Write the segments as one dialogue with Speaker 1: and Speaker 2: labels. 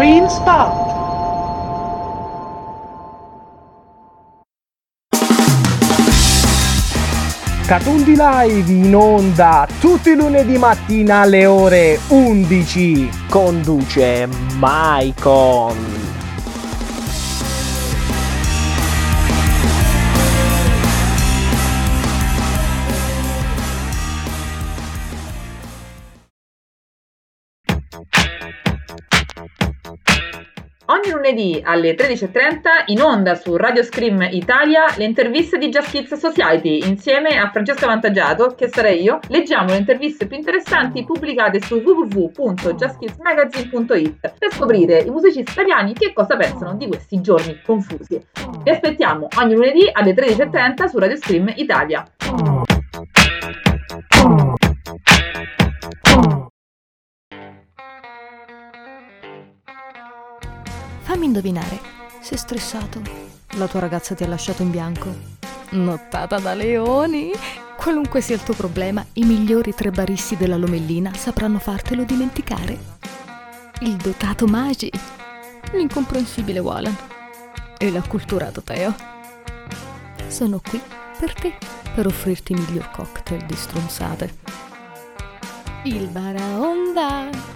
Speaker 1: Screen Spot. Catundi Live in onda tutti i lunedì mattina alle ore 11. Conduce Maicon.
Speaker 2: Ogni lunedì alle 13.30 in onda su Radio Scream Italia le interviste di Just Kids Society insieme a Francesca Vantaggiato, che sarei io. Leggiamo le interviste più interessanti pubblicate su www.justkidsmagazine.it per scoprire i musicisti italiani che cosa pensano di questi giorni confusi. Vi aspettiamo ogni lunedì alle 13.30 su Radio Scream Italia.
Speaker 3: Fammi indovinare, sei stressato? La tua ragazza ti ha lasciato in bianco? Nottata da leoni? Qualunque sia il tuo problema, i migliori 3 baristi della Lomellina sapranno fartelo dimenticare. Il dotato Magi, l'incomprensibile Walan e l'acculturato Teo sono qui per te, per offrirti i miglior cocktail di stronzate. Il Baraonda.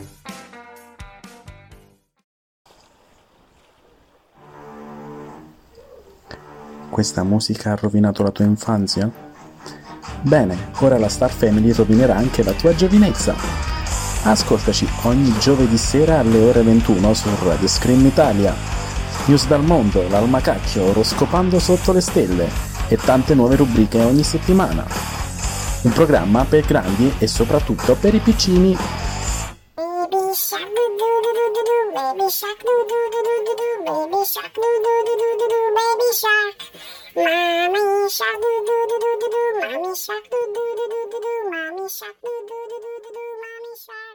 Speaker 4: Questa musica ha rovinato la tua infanzia? Bene, ora la Star Family rovinerà anche la tua giovinezza. Ascoltaci ogni giovedì sera alle ore 21 su Radio Scream Italia. News dal mondo, l'almacacchio, oroscopando sotto le stelle e tante nuove rubriche ogni settimana. Un programma per grandi e soprattutto per i piccini.
Speaker 5: Baby shark do do do do do do, baby shark do do do do do do, baby shark do do do do do do, baby shark. Mommy shark do do do do do do, mommy shark do do do do do do, mommy shark do do do do do do, mommy shark.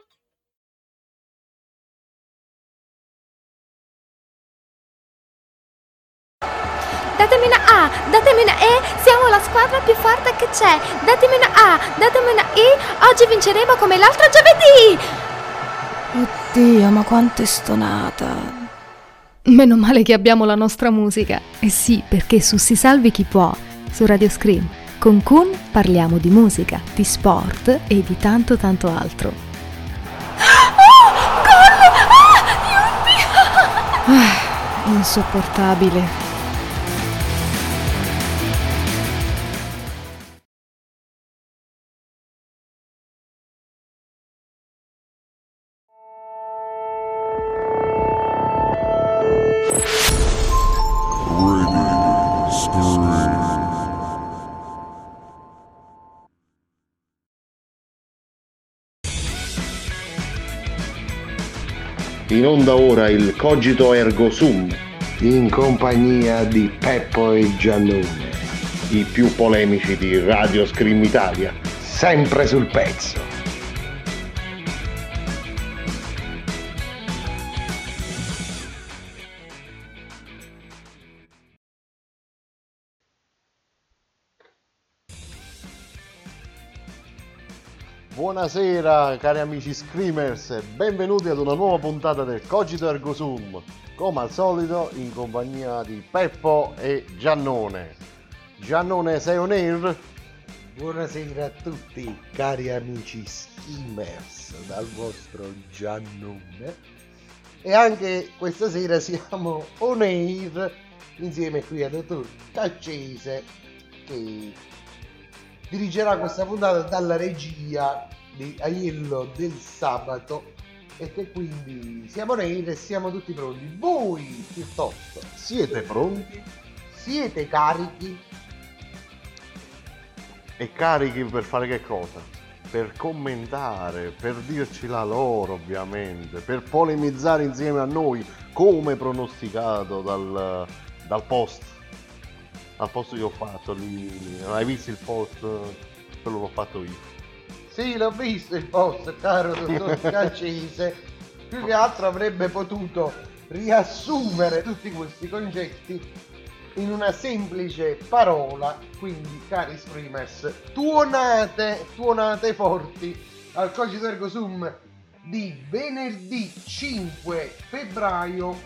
Speaker 6: Datemi una A, datemi una E, siamo la squadra più forte che c'è. Datemi una A, datemi una I, oggi vinceremo come l'altro giovedì.
Speaker 3: Oddio, ma quanto è stonata. Meno male che abbiamo la nostra musica. Eh sì, perché su Si Salvi Chi Può, su Radio Scream, con Kun parliamo di musica, di sport e di tanto tanto altro.
Speaker 6: Oh, Kun! Aiuti!
Speaker 3: Insopportabile.
Speaker 7: In onda ora il Cogito Ergo Sum,
Speaker 8: in compagnia di Peppo e Giannone,
Speaker 7: i più polemici di Radio Scream Italia,
Speaker 8: sempre sul pezzo.
Speaker 7: Buonasera cari amici Screamers, benvenuti ad una nuova puntata del Cogito Ergo Sum, come al solito in compagnia di Peppo e Giannone. Giannone, sei on air?
Speaker 8: Buonasera a tutti cari amici Screamers, dal vostro Giannone. E anche questa sera siamo on air insieme qui al dottor Caccese, che dirigerà questa puntata dalla regia di Aiello del Sabato, e che quindi siamo noi e siamo tutti pronti. Voi piuttosto siete pronti? Siete carichi?
Speaker 7: E carichi per fare che cosa? Per commentare, per dirci la loro ovviamente, per polemizzare insieme a noi come pronosticato dal post. Al posto che ho fatto lì, non hai visto il post? Quello l'ho fatto io.
Speaker 8: Sì, l'ho visto il post, caro dottor Caccese. Più che altro avrebbe potuto riassumere tutti questi concetti in una semplice parola. Quindi, cari Screamers, tuonate forti al Cogito Ergo Sum di venerdì 5 febbraio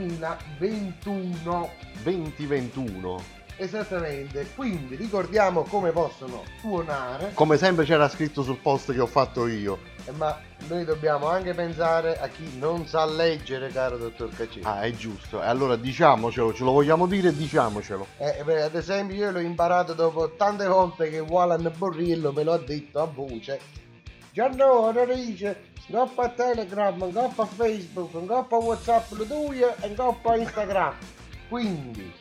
Speaker 8: 2021.
Speaker 7: 2021.
Speaker 8: Esattamente, quindi ricordiamo come possono suonare.
Speaker 7: Come sempre c'era scritto sul post che ho fatto io.
Speaker 8: Ma noi dobbiamo anche pensare a chi non sa leggere, caro dottor Caccese.
Speaker 7: Ah, è giusto. E allora diciamocelo, ce lo vogliamo dire, diciamocelo.
Speaker 8: Ad esempio io l'ho imparato dopo tante volte che Walan Borrillo me lo ha detto a voce. Giannone dice, goppa Telegram, goppa Facebook, goppa WhatsApp lo tuo e goppa Instagram. Quindi,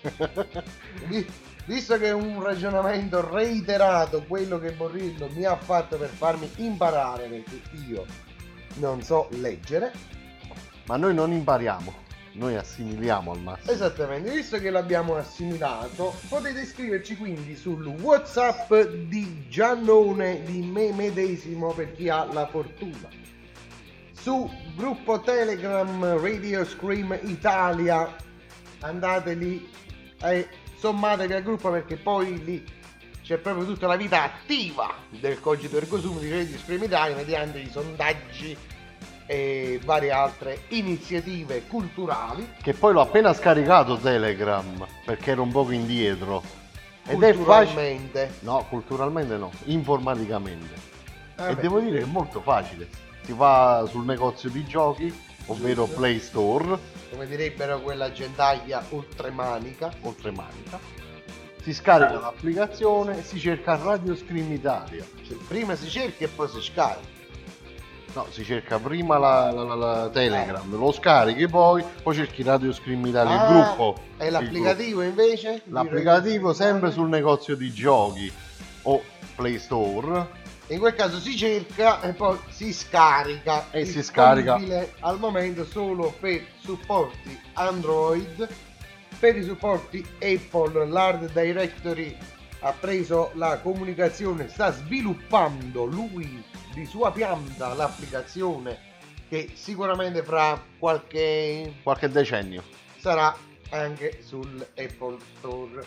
Speaker 8: visto che è un ragionamento reiterato quello che Borrillo mi ha fatto per farmi imparare, perché io non so leggere.
Speaker 7: Ma noi non impariamo, noi assimiliamo al massimo.
Speaker 8: Esattamente, visto che l'abbiamo assimilato, potete scriverci quindi sul WhatsApp di Giannone, di me medesimo per chi ha la fortuna. Su gruppo Telegram Radio Scream Italia, andate lì e sommatevi al gruppo, perché poi lì c'è proprio tutta la vita attiva del Cogito Ergo Sum di Radio Scream Italia mediante i sondaggi e varie altre iniziative culturali.
Speaker 7: Che poi l'ho appena scaricato Telegram perché ero un poco indietro. Ed è
Speaker 8: Culturalmente.
Speaker 7: facile. No, culturalmente no, informaticamente. E
Speaker 8: Beh,
Speaker 7: devo dire che è molto facile. Si va sul negozio di giochi, ovvero
Speaker 8: Giusto.
Speaker 7: Play Store,
Speaker 8: come direbbero quella gentaglia oltremanica.
Speaker 7: oltremanica. Si scarica l'applicazione e si cerca Radio Scream Italia.
Speaker 8: Cioè, prima si cerca e poi si scarica.
Speaker 7: No, si cerca prima la Telegram, lo scarichi poi cerchi Radio Scream Italia, il gruppo.
Speaker 8: E l'applicativo invece?
Speaker 7: L'applicativo sempre sul negozio di giochi o Play Store.
Speaker 8: In quel caso si cerca e poi si scarica.
Speaker 7: E si scarica.
Speaker 8: Disponibile al momento solo per supporti Android. Per i supporti Apple l'Art Directory ha preso la comunicazione, sta sviluppando lui di sua pianta l'applicazione che sicuramente fra qualche
Speaker 7: decennio,
Speaker 8: sarà anche sul Apple Store,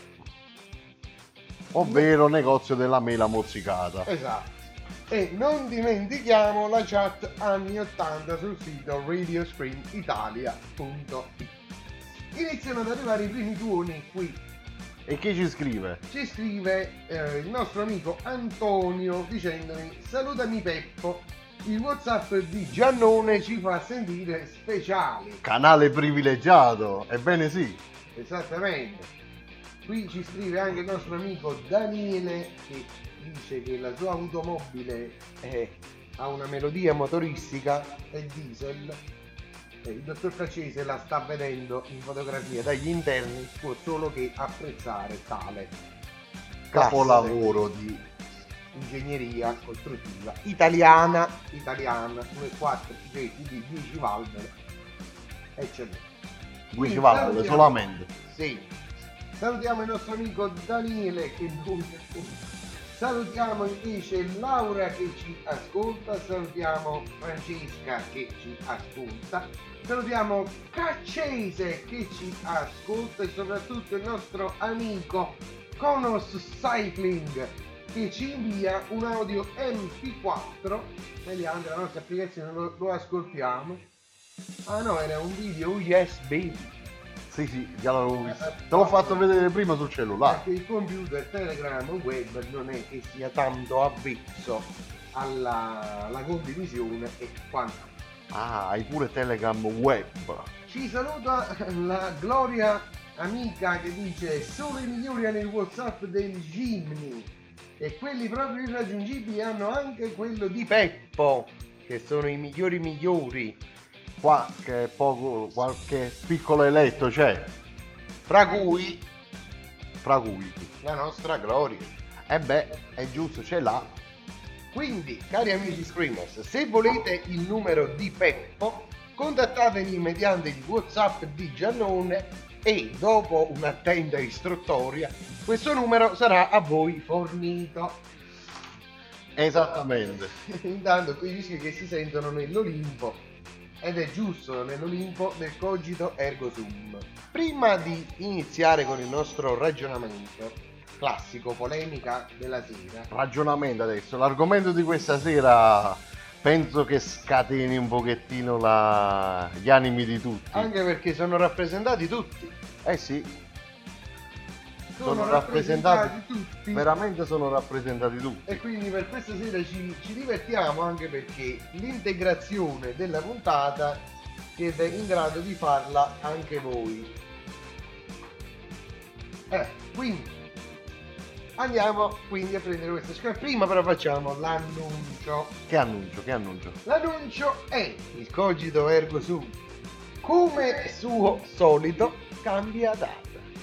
Speaker 7: ovvero negozio della mela mozzicata.
Speaker 8: esatto. E non dimentichiamo la chat anni 80 sul sito radioscreamitalia.it. Iniziano ad arrivare i primi tuoni qui.
Speaker 7: E chi ci scrive?
Speaker 8: Ci scrive il nostro amico Antonio dicendomi: salutami Peppo, il WhatsApp di Giannone ci fa sentire speciali.
Speaker 7: Canale privilegiato, ebbene sì.
Speaker 8: Esattamente. Qui ci scrive anche il nostro amico Daniele che dice che la sua automobile ha una melodia motoristica, è diesel. Il dottor Caccese la sta vedendo in fotografia dagli interni, può solo che apprezzare tale
Speaker 7: Capolavoro di
Speaker 8: ingegneria costruttiva italiana 2.4 di 10 valvole, eccetera.
Speaker 7: 10 valvole solamente.
Speaker 8: Sì. Salutiamo il nostro amico Daniele che non salutiamo invece Laura che ci ascolta, salutiamo Francesca che ci ascolta, salutiamo Caccese che ci ascolta e soprattutto il nostro amico Conos Cycling che ci invia un audio MP4 mediante la nostra applicazione, lo ascoltiamo. Ah no, era un video USB.
Speaker 7: Sì, già l'avevo visto. Te l'ho fatto vedere prima sul cellulare.
Speaker 8: Perché il computer Telegram web non è che sia tanto avvezzo alla condivisione e quanto.
Speaker 7: Ah, hai pure Telegram web.
Speaker 8: Ci saluta la Gloria amica che dice: solo i migliori nel WhatsApp del Gimni e quelli proprio irraggiungibili hanno anche quello di Peppo, che sono i migliori.
Speaker 7: Qualche piccolo eletto c'è.
Speaker 8: Fra cui
Speaker 7: la
Speaker 8: nostra Gloria.
Speaker 7: E beh, è giusto, c'è là.
Speaker 8: Quindi, cari amici Screamers, se volete il numero di Peppo, contattatemi mediante il WhatsApp di Giannone e dopo un'attenta istruttoria questo numero sarà a voi fornito.
Speaker 7: Esattamente.
Speaker 8: Intanto quei dischi che si sentono nell'Olimpo, ed è giusto, nell'Olimpo del Cogito Ergo Sum. Prima di iniziare con il nostro ragionamento classico, polemica della sera.
Speaker 7: Ragionamento adesso. L'argomento di questa sera penso che scateni un pochettino gli animi di tutti.
Speaker 8: Anche perché sono rappresentati tutti.
Speaker 7: Eh sì,
Speaker 8: Sono rappresentati tutti.
Speaker 7: veramente sono rappresentati tutti.
Speaker 8: E quindi per questa sera ci divertiamo, anche perché l'integrazione della puntata siete in grado di farla anche voi. Quindi andiamo quindi a prendere questa scarpa. Prima però facciamo l'annuncio.
Speaker 7: Che annuncio?
Speaker 8: L'annuncio è il Cogito Ergo Sum. Come suo solito cambia data.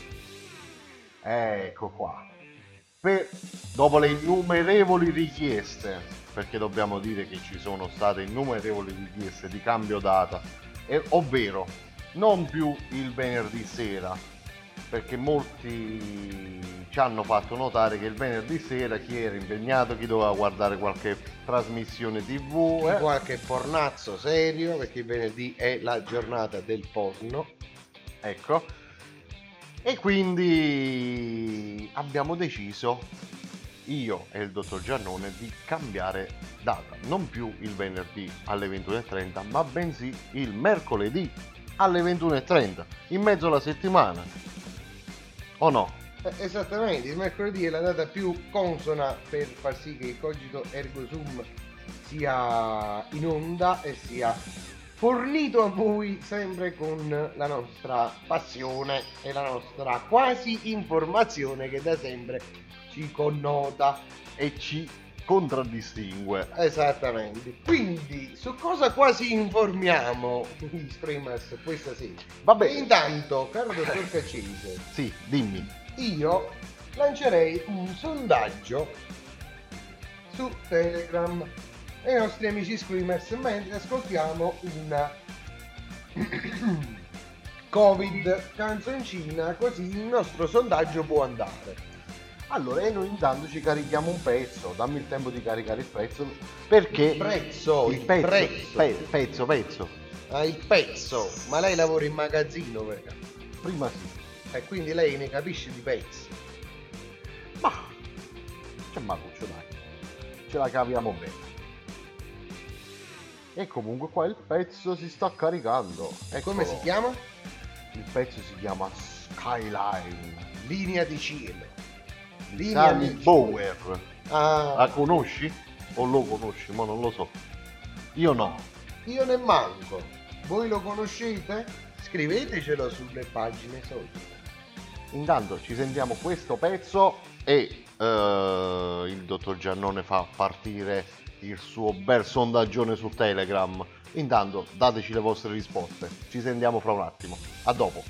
Speaker 7: Ecco qua. Dopo le innumerevoli richieste, perché dobbiamo dire che ci sono state innumerevoli richieste di cambio data, ovvero non più il venerdì sera, perché molti ci hanno fatto notare che il venerdì sera chi era impegnato, chi doveva guardare qualche trasmissione TV,
Speaker 8: qualche pornazzo serio, perché il venerdì è la giornata del porno.
Speaker 7: Ecco. E quindi abbiamo deciso, io e il dottor Giannone, di cambiare data. Non più il venerdì alle 21:30, ma bensì il mercoledì alle 21:30, in mezzo alla settimana. O no?
Speaker 8: Esattamente, il mercoledì è la data più consona per far sì che il Cogito Ergo Sum sia in onda e sia fornito a voi sempre con la nostra passione e la nostra quasi informazione che da sempre ci connota
Speaker 7: e ci contraddistingue.
Speaker 8: Esattamente. Quindi su cosa quasi informiamo gli streamers questa sera?
Speaker 7: Vabbè.
Speaker 8: E intanto, caro dottor Caccese,
Speaker 7: sì, dimmi.
Speaker 8: Io lancerei un sondaggio su Telegram ai nostri amici screamers mentre ascoltiamo una Covid canzoncina, così il nostro sondaggio può andare.
Speaker 7: Allora, e noi intanto ci carichiamo un pezzo, dammi il tempo di caricare il pezzo, perché
Speaker 8: il pezzo. Ah, il pezzo, ma lei lavora in magazzino per caso?
Speaker 7: Prima sì.
Speaker 8: E quindi lei ne capisce di pezzi.
Speaker 7: Ma c'è Maruccio, dai, ce la caviamo bene. E comunque qua il pezzo si sta caricando. Eccolo.
Speaker 8: Come si chiama?
Speaker 7: Il pezzo si chiama Skyline,
Speaker 8: linea di cielo.
Speaker 7: Danny Bauer.
Speaker 8: Ah,
Speaker 7: la conosci? O lo conosci? Ma non lo so. Io no.
Speaker 8: Io ne manco. Voi lo conoscete? Scrivetecelo sulle pagine social.
Speaker 7: Intanto ci sentiamo questo pezzo e il dottor Giannone fa partire il suo bel sondaggione su Telegram. Intanto dateci le vostre risposte. Ci sentiamo fra un attimo. A dopo.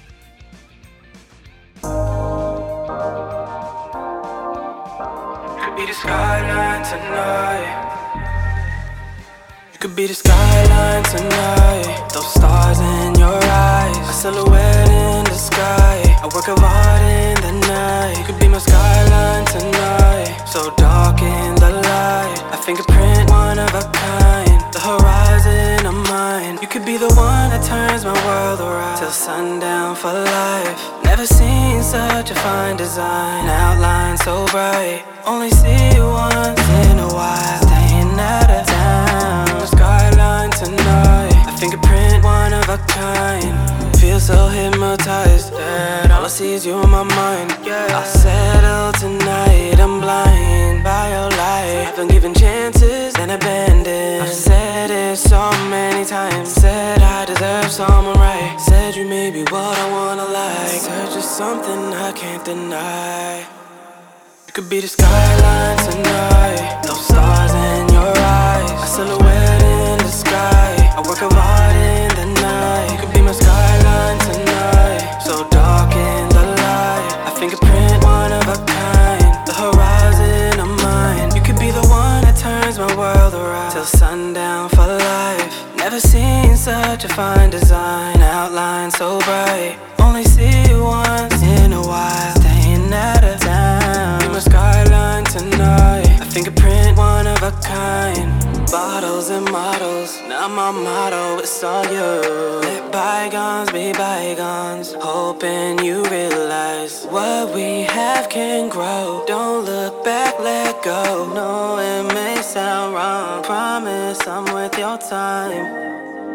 Speaker 9: Be the skyline tonight. You could be the skyline tonight. Those stars in your eyes, a silhouette in the sky, a work of art in the night. You could be my skyline tonight. So dark in the light, a fingerprint, one of a kind. The horizon of mine. You could be the one that turns my world around till sundown for life. Never seen such a fine design, outline so bright. Only see you once in a while, staying out of town. The skyline tonight, a fingerprint, one of a kind. Feel so hypnotized that all I see is you in my mind. I'll settle tonight, I'm blind by your light. I've been given chances, then abandoned. I've said it so many times, said I deserve someone right. Said you may be what I wanna like. Search is something I can't deny. You could be the skyline tonight. Those stars in your eyes, a silhouette in the sky, a work of art in the night. You could be my skyline tonight. So dark in the light, a fingerprint, one of a kind. The horizon of mine. You could be the one that turns my world around till sundown for life. Never seen such a fine design, outline so bright. Only see you once in a while, staying out of town. Be my skyline tonight, a fingerprint, one of a kind. Bottles and models, now my motto, it's on you. Let bygones be bygones, hoping you realize what we have can grow. Don't look back, let go. No, it may sound wrong, promise Promise I'm worth your time.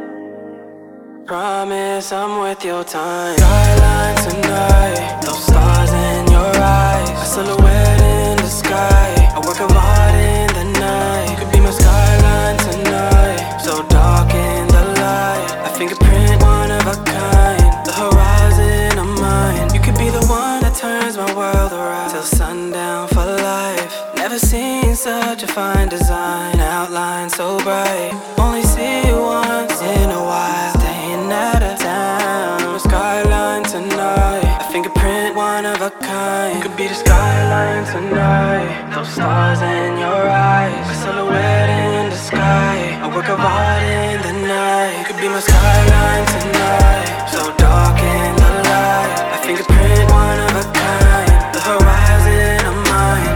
Speaker 9: Promise I'm worth your time. Skyline tonight, those stars in your eyes, a silhouette in the sky, a work of art in the night. You could be my skyline tonight, so dark in the light, a fingerprint, one of a kind, the horizon of mine. You could be the one that turns my world around till sundown for life. Never seen such a fine design, outline so bright. Only see you once in a while, staying out of town. A skyline tonight, a fingerprint, one of a kind. You could be the skyline tonight, those stars in your eyes, a silhouette in the sky, a work of art in the night. You could be my skyline tonight, so dark in the light, a fingerprint, one of a kind, the horizon of mine.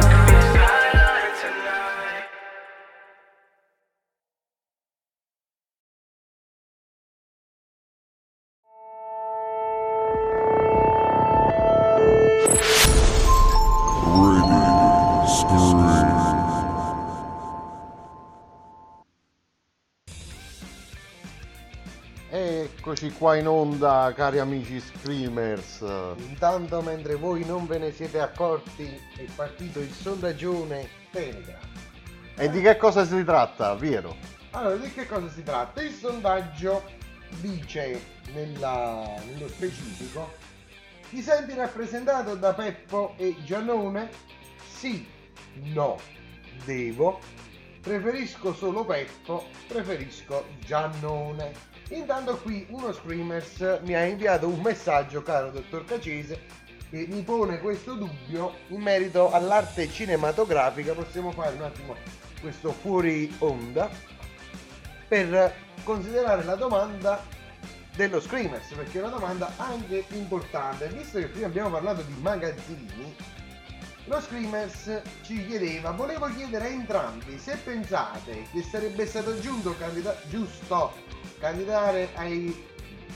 Speaker 7: Eccoci qua in onda, cari amici Screamers.
Speaker 8: Intanto, mentre voi non ve ne siete accorti, è partito il sondaggione Telegram.
Speaker 7: E di che cosa si tratta, Piero?
Speaker 8: Allora, di che cosa si tratta? Il sondaggio dice nello specifico: ti senti rappresentato da Peppo e Giannone? Sì, no, devo, preferisco solo Peppo, preferisco Giannone. Intanto qui uno Screamers mi ha inviato un messaggio, caro dottor Cacese, che mi pone questo dubbio in merito all'arte cinematografica. Possiamo fare un attimo questo fuori onda per considerare la domanda dello Screamers, perché è una domanda anche importante. Visto che prima abbiamo parlato di magazzini, lo Screamers ci chiedeva: volevo chiedere a entrambi se pensate che sarebbe stato giusto candidare ai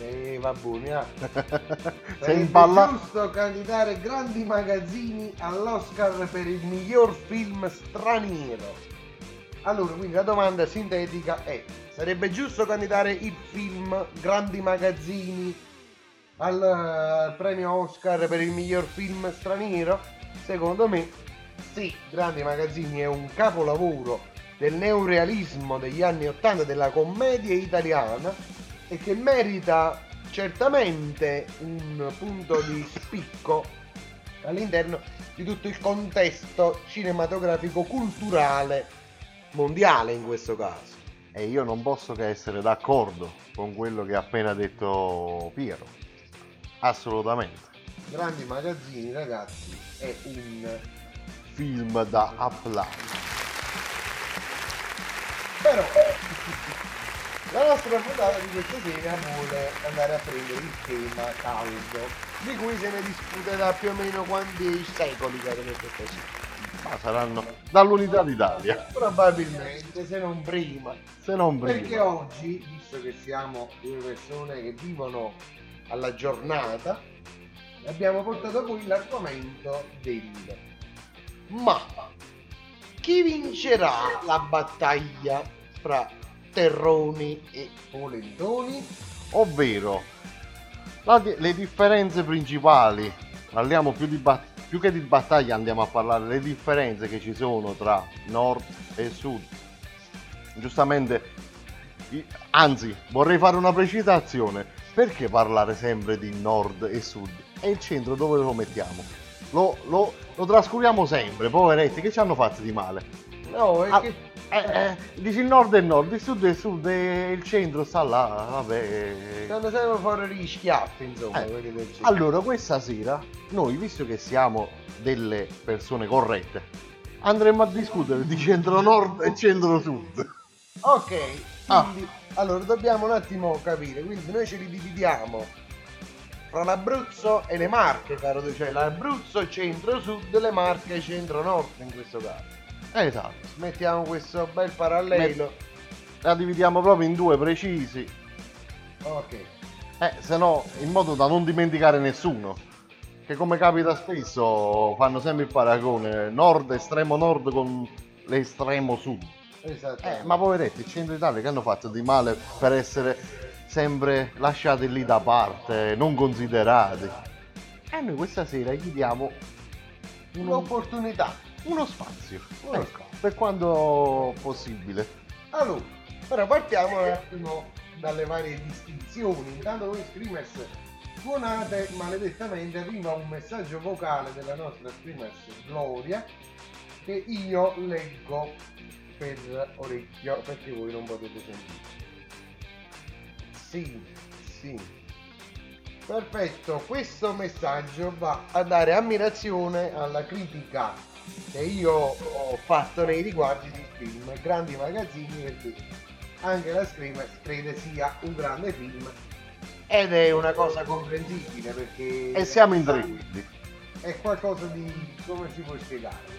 Speaker 8: giusto candidare grandi magazzini all'Oscar per il miglior film straniero. Allora, quindi la domanda sintetica è: sarebbe giusto candidare il film grandi magazzini al premio Oscar per il miglior film straniero? Secondo me sì, Grandi Magazzini è un capolavoro del neorealismo degli anni 80, della commedia italiana, e che merita certamente un punto di spicco all'interno di tutto il contesto cinematografico culturale mondiale in questo caso.
Speaker 7: E io non posso che essere d'accordo con quello che ha appena detto Piero, assolutamente.
Speaker 8: Grandi Magazzini, ragazzi, è un
Speaker 7: film da applaudire.
Speaker 8: Però la nostra puntata di questa sera vuole andare a prendere il tema caldo, di cui se ne discute da più o meno quanti secoli, caro detto così.
Speaker 7: Ma saranno dall'unità d'Italia.
Speaker 8: Probabilmente, se non prima. Perché
Speaker 7: prima.
Speaker 8: oggi, visto che siamo due persone che vivono alla giornata, abbiamo portato qui l'argomento del ma chi vincerà la battaglia fra terroni e polentoni?
Speaker 7: Ovvero le differenze principali. Parliamo più che di battaglia, andiamo a parlare delle differenze che ci sono tra nord e sud. Giustamente, anzi, vorrei fare una precisazione: perché parlare sempre di nord e sud? E il centro dove lo mettiamo? Lo trascuriamo sempre, poveretti, che ci hanno fatto di male?
Speaker 8: No, è che
Speaker 7: dici il nord è il nord, il sud è il sud e il centro sta là, vabbè.
Speaker 8: stanno sempre fuori gli schiaffi, insomma, quelli del centro.
Speaker 7: Allora, questa sera, noi, visto che siamo delle persone corrette, andremo a discutere di centro nord e centro sud.
Speaker 8: Ok, quindi, allora dobbiamo un attimo capire, quindi noi ce li dividiamo fra l'Abruzzo e le Marche, caro, cioè l'Abruzzo centro-sud, le Marche centro-nord in questo caso.
Speaker 7: Esatto.
Speaker 8: Mettiamo questo bel parallelo.
Speaker 7: La dividiamo proprio in due precisi.
Speaker 8: Ok.
Speaker 7: Se no, in modo da non dimenticare nessuno. Che come capita spesso fanno sempre il paragone nord, estremo nord con l'estremo sud.
Speaker 8: Esattamente.
Speaker 7: Ma poveretti, il centro Italia che hanno fatto di male per essere sempre lasciati lì da parte, non considerati? E noi questa sera gli diamo
Speaker 8: Un'opportunità.
Speaker 7: uno spazio,
Speaker 8: Uno spazio.
Speaker 7: per quanto possibile.
Speaker 8: Allora, però partiamo un attimo dalle varie distinzioni. Intanto voi screamers suonate maledettamente, arriva un messaggio vocale della nostra screamers Gloria che io leggo per orecchio perché voi non potete sentire. Sì. Perfetto, questo messaggio va a dare ammirazione alla critica che io ho fatto nei riguardi di film grandi magazzini, perché anche la Screamers crede sia un grande film ed è una cosa comprensibile perché
Speaker 7: E siamo in tre quindi.
Speaker 8: è qualcosa di, come si può spiegare,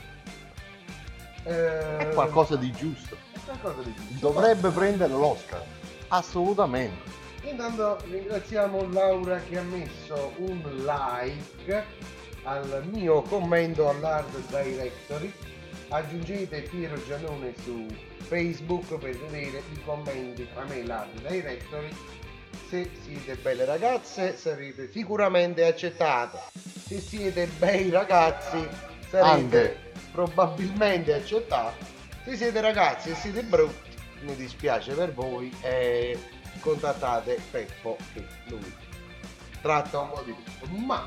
Speaker 7: È qualcosa di giusto.
Speaker 8: è qualcosa di giusto.
Speaker 7: Dovrebbe prendere l'Oscar. Assolutamente.
Speaker 8: Intanto ringraziamo Laura che ha messo un like al mio commento all'Art Directory. Aggiungete Piero Giannone su Facebook per vedere i commenti tra me e l'Art Directory. Se siete belle ragazze sarete sicuramente accettate. Se siete bei ragazzi sarete
Speaker 7: Anche.
Speaker 8: probabilmente accettati. Se siete ragazzi e siete brutti, mi dispiace per voi, contattate Peppo che lui tratta un po' di tutto. Ma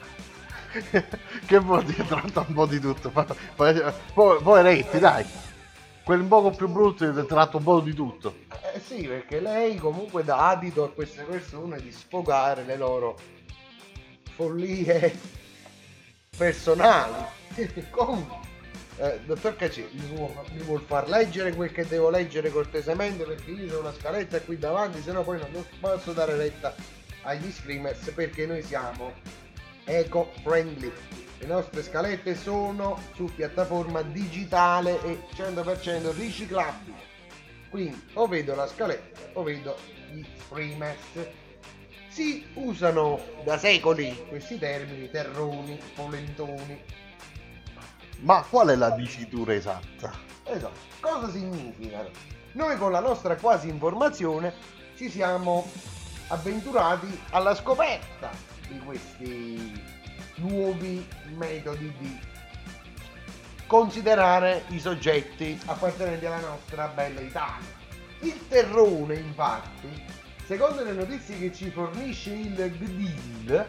Speaker 7: Che vuol dire tratta un po' di tutto? Poi Retti, dai. Quelli un poco più brutti tratta un po' di tutto.
Speaker 8: sì, perché lei comunque dà adito a queste persone di sfogare le loro follie personali. Comunque, dottor Cacci, mi vuol far leggere quel che devo leggere cortesemente, perché io ho una scaletta qui davanti, sennò poi non posso dare retta agli screamers, perché noi siamo eco friendly. Le nostre scalette sono su piattaforma digitale e 100% riciclabili. Quindi o vedo la scaletta o vedo gli screamers. Si usano da secoli questi termini, terroni, polentoni.
Speaker 7: Ma qual è la dicitura esatta?
Speaker 8: Esatto. Cosa significano? Noi con la nostra quasi informazione ci siamo avventurati alla scoperta di questi nuovi metodi di considerare i soggetti appartenenti alla nostra bella Italia. Il terrone, infatti, secondo le notizie che ci fornisce il GDIL,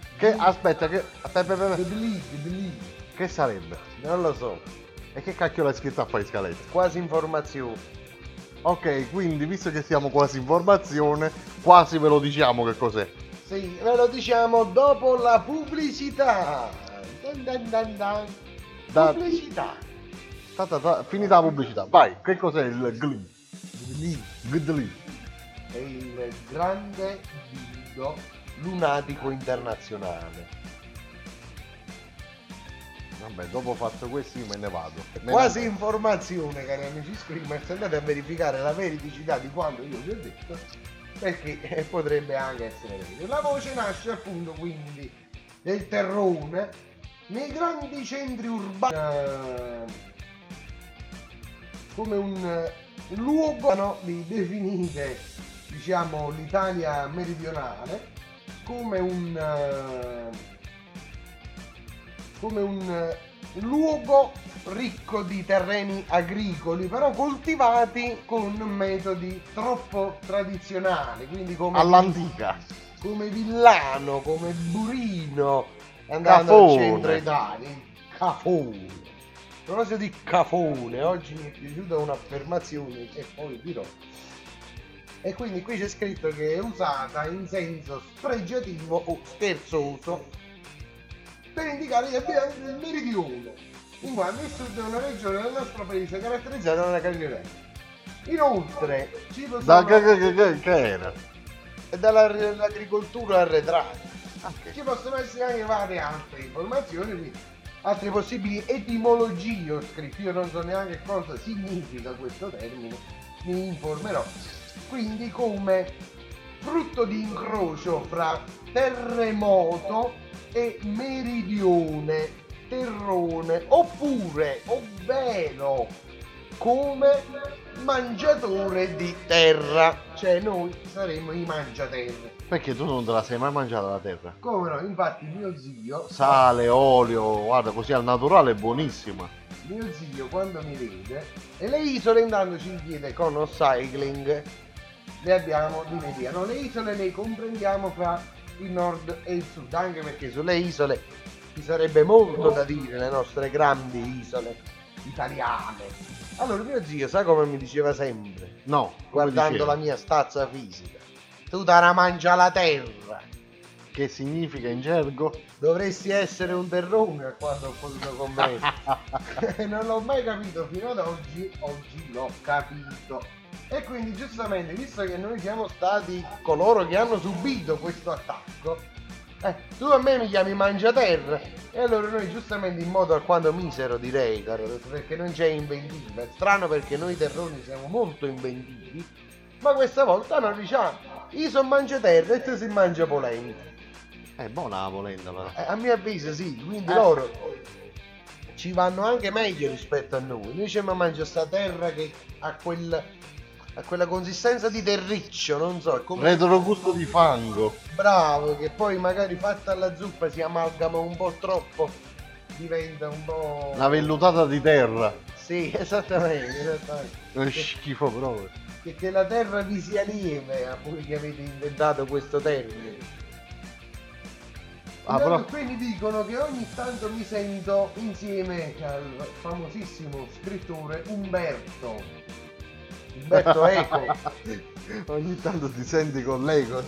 Speaker 7: Che sarebbe?
Speaker 8: non lo so,
Speaker 7: E che cacchio l'hai scritto a fare scaletta?
Speaker 8: quasi informazione.
Speaker 7: Ok, quindi visto che siamo quasi informazione, quasi ve lo diciamo che cos'è.
Speaker 8: Sì, ve lo diciamo dopo la pubblicità. Dan dan dan dan. Pubblicità.
Speaker 7: Finita la pubblicità, vai, che cos'è il GLI? GDLI.
Speaker 8: È il grande dildo lunatico internazionale.
Speaker 7: Vabbè, dopo fatto questo io me ne vado.
Speaker 8: Quasi informazione, cari amici screamers, andate a verificare la veridicità di quanto io vi ho detto, perché potrebbe anche essere vero. La voce nasce appunto quindi del terrone nei grandi centri urbani, come un luogo di definire, diciamo, l'Italia meridionale, come un luogo ricco di terreni agricoli, però coltivati con metodi troppo tradizionali, quindi
Speaker 7: all'antica.
Speaker 8: come Villano, come Burino, andando
Speaker 7: Cafone.
Speaker 8: al centro Italia, Cafone. A proposito di Cafone, oggi mi è piaciuta un'affermazione che poi dirò. E quindi qui c'è scritto che è usata in senso spregiativo o scherzoso per indicare gli abitanti del meridione, in quanto il sud è una regione del nostro paese caratterizzata dalla campionata. Inoltre ci possiamo...
Speaker 7: Che era?
Speaker 8: dall'agricoltura arretrata.
Speaker 7: Ok.
Speaker 8: Ci possono essere anche varie altre informazioni, quindi altre possibili etimologie ho scritto. Io non so neanche cosa significa questo termine, mi informerò. Quindi come frutto di incrocio fra terremoto e meridione, terrone, oppure, ovvero come mangiatore di terra, cioè noi saremo i mangiaterre.
Speaker 7: Perché tu non te la sei mai mangiata la terra?
Speaker 8: Come no? Infatti mio zio,
Speaker 7: Sale, olio, guarda, così al naturale è buonissima.
Speaker 8: mio zio quando mi vede, e le isole intanto ci chiede con lo cycling, le abbiamo di media. No, le isole le comprendiamo fra il nord e il sud, anche perché sulle isole ci sarebbe molto da dire, le nostre grandi isole italiane. Allora mio zio, sa come mi diceva sempre?
Speaker 7: No,
Speaker 8: Guardando
Speaker 7: diceva?
Speaker 8: la mia stazza fisica. Tu te la mangia la terra.
Speaker 7: Che significa in gergo?
Speaker 8: Dovresti essere un terrone a quando ho potuto comprendere. Non l'ho mai capito fino ad oggi l'ho capito. E quindi giustamente, visto che noi siamo stati coloro che hanno subito questo attacco, tu a me mi chiami mangiaterra, e allora noi giustamente in modo alquanto misero, direi, caro, perché non c'è inventiva. È strano perché noi terroni siamo molto inventivi, ma questa volta non diciamo io sono mangiaterra e tu si mangia polenta.
Speaker 7: È buona la polenta però.
Speaker 8: A mio avviso sì, quindi loro ci vanno anche meglio rispetto a noi. Noi ci mangiamo sta terra che ha quella consistenza di terriccio, non so, è come
Speaker 7: Retrogusto di fango.
Speaker 8: bravo, che poi magari fatta alla zuppa si amalgama un po' troppo, diventa un po'...
Speaker 7: La vellutata di terra.
Speaker 8: Sì, esattamente.
Speaker 7: È schifo proprio.
Speaker 8: Che la terra vi sia lieve, a voi che avete inventato questo termine.
Speaker 7: Però...
Speaker 8: Qui mi dicono che ogni tanto mi sento insieme al famosissimo scrittore Umberto Eco.
Speaker 7: Ogni tanto ti senti con l'ego.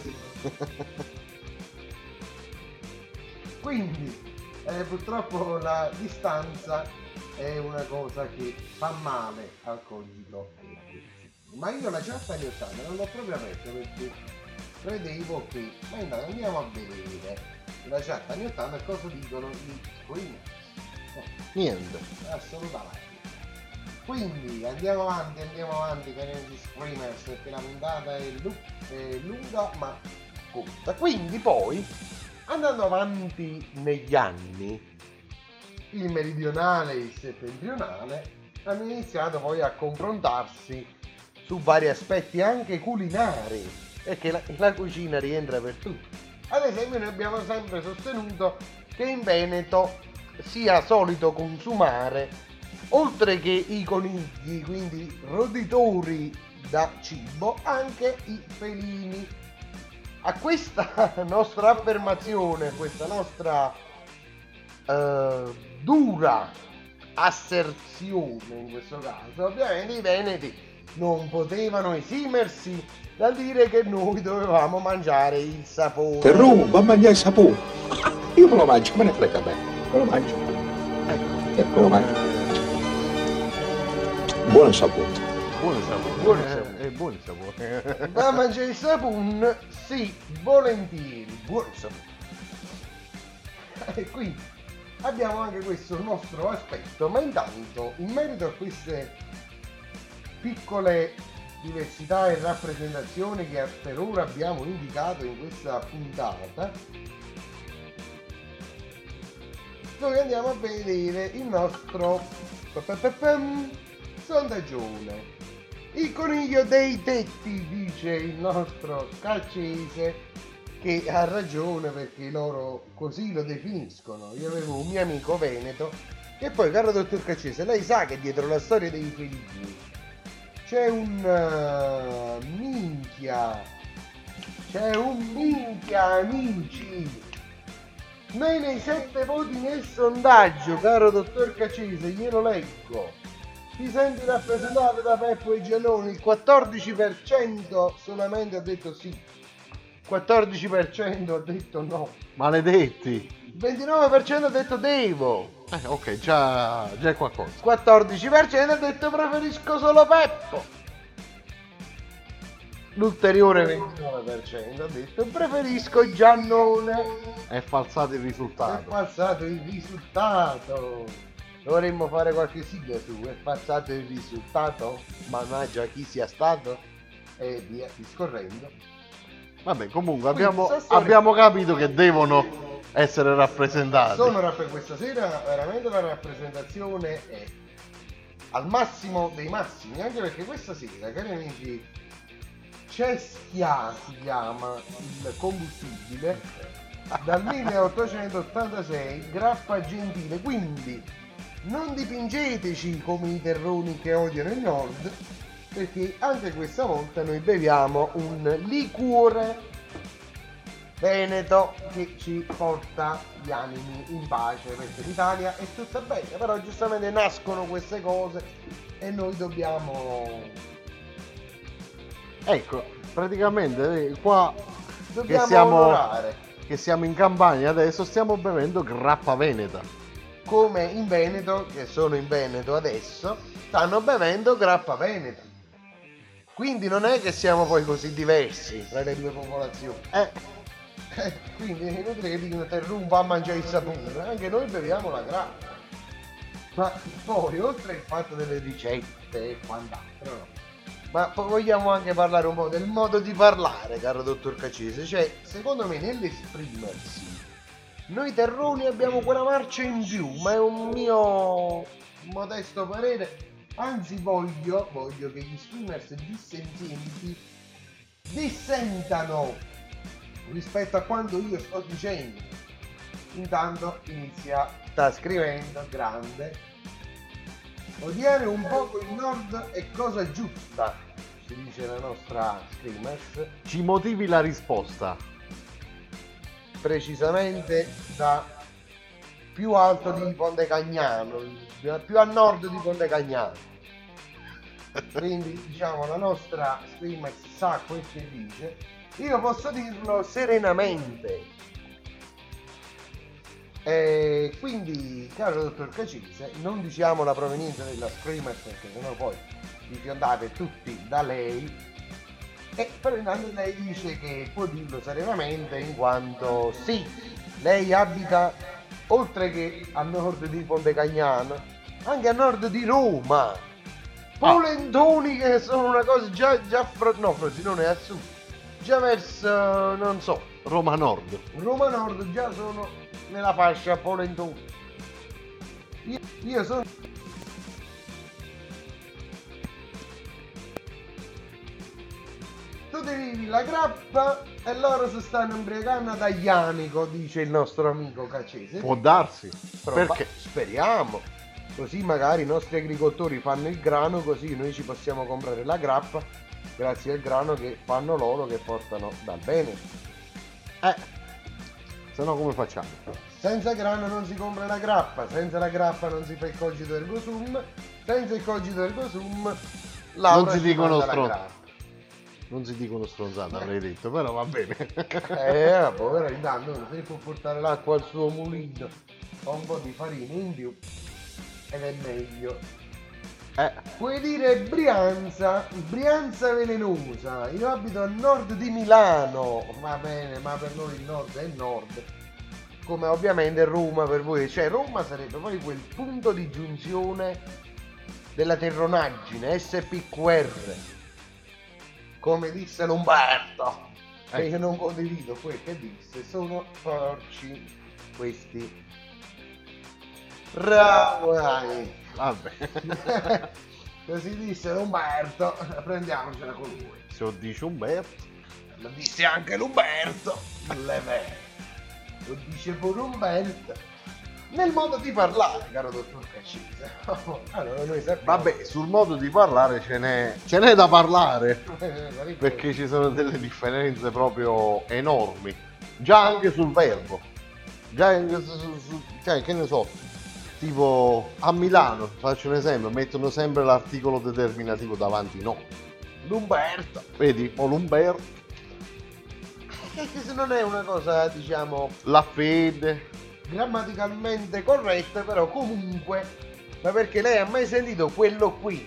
Speaker 8: Quindi purtroppo la distanza è una cosa che fa male al cogito. Ma io la chat anni 80 non l'ho proprio aperta perché credevo che... Ma intanto andiamo a vedere la chat anni 80 cosa dicono gli screamers.
Speaker 7: Niente.
Speaker 8: Assolutamente. Quindi andiamo avanti con gli screamers, perché la puntata è lunga ma corta. Quindi poi, andando avanti negli anni, il meridionale e il settentrionale hanno iniziato poi a confrontarsi su vari aspetti anche culinari, perché la cucina rientra per tutti. Ad esempio noi abbiamo sempre sostenuto che in Veneto sia solito consumare, oltre che i conigli, quindi roditori da cibo, anche i felini. A questa nostra affermazione, a questa nostra dura asserzione in questo caso, ovviamente i veneti non potevano esimersi dal dire che noi dovevamo mangiare il sapone.
Speaker 10: Terrù, va a mangiare il sapone. Io me lo mangio, me ne frega bene. Me lo mangio. Me lo mangio. Buon sapore.
Speaker 7: Buon sapore.
Speaker 8: Buon sapore.
Speaker 7: È buon sapore.
Speaker 8: Va a mangiare il sapone? Sì, volentieri. Buon sapore. E quindi abbiamo anche questo nostro aspetto, ma intanto in merito a queste piccole diversità e rappresentazioni che per ora abbiamo indicato in questa puntata, noi andiamo a vedere il nostro sondaggione. Il coniglio dei tetti, dice il nostro Calcese, che ha ragione perché loro così lo definiscono. Io avevo un mio amico veneto e poi, caro dottor Calcese, lei sa che dietro la storia dei felini c'è un minchia, amici. Noi nei 7 voti nel sondaggio, caro dottor Calcese, glielo leggo. Ti senti rappresentato da Peppo e Giannone? Il 14% solamente ha detto sì, 14% ha detto no,
Speaker 7: Maledetti.
Speaker 8: il 29% ha detto devo,
Speaker 7: Ok, già è qualcosa.
Speaker 8: 14% ha detto preferisco solo Peppo, l'ulteriore 29% ha detto preferisco Giannone.
Speaker 7: È falsato il
Speaker 8: È
Speaker 7: risultato.
Speaker 8: falsato il risultato. Dovremmo fare qualche sigla su è falsato il risultato, mannaggia chi sia stato, e via discorrendo.
Speaker 7: Vabbè, comunque
Speaker 8: Quindi,
Speaker 7: abbiamo capito che devono essere rappresentati.
Speaker 8: Per questa sera veramente la rappresentazione è al massimo dei massimi, anche perché questa sera, cari amici, Cestia si chiama il combustibile, dal 1886, grappa gentile, quindi non dipingeteci come i terroni che odiano il nord, perché anche questa volta noi beviamo un liquore veneto che ci porta gli animi in pace, perché l'Italia è tutta bella, però giustamente nascono queste cose e noi dobbiamo,
Speaker 7: ecco, praticamente qua
Speaker 8: onorare,
Speaker 7: che siamo in Campania adesso, stiamo bevendo grappa veneta.
Speaker 8: come in Veneto, che sono in Veneto adesso, stanno bevendo grappa veneta. Quindi non è che siamo poi così diversi tra le due popolazioni. Quindi è inutile che dicono te va a mangiare il sapone, anche noi beviamo la grappa. Ma poi, oltre al fatto delle ricette e quant'altro, no? Ma poi vogliamo anche parlare un po' del modo di parlare, caro dottor Cacese. Cioè, secondo me, nell'esprimersi, noi terroni abbiamo quella marcia in più, ma è un mio modesto parere. Anzi, voglio che gli screamers dissenzienti dissentano rispetto a quanto io sto dicendo. Intanto sta scrivendo, grande: odiare un poco il nord è cosa giusta, ci dice la nostra screamers.
Speaker 7: Ci motivi la risposta?
Speaker 8: Precisamente da più alto di Ponte Cagnano, più a nord di Ponte Cagnano. Quindi diciamo la nostra screamer sa quel che dice. Io posso dirlo serenamente. E quindi, caro dottor Cacese, non diciamo la provenienza della screamer, perché sennò poi vi fiondate tutti da lei. E però intanto lei dice che può dirlo serenamente, in quanto sì, lei abita oltre che a nord di Ponte Cagnano, anche a nord di Roma. Polentoni, che sono una cosa no, Frosinone è a sud, già verso, non so,
Speaker 7: Roma Nord
Speaker 8: già sono nella fascia polentoni. Io sono tu devi la grappa e loro si stanno imbriagando ad Aglianico, dice il nostro amico Cacese.
Speaker 7: Può darsi, perché
Speaker 8: speriamo, così magari i nostri agricoltori fanno il grano, così noi ci possiamo comprare la grappa grazie al grano che fanno loro, che portano dal Veneto.
Speaker 7: Se no come facciamo?
Speaker 8: Senza grano non si compra la grappa, senza la grappa non si fa il cogito ergo sum, senza il cogito ergo sum
Speaker 7: non si dicono stronzate. Non si dicono stronzate, avrei detto, però va bene.
Speaker 8: Però intanto si può portare l'acqua al suo mulino con un po' di farina in più ed è meglio. Puoi dire Brianza velenosa, io abito a nord di Milano, va bene, ma per noi il nord è il nord, come ovviamente Roma per voi, cioè Roma sarebbe poi quel punto di giunzione della terronaggine, SPQR, come disse Lombardo, che io non condivido quel che disse, sono porci questi. Bravo, dai.
Speaker 7: Vabbè.
Speaker 8: Così disse Umberto, prendiamocela con lui.
Speaker 7: Se lo dice Umberto,
Speaker 8: lo disse anche l'Umberto, lo dice pure Umberto, nel modo di parlare, caro dottor Cacese. Allora noi sappiamo.
Speaker 7: Vabbè, sul modo di parlare ce n'è da parlare, perché ci sono delle differenze proprio enormi, già anche sul verbo, cioè che ne so, tipo a Milano, faccio un esempio, mettono sempre l'articolo determinativo davanti, no,
Speaker 8: l'Umberto,
Speaker 7: vedi, o l'Umberto,
Speaker 8: che se non è una cosa, diciamo,
Speaker 7: la fede,
Speaker 8: grammaticalmente corretta, però comunque, ma perché lei ha mai sentito quello qui?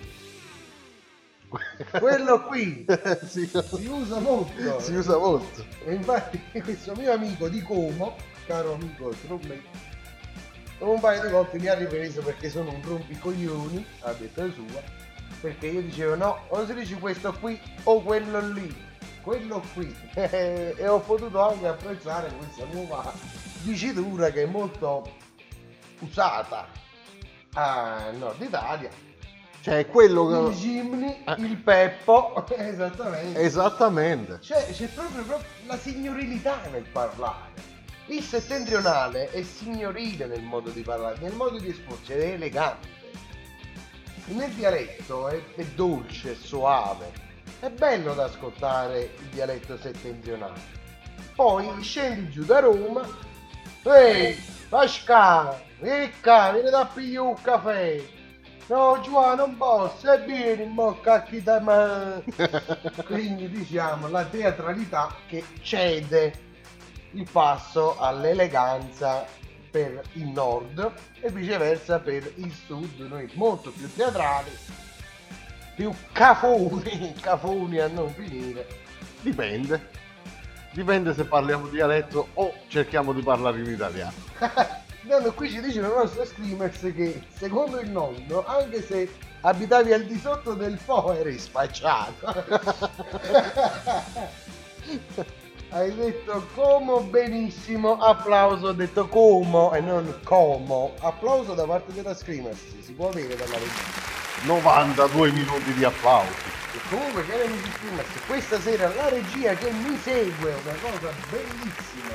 Speaker 8: Quello qui si usa molto, e infatti questo mio amico di Como, caro amico Trombetti, un paio di volte mi ha ripreso perché sono un rompicoglioni, a detta sua, perché io dicevo no, o si dice questo qui o quello lì, quello qui, e ho potuto anche apprezzare questa nuova dicitura che è molto usata a Nord Italia,
Speaker 7: Cioè, è quello
Speaker 8: il Gimli, il Peppo, esattamente.
Speaker 7: Esattamente.
Speaker 8: Cioè, c'è proprio la signorilità nel parlare. Il settentrionale è signorile nel modo di parlare, nel modo di esporsi, è elegante. Nel dialetto è dolce, è soave. È bello da ascoltare il dialetto settentrionale. Poi scendi giù da Roma, ehi, Pascal, ricca, vieni da pigliare un caffè. No, Giovanni, non posso, e vieni, mo cacchi da me. Quindi diciamo la teatralità che cede il passo all'eleganza per il nord e viceversa per il sud, noi molto più teatrali, più cafoni a non finire.
Speaker 7: Dipende se parliamo dialetto o cerchiamo di parlare in italiano.
Speaker 8: No, qui ci dice la nostra Screamers che secondo il nonno, anche se abitavi al di sotto del Po eri spacciato. Hai detto como benissimo, applauso, ho detto como e non como. Applauso da parte della Screamers, si può avere dalla regia.
Speaker 7: 92 minuti di applausi.
Speaker 8: E comunque, cari amici Screamers, questa sera la regia che mi segue è una cosa bellissima,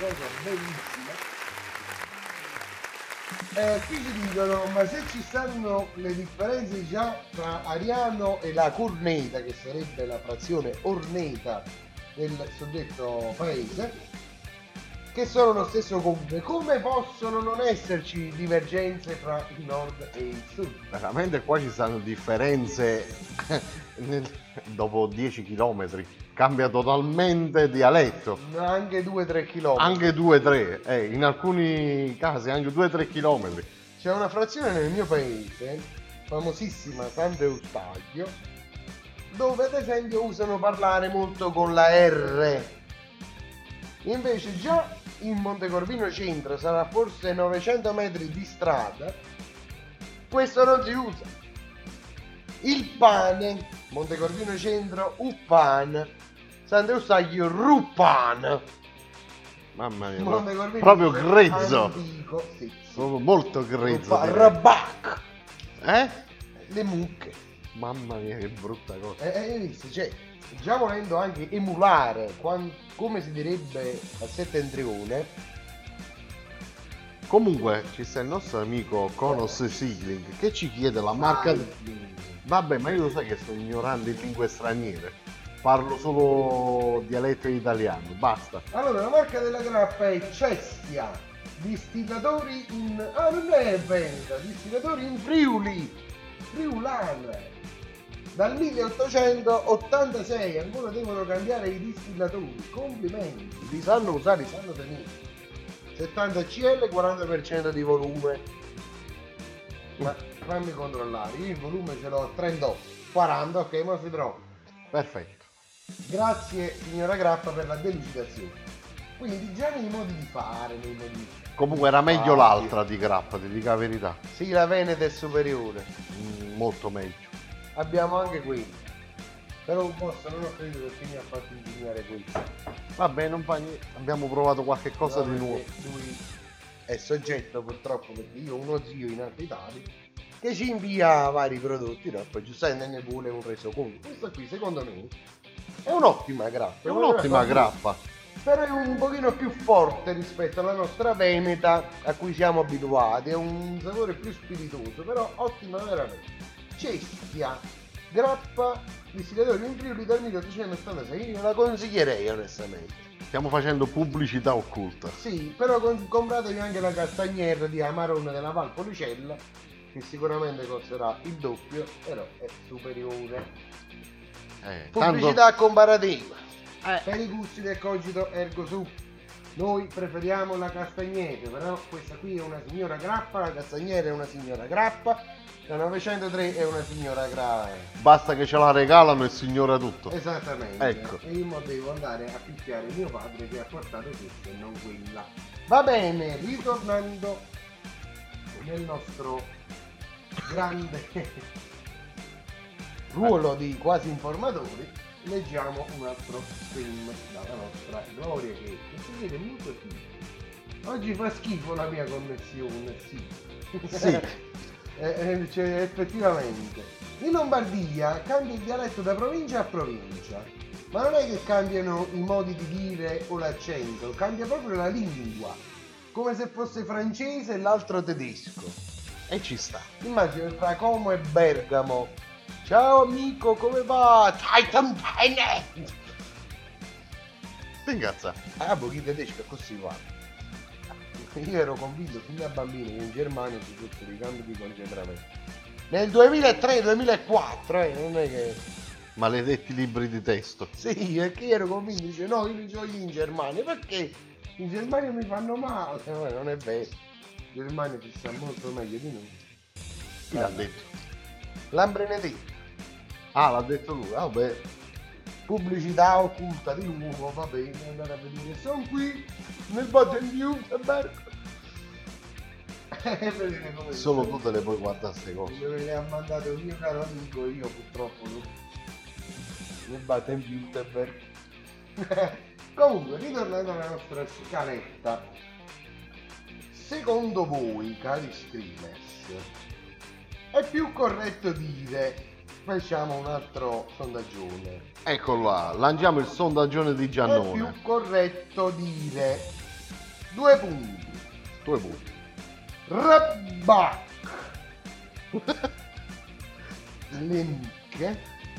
Speaker 8: qui ci dicono, ma se ci stanno le differenze già tra Ariano e la Corneta, che sarebbe la frazione Orneta del suddetto paese, che sono lo stesso comune, come possono non esserci divergenze tra il nord e il sud?
Speaker 7: Veramente qua ci stanno differenze dopo 10 km, cambia totalmente dialetto.
Speaker 8: Anche 2-3 km.
Speaker 7: Anche 2-3, in alcuni casi anche 2-3 km.
Speaker 8: C'è una frazione nel mio paese, famosissima Sant'Eustachio, dove ad esempio usano parlare molto con la R. Invece già in Montecorvino centro, sarà forse 900 metri di strada, questo non si usa. Il pane, Montecorvino centro, Uppan, Sant'Eustachio, Ruppan.
Speaker 7: Mamma mia, proprio grezzo.
Speaker 8: Antico, sì.
Speaker 7: Proprio molto grezzo.
Speaker 8: Rabac. Le mucche.
Speaker 7: Mamma mia, che brutta cosa.
Speaker 8: Cioè, già volendo anche emulare come si direbbe a settentrione.
Speaker 7: Comunque ci sta il nostro amico Konos Sigling che ci chiede la marca. Vabbè, ma io lo sai che sto ignorando in lingue straniere, parlo solo dialetto italiano, basta.
Speaker 8: Allora, la marca della grappa è Cestia, distillatori in... non è Veneto, distillatori in Friulana. Dal 1886 ancora devono cambiare i distillatori, complimenti, li sanno usare, li sanno tenere. 70 CL, 40% di volume. Ma fammi controllare, io il volume ce l'ho a 38, 40, ok, ma si trova.
Speaker 7: Perfetto.
Speaker 8: Grazie signora Grappa per la delucidazione. Quindi già nei modi di fare,
Speaker 7: comunque era meglio l'altra di Grappa, ti dico la verità.
Speaker 8: Sì, la Veneta è superiore.
Speaker 7: Molto meglio.
Speaker 8: Abbiamo anche qui, però un posto non ho creduto perché mi ha fatto ingegnare questo.
Speaker 7: Vabbè, non fa niente, abbiamo provato qualche cosa di nuovo.
Speaker 8: Lui è soggetto purtroppo, perché io ho uno zio in Alta Italia che ci invia vari prodotti, no? Poi giustamente ne vuole un resoconto. Questo qui secondo me è un'ottima grappa.
Speaker 7: È un'ottima grappa.
Speaker 8: Però è un pochino più forte rispetto alla nostra Veneta a cui siamo abituati, è un sapore più spiritoso, però ottima veramente. Cestia, grappa, distillatore in Friuli dal 1886, io la consiglierei onestamente.
Speaker 7: Stiamo facendo pubblicità occulta.
Speaker 8: Sì, però compratevi anche la Castagnera di Amarone della Valpolicella, che sicuramente costerà il doppio, però è superiore. Pubblicità comparativa. Per i gusti del cogito ergo sum. Noi preferiamo la Castagnera, però questa qui è una signora grappa, la Castagnera è una signora grappa, la 903 è una signora grappa.
Speaker 7: Basta che ce la regalano e signora tutto.
Speaker 8: Esattamente.
Speaker 7: Ecco.
Speaker 8: E io devo andare a picchiare mio padre che ha portato questa e non quella. Va bene, ritornando nel nostro grande ruolo di quasi informatori, leggiamo un altro film dalla nostra Gloria che si vede molto schifo. Oggi fa schifo la mia connessione, sì.
Speaker 7: Sì.
Speaker 8: Cioè, effettivamente. In Lombardia cambia il dialetto da provincia a provincia, ma non è che cambiano i modi di dire o l'accento, cambia proprio la lingua, come se fosse francese e l'altro tedesco.
Speaker 7: E ci sta.
Speaker 8: Immagino tra Como e Bergamo. Ciao amico, come va?
Speaker 7: Ingazza.
Speaker 8: Ah, pochi tedesco così va. Io ero convinto fin da bambino che in Germania ci fossero i campi di concentramento. Nel 2003-2004, non è che...
Speaker 7: Maledetti libri di testo.
Speaker 8: Sì, perché io ero convinto, dice no, io li gioco in Germania, perché in Germania mi fanno male. Non è vero. In Germania ci sta molto meglio di noi.
Speaker 7: Chi l'ha detto?
Speaker 8: Lambrenedetto.
Speaker 7: Ah, l'ha detto lui. Ah, beh.
Speaker 8: Pubblicità occulta di nuovo, va bene, andate a vedere. Sono qui nel Baden-Württemberg. Vedete come
Speaker 7: Solo tu te le puoi guardare queste cose.
Speaker 8: dove le ha mandato il mio caro amico, io purtroppo no. Nel Baden-Württemberg. Comunque, ritornando alla nostra scaletta, secondo voi, cari streamers, è più corretto dire, facciamo un altro sondaggione,
Speaker 7: Eccolo là, lanciamo il sondaggione di
Speaker 8: è
Speaker 7: Giannone.
Speaker 8: più corretto dire 2 punti,
Speaker 7: 2 punti.
Speaker 8: Rebach le mucche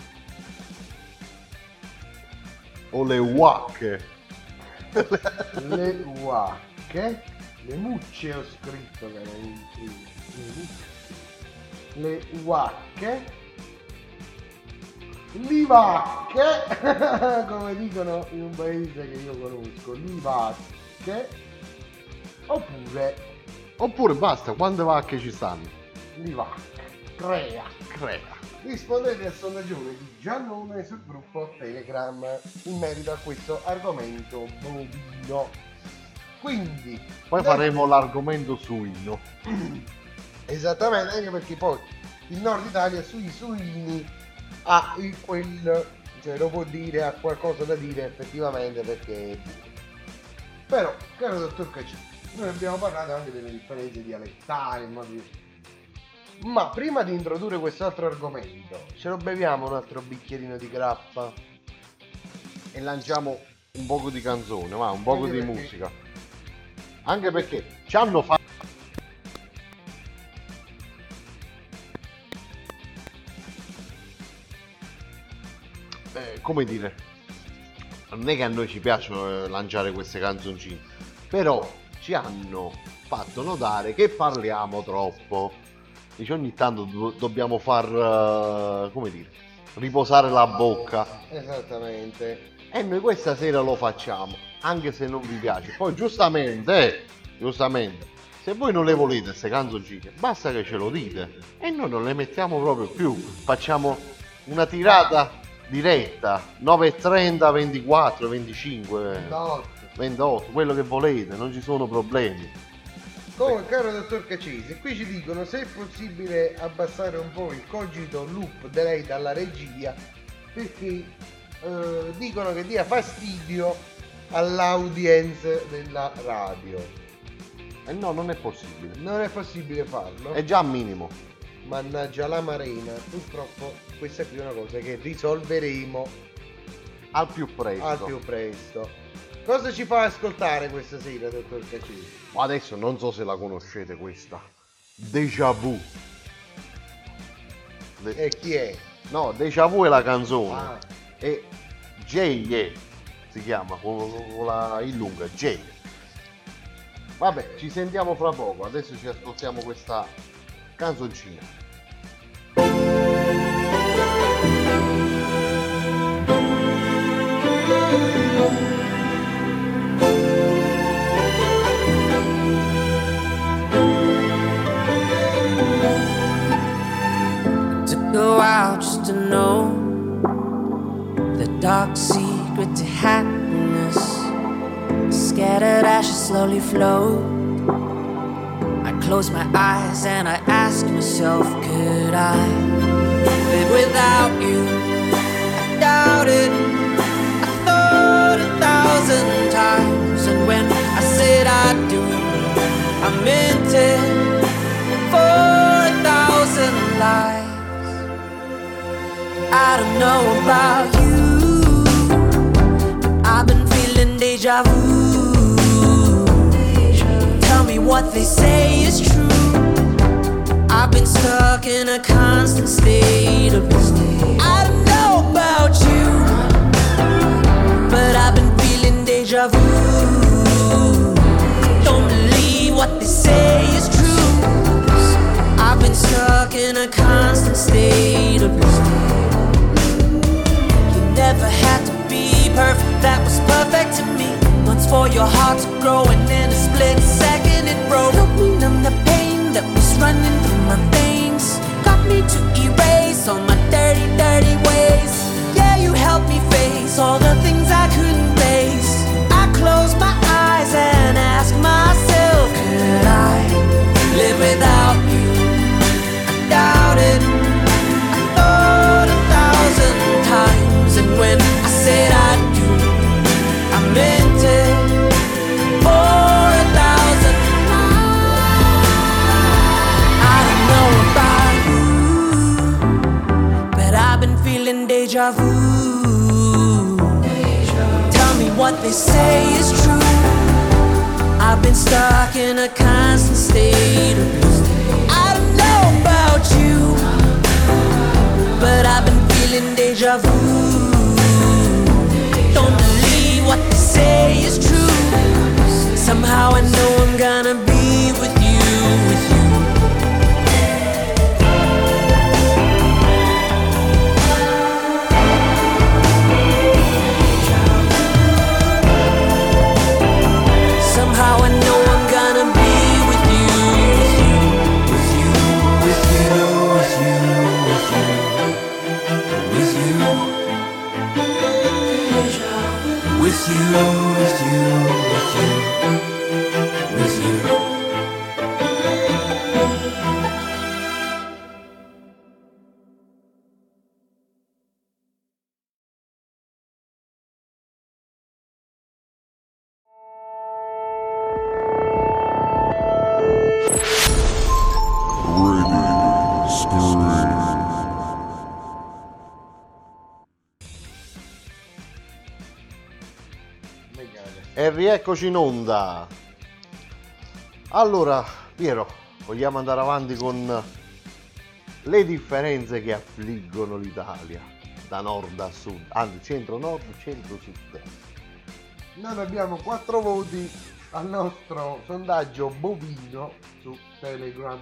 Speaker 7: O le wacche.
Speaker 8: le uacche, le mucce ho scritto che era le uacche, livacche, come dicono in un paese che io conosco, livacche,
Speaker 7: Oppure basta, quante vacche ci stanno?
Speaker 8: livacche, crea. Rispondete al sondaggione di Giannone sul gruppo Telegram in merito a questo argomento bovino. Quindi
Speaker 7: Poi faremo l'argomento suino.
Speaker 8: esattamente, anche perché poi il nord Italia sui suini ha quel, cioè lo può dire, ha qualcosa da dire effettivamente, perché è buono. Però, caro dottor Cacci, noi abbiamo parlato anche delle differenze dialettali, ma prima di introdurre quest'altro argomento, ce lo beviamo un altro bicchierino di grappa?
Speaker 7: E lanciamo un poco di canzone, ma un poco
Speaker 8: Anche
Speaker 7: di
Speaker 8: perché-
Speaker 7: musica. Anche perché ci hanno fatto... come dire, non è che a noi ci piace lanciare queste canzoncine, però ci hanno fatto notare che parliamo troppo. Dice, ogni tanto dobbiamo far, come dire, riposare la bocca.
Speaker 8: Esattamente.
Speaker 7: E noi questa sera lo facciamo, anche se non vi piace. Poi giustamente, se voi non le volete queste canzoncine, basta che ce lo dite e noi non le mettiamo proprio più. Facciamo una tirata diretta, 9:30, 24, 25, 28, quello che volete, non ci sono problemi.
Speaker 8: Comunque, caro dottor Cacesi, qui ci dicono se è possibile abbassare un po' il cogito loop da lei dalla regia, perché dicono che dia fastidio all'audience della radio.
Speaker 7: E no, non è possibile.
Speaker 8: Non è possibile farlo?
Speaker 7: È già minimo.
Speaker 8: Mannaggia la marena, purtroppo questa qui è una cosa che risolveremo
Speaker 7: al più presto.
Speaker 8: Cosa ci fa ascoltare questa sera, dottor Cacesi?
Speaker 7: Ma adesso non so se la conoscete questa. Déjà Vu.
Speaker 8: E chi è?
Speaker 7: No, Déjà Vu è la canzone.
Speaker 8: Ah.
Speaker 7: E Jay si chiama con la in lunga, Jay. Vabbè, ci sentiamo fra poco. Adesso ci ascoltiamo questa canzoncina.
Speaker 9: Took a while just to know the dark secret to happiness. Scattered ashes slowly float. I close my eyes and I ask myself, could I live without you? I doubt it. I thought 1,000 times, and when I said I do, I meant it for 1,000. I don't know about you, but I've been feeling deja vu. Tell me what they say is true. I've been stuck in a constant state of blue. I don't know about you, but I've been feeling deja vu. Don't believe what they say is true. I've been stuck in a constant state of blue. You never had to be perfect, that was perfect to me. Once for your heart to grow and in a split second it broke. Help me numb the pain that was running through my veins. Got me to erase all my dirty, dirty ways. Yeah, you helped me face all the things I couldn't face. I close my eyes and ask myself, could I live without you? I doubt it. I thought 1,000 times, and when I said I do, I meant it for 1,000 times. I don't know about you, but I've been feeling deja vu. Tell me what they say is true. I've been stuck in a constant state of blue. I don't know about you, but I've been feeling deja vu. Don't believe what they say is true. Somehow I know I'm gonna be with you, with you. Somehow I know I'm gonna be with you, with you, with you, with you, with you, with you, with you, with you, with you, with you, with you.
Speaker 7: E rieccoci in onda. Allora, Piero, vogliamo andare avanti con le differenze che affliggono l'Italia da nord a sud, anzi centro-nord, centro-sud.
Speaker 8: Noi abbiamo 4 voti al nostro sondaggio bovino su Telegram.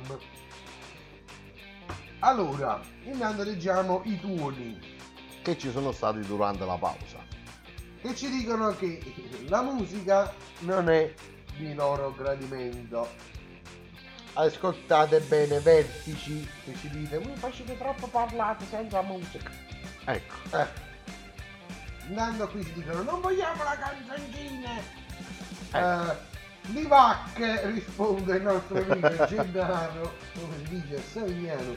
Speaker 8: Allora, intanto leggiamo i tuoni
Speaker 7: che ci sono stati durante la pausa,
Speaker 8: che ci dicono che la musica non è di loro gradimento. Ascoltate bene Vertici che ci dite: mi facete troppo parlare senza musica.
Speaker 7: Ecco.
Speaker 8: Andando qui ci dicono: non vogliamo la canzoncina. Livac, risponde il nostro amico Gennaro, come si dice, Savignano.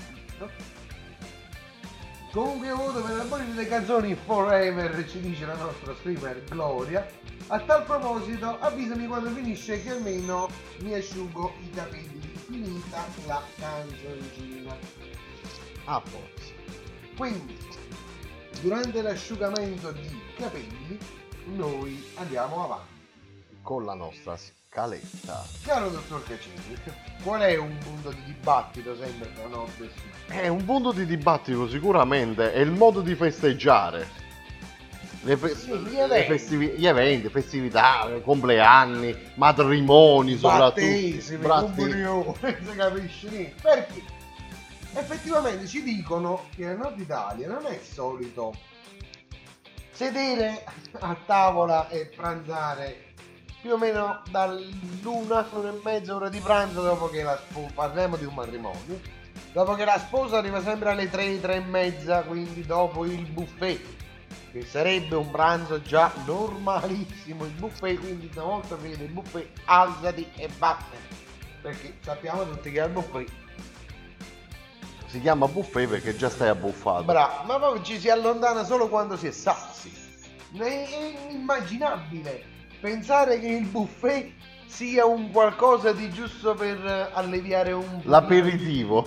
Speaker 8: Comunque voto per la buona delle canzoni Forever, ci dice la nostra streamer Gloria. A tal proposito, avvisami quando finisce che almeno mi asciugo i capelli. Finita la canzoncina.
Speaker 7: A forza.
Speaker 8: Quindi, durante l'asciugamento di capelli, noi andiamo avanti
Speaker 7: con la nostra scaletta.
Speaker 8: Caro dottor Cacini, qual è un punto di dibattito sempre tra nord e sud?
Speaker 7: Un punto di dibattito sicuramente è il modo di festeggiare. Gli eventi, festività, compleanni, matrimoni,
Speaker 8: battesimi, comunioni, si capisce niente. Perché effettivamente ci dicono che al nord Italia non è solito sedere a tavola e pranzare più o meno dall'1 e mezza ora di pranzo dopo che la sposa, parliamo di un matrimonio, dopo che la sposa arriva sempre alle 3 e mezza, quindi dopo il buffet, che sarebbe un pranzo già normalissimo, il buffet, quindi una volta finito il buffet alzati e vattene, perché sappiamo tutti che al buffet
Speaker 7: si chiama buffet perché già stai abbuffato.
Speaker 8: Bravo, ma poi ci si allontana solo quando si è sazi. È inimmaginabile pensare che il buffet sia un qualcosa di giusto per alleviare un
Speaker 7: l'aperitivo.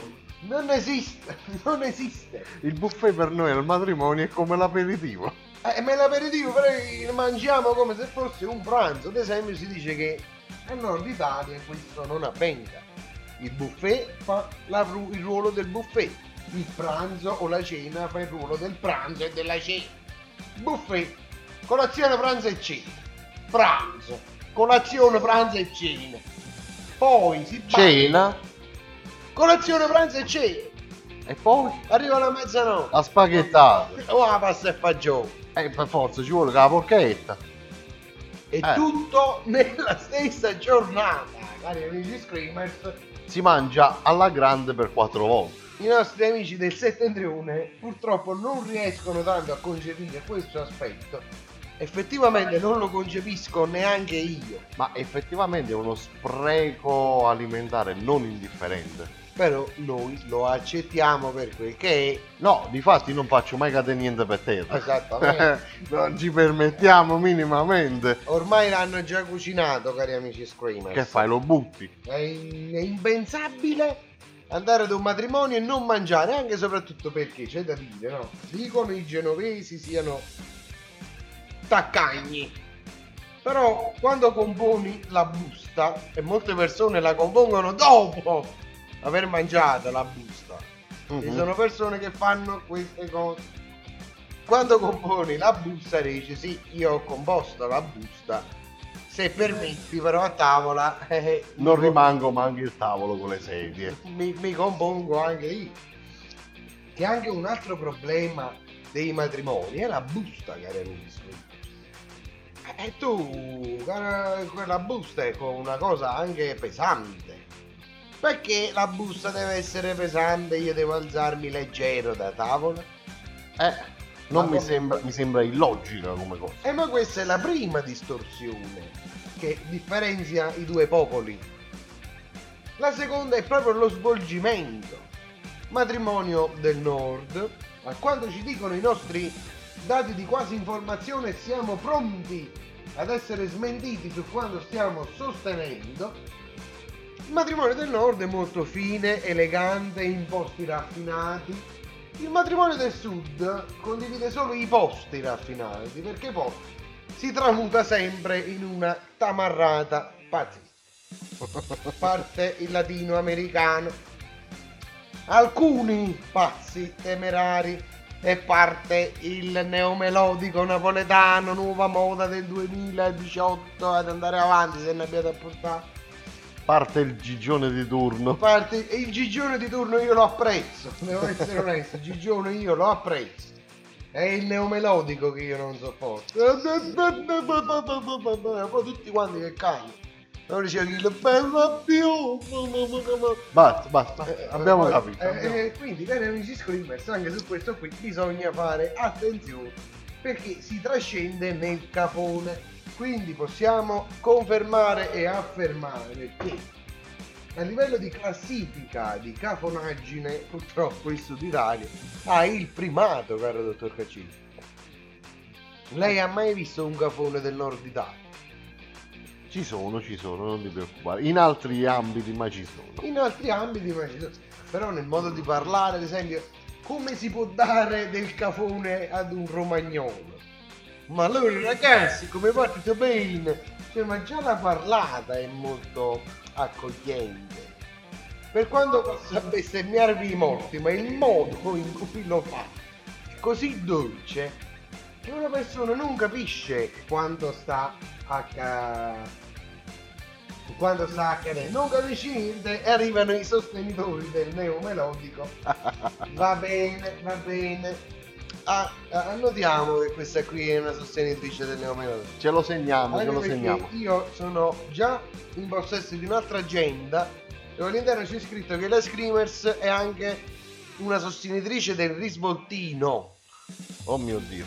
Speaker 8: Non esiste, non esiste.
Speaker 7: Il buffet per noi al matrimonio è come l'aperitivo.
Speaker 8: Ma l'aperitivo però lo mangiamo come se fosse un pranzo. Ad esempio si dice che al nord Italia questo non avvenga. Il buffet fa il ruolo del buffet. Il pranzo o la cena fa il ruolo del pranzo e della cena. Buffet, colazione, pranzo e cena. Pranzo, colazione, pranzo e cena. Poi si balla.
Speaker 7: Cena.
Speaker 8: Colazione, pranzo e cena.
Speaker 7: E poi?
Speaker 8: Arriva la mezzanotte.
Speaker 7: La spaghettata.
Speaker 8: O la pasta e fagioli.
Speaker 7: Per forza ci vuole la porchetta.
Speaker 8: E tutto nella stessa giornata, cari amici Screamers.
Speaker 7: Si mangia alla grande per 4 volte.
Speaker 8: I nostri amici del settentrione purtroppo non riescono tanto a concepire questo aspetto. Effettivamente non lo concepisco neanche io.
Speaker 7: Ma effettivamente è uno spreco alimentare non indifferente.
Speaker 8: Però noi lo accettiamo per quel che è.
Speaker 7: No, difatti non faccio mai cadere niente per terra.
Speaker 8: Esattamente.
Speaker 7: Non ci permettiamo minimamente.
Speaker 8: Ormai l'hanno già cucinato, cari amici Screamers.
Speaker 7: Che fai, lo butti?
Speaker 8: È impensabile andare ad un matrimonio e non mangiare, anche e soprattutto perché c'è da dire, no? Dicono i genovesi siano taccagni. Però quando componi la busta, e molte persone la compongono dopo aver mangiato la busta, ci sono persone che fanno queste cose. Quando componi la busta dici sì, io ho composto la busta, se permetti però a tavola
Speaker 7: non rimango manco il tavolo con le sedie.
Speaker 8: Mi compongo anche io. Che è anche un altro problema dei matrimoni è la busta, cari amici. E tu quella busta è una cosa anche pesante. Perché la busta deve essere pesante, io devo alzarmi leggero da tavola?
Speaker 7: Mi sembra illogica come cosa.
Speaker 8: Ma questa è la prima distorsione che differenzia i due popoli. La seconda è proprio lo svolgimento. Matrimonio del nord, a quando ci dicono i nostri dati di quasi informazione siamo pronti ad essere smentiti su quanto stiamo sostenendo. Il matrimonio del nord è molto fine, elegante, in posti raffinati. Il matrimonio del sud condivide solo i posti raffinati, perché poi si tramuta sempre in una tamarrata pazzesca. Parte il latinoamericano, alcuni pazzi temerari, e parte il neomelodico napoletano, nuova moda del 2018, ad andare avanti se ne abbiate a portare.
Speaker 7: Parte il gigione di turno.
Speaker 8: Il gigione di turno io lo apprezzo, devo essere onesto, il gigione io lo apprezzo. È il neomelodico che io non sopporto. Poi tutti quanti che cantano. Non dicevo che il bello più.
Speaker 7: Basta, abbiamo capito.
Speaker 8: Quindi, cari amici Screamers, anche su questo qui bisogna fare attenzione, perché si trascende nel cafone. Quindi possiamo confermare e affermare che a livello di classifica di cafonaggine purtroppo il Sud Italia ha il primato, caro dottor Caccini. Lei ha mai visto un cafone del Nord Italia?
Speaker 7: Ci sono, non ti preoccupare. In altri ambiti ma ci sono.
Speaker 8: In altri ambiti ma ci sono. Però nel modo di parlare, ad esempio, come si può dare del cafone ad un romagnolo? Ma allora ragazzi, come partite bene? Cioè, ma già la parlata è molto accogliente. Per quanto possa bestemmiarvi i morti, ma il modo in cui lo fa è così dolce che una persona non capisce quanto sta accadendo. Non capisci niente e arrivano i sostenitori del neomelodico. Va bene. Annotiamo che questa qui è una sostenitrice del neomelodico.
Speaker 7: Ce lo segniamo.
Speaker 8: Io sono già in possesso di un'altra agenda dove all'interno c'è scritto che la Screamers è anche una sostenitrice del risvoltino.
Speaker 7: Oh mio Dio.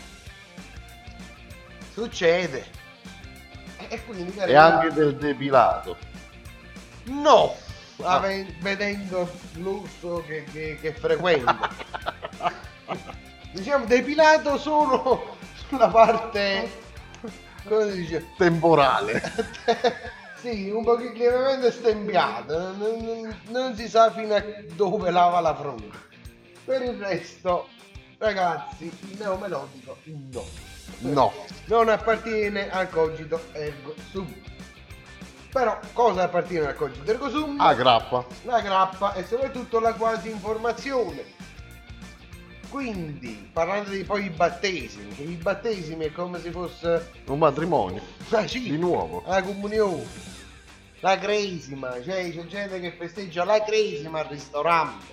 Speaker 8: Succede. E quindi
Speaker 7: e anche del depilato.
Speaker 8: No, vedendo l'uso che frequento. Diciamo depilato solo sulla parte, come si dice,
Speaker 7: temporale.
Speaker 8: Sì, un pochino lievemente stempiato, non si sa fino a dove lava la fronte. Per il resto, ragazzi, il neomelodico no.
Speaker 7: No.
Speaker 8: Non appartiene al cogito ergo sum. Però cosa appartiene al cogito ergo sum?
Speaker 7: A grappa.
Speaker 8: La grappa e soprattutto la quasi informazione. Quindi, parlando di poi i battesimi, che i battesimi è come se fosse
Speaker 7: Un matrimonio.
Speaker 8: sì,
Speaker 7: Di nuovo.
Speaker 8: la comunione, la cresima, cioè c'è gente che festeggia la cresima al ristorante.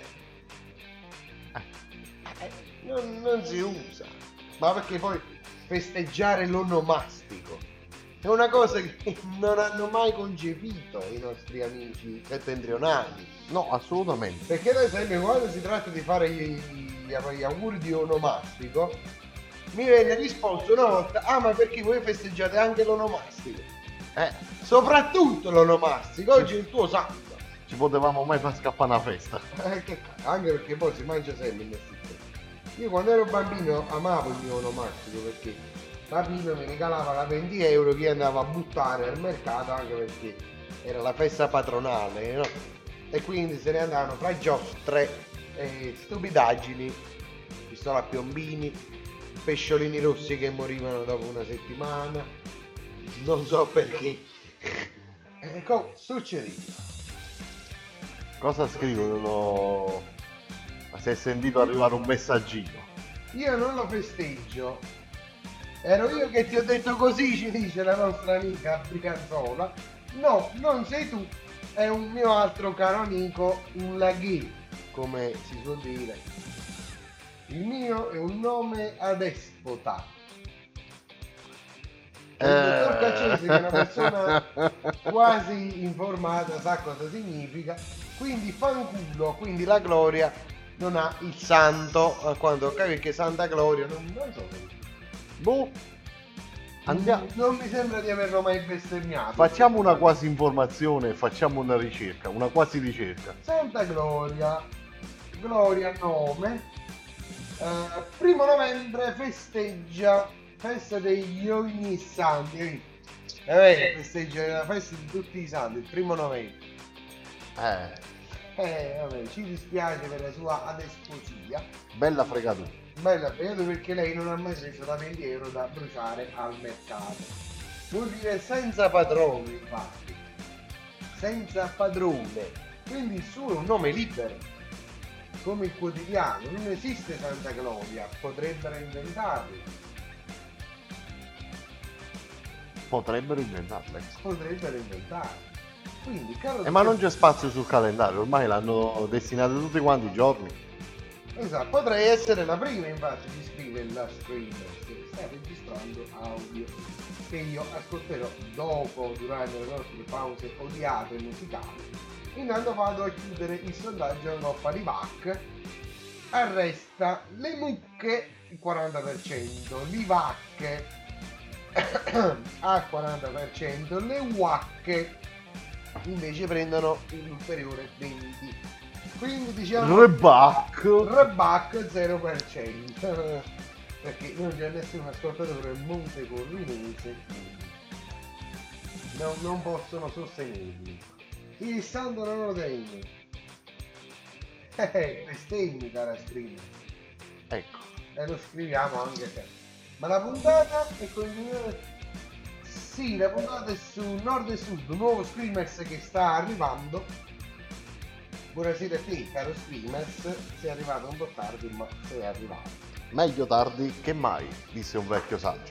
Speaker 8: Non si usa, ma perché poi festeggiare l'onomastico è una cosa che non hanno mai concepito i nostri amici settentrionali.
Speaker 7: No, assolutamente.
Speaker 8: Perché ad esempio quando si tratta di fare gli auguri di onomastico mi venne risposto una volta: ma perché voi festeggiate anche l'onomastico? Soprattutto l'onomastico, oggi è il tuo santo.
Speaker 7: Ci potevamo mai far scappare una festa.
Speaker 8: Anche perché poi si mangia sempre in questi tempi. Io quando ero bambino amavo il mio onomastico perché papino mi regalava la 20 euro che io andavo a buttare al mercato, anche perché era la festa patronale, no? E quindi se ne andavano fra giostre e stupidaggini, pistola a piombini, pesciolini rossi che morivano dopo una settimana, non so perché. Succedeva.
Speaker 7: Cosa scrivono? Ma si è sentito arrivare un messaggino.
Speaker 8: Io non lo festeggio. Ero io che ti ho detto così, ci dice la nostra amica Brianzola. No, non sei tu. È un mio altro caro amico, un laghi, come si suol dire. Il mio è un nome adespota. Il dottor Caccese, che è una persona quasi informata, sa cosa significa. Quindi fanculo, quindi la Gloria non ha il santo, a quanto ho capito, che Santa Gloria non so.
Speaker 7: Boh. Andiamo.
Speaker 8: Non mi sembra di averlo mai bestemmiato.
Speaker 7: Facciamo una quasi informazione, facciamo una ricerca, una quasi ricerca.
Speaker 8: Santa Gloria, Gloria nome, 1° novembre festeggia festa degli ogni santi. Festeggia la festa di tutti i santi, il 1° novembre. Vabbè, ci dispiace per la sua adesposia.
Speaker 7: Bella fregatura.
Speaker 8: Bella fregatura perché lei non ha mai preso da 20 euro da bruciare al mercato. Vuol dire senza padrone, infatti. Senza padrone. Quindi il suo è un nome libero. Come il quotidiano. Non esiste Santa Gloria. Potrebbero inventarlo.
Speaker 7: Potrebbero inventarlo.
Speaker 8: Quindi, caro
Speaker 7: ma non c'è spazio sul calendario, ormai l'hanno destinato tutti quanti i giorni.
Speaker 8: Esatto, potrei essere la prima infatti di scrivere la screener che sta registrando audio che io ascolterò dopo, durante le nostre pause odiate musicali. Intanto vado a chiudere il sondaggio a Coppa di Bach. Arresta le mucche il 40%, le vacche al 40%, le uacche invece prendono l'ulteriore 20%. Quindi diciamo
Speaker 7: Rebac
Speaker 8: 0%, perché non c'è nessun ascoltatore montecorvinese, non possono sostenerli. Il santo non lo tengo. Bestemmi, cara streamer.
Speaker 7: Ecco.
Speaker 8: E lo scriviamo anche te. Ma la puntata è sì, la puntata è su Nord e Sud, un nuovo Screamers che sta arrivando. Buonasera a te, caro Screamers, sei arrivato un po' tardi, ma sei arrivato.
Speaker 7: Meglio tardi che mai, disse un vecchio saggio.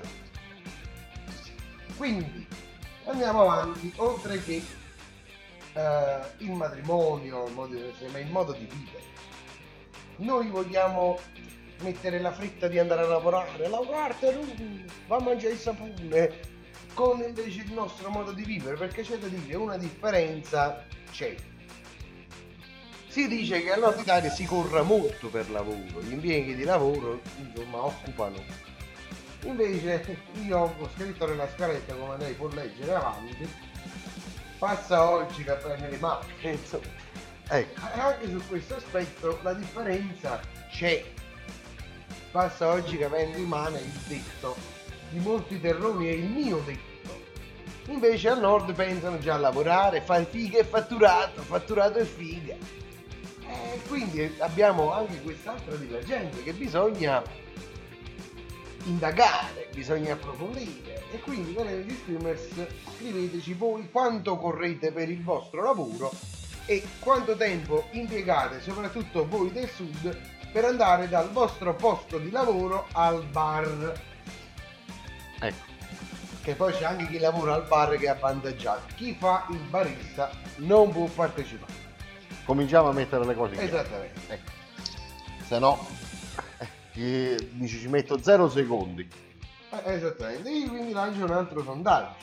Speaker 8: Quindi, andiamo avanti, oltre che il matrimonio, il modo di vivere. Noi vogliamo mettere la fretta di andare a lavorare, va a mangiare il sapone, con invece il nostro modo di vivere, perché c'è da dire, una differenza c'è. Si dice che a Nord Italia si corra molto per lavoro, gli impieghi di lavoro insomma occupano. Invece io ho scritto nella scaletta, come lei può leggere avanti, passa oggi che prende le macchine, insomma.
Speaker 7: Ecco.
Speaker 8: Anche su questo aspetto la differenza c'è. Passa oggi che avendo in mano il detto di molti terroni è il mio detto. Invece al nord pensano già a lavorare, fare figa e fatturato e figa. Quindi abbiamo anche quest'altra divergenza che bisogna indagare, bisogna approfondire. E quindi, cari streamers, scriveteci voi quanto correte per il vostro lavoro e quanto tempo impiegate, soprattutto voi del sud, per andare dal vostro posto di lavoro al bar.
Speaker 7: Ecco.
Speaker 8: Che poi c'è anche chi lavora al bar che è avvantaggiato. Chi fa il barista non può partecipare.
Speaker 7: Cominciamo a mettere le cose in chiaro.
Speaker 8: Esattamente.
Speaker 7: Ecco. Se no, dici ci metto 0 secondi.
Speaker 8: Esattamente. Io quindi lancio un altro sondaggio.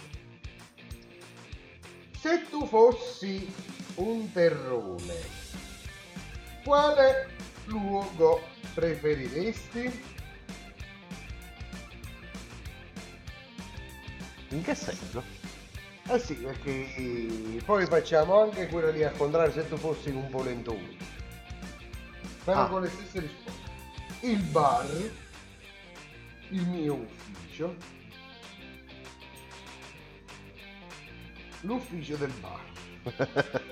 Speaker 8: Se tu fossi un terrone, quale luogo preferiresti?
Speaker 7: In che senso?
Speaker 8: Eh sì, perché poi facciamo anche quella lì al contrario, se tu fossi un polentone. Però con le stesse risposte. Il bar, il mio ufficio, l'ufficio del bar.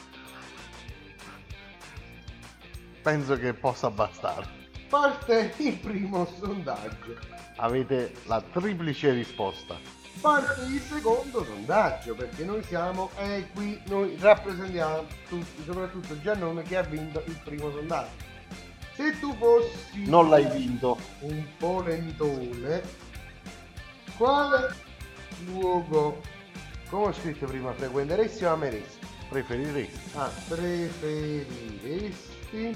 Speaker 7: Penso che possa bastare.
Speaker 8: Parte il primo sondaggio.
Speaker 7: Avete la triplice risposta.
Speaker 8: Parte il secondo sondaggio, perché noi siamo qui, noi rappresentiamo tutti, soprattutto Giannone che ha vinto il primo sondaggio. Se tu fossi
Speaker 7: Non l'hai vinto.
Speaker 8: un polentone, quale luogo, come ho scritto prima, frequenteresti o ameresti?
Speaker 7: Preferiresti.
Speaker 8: Preferiresti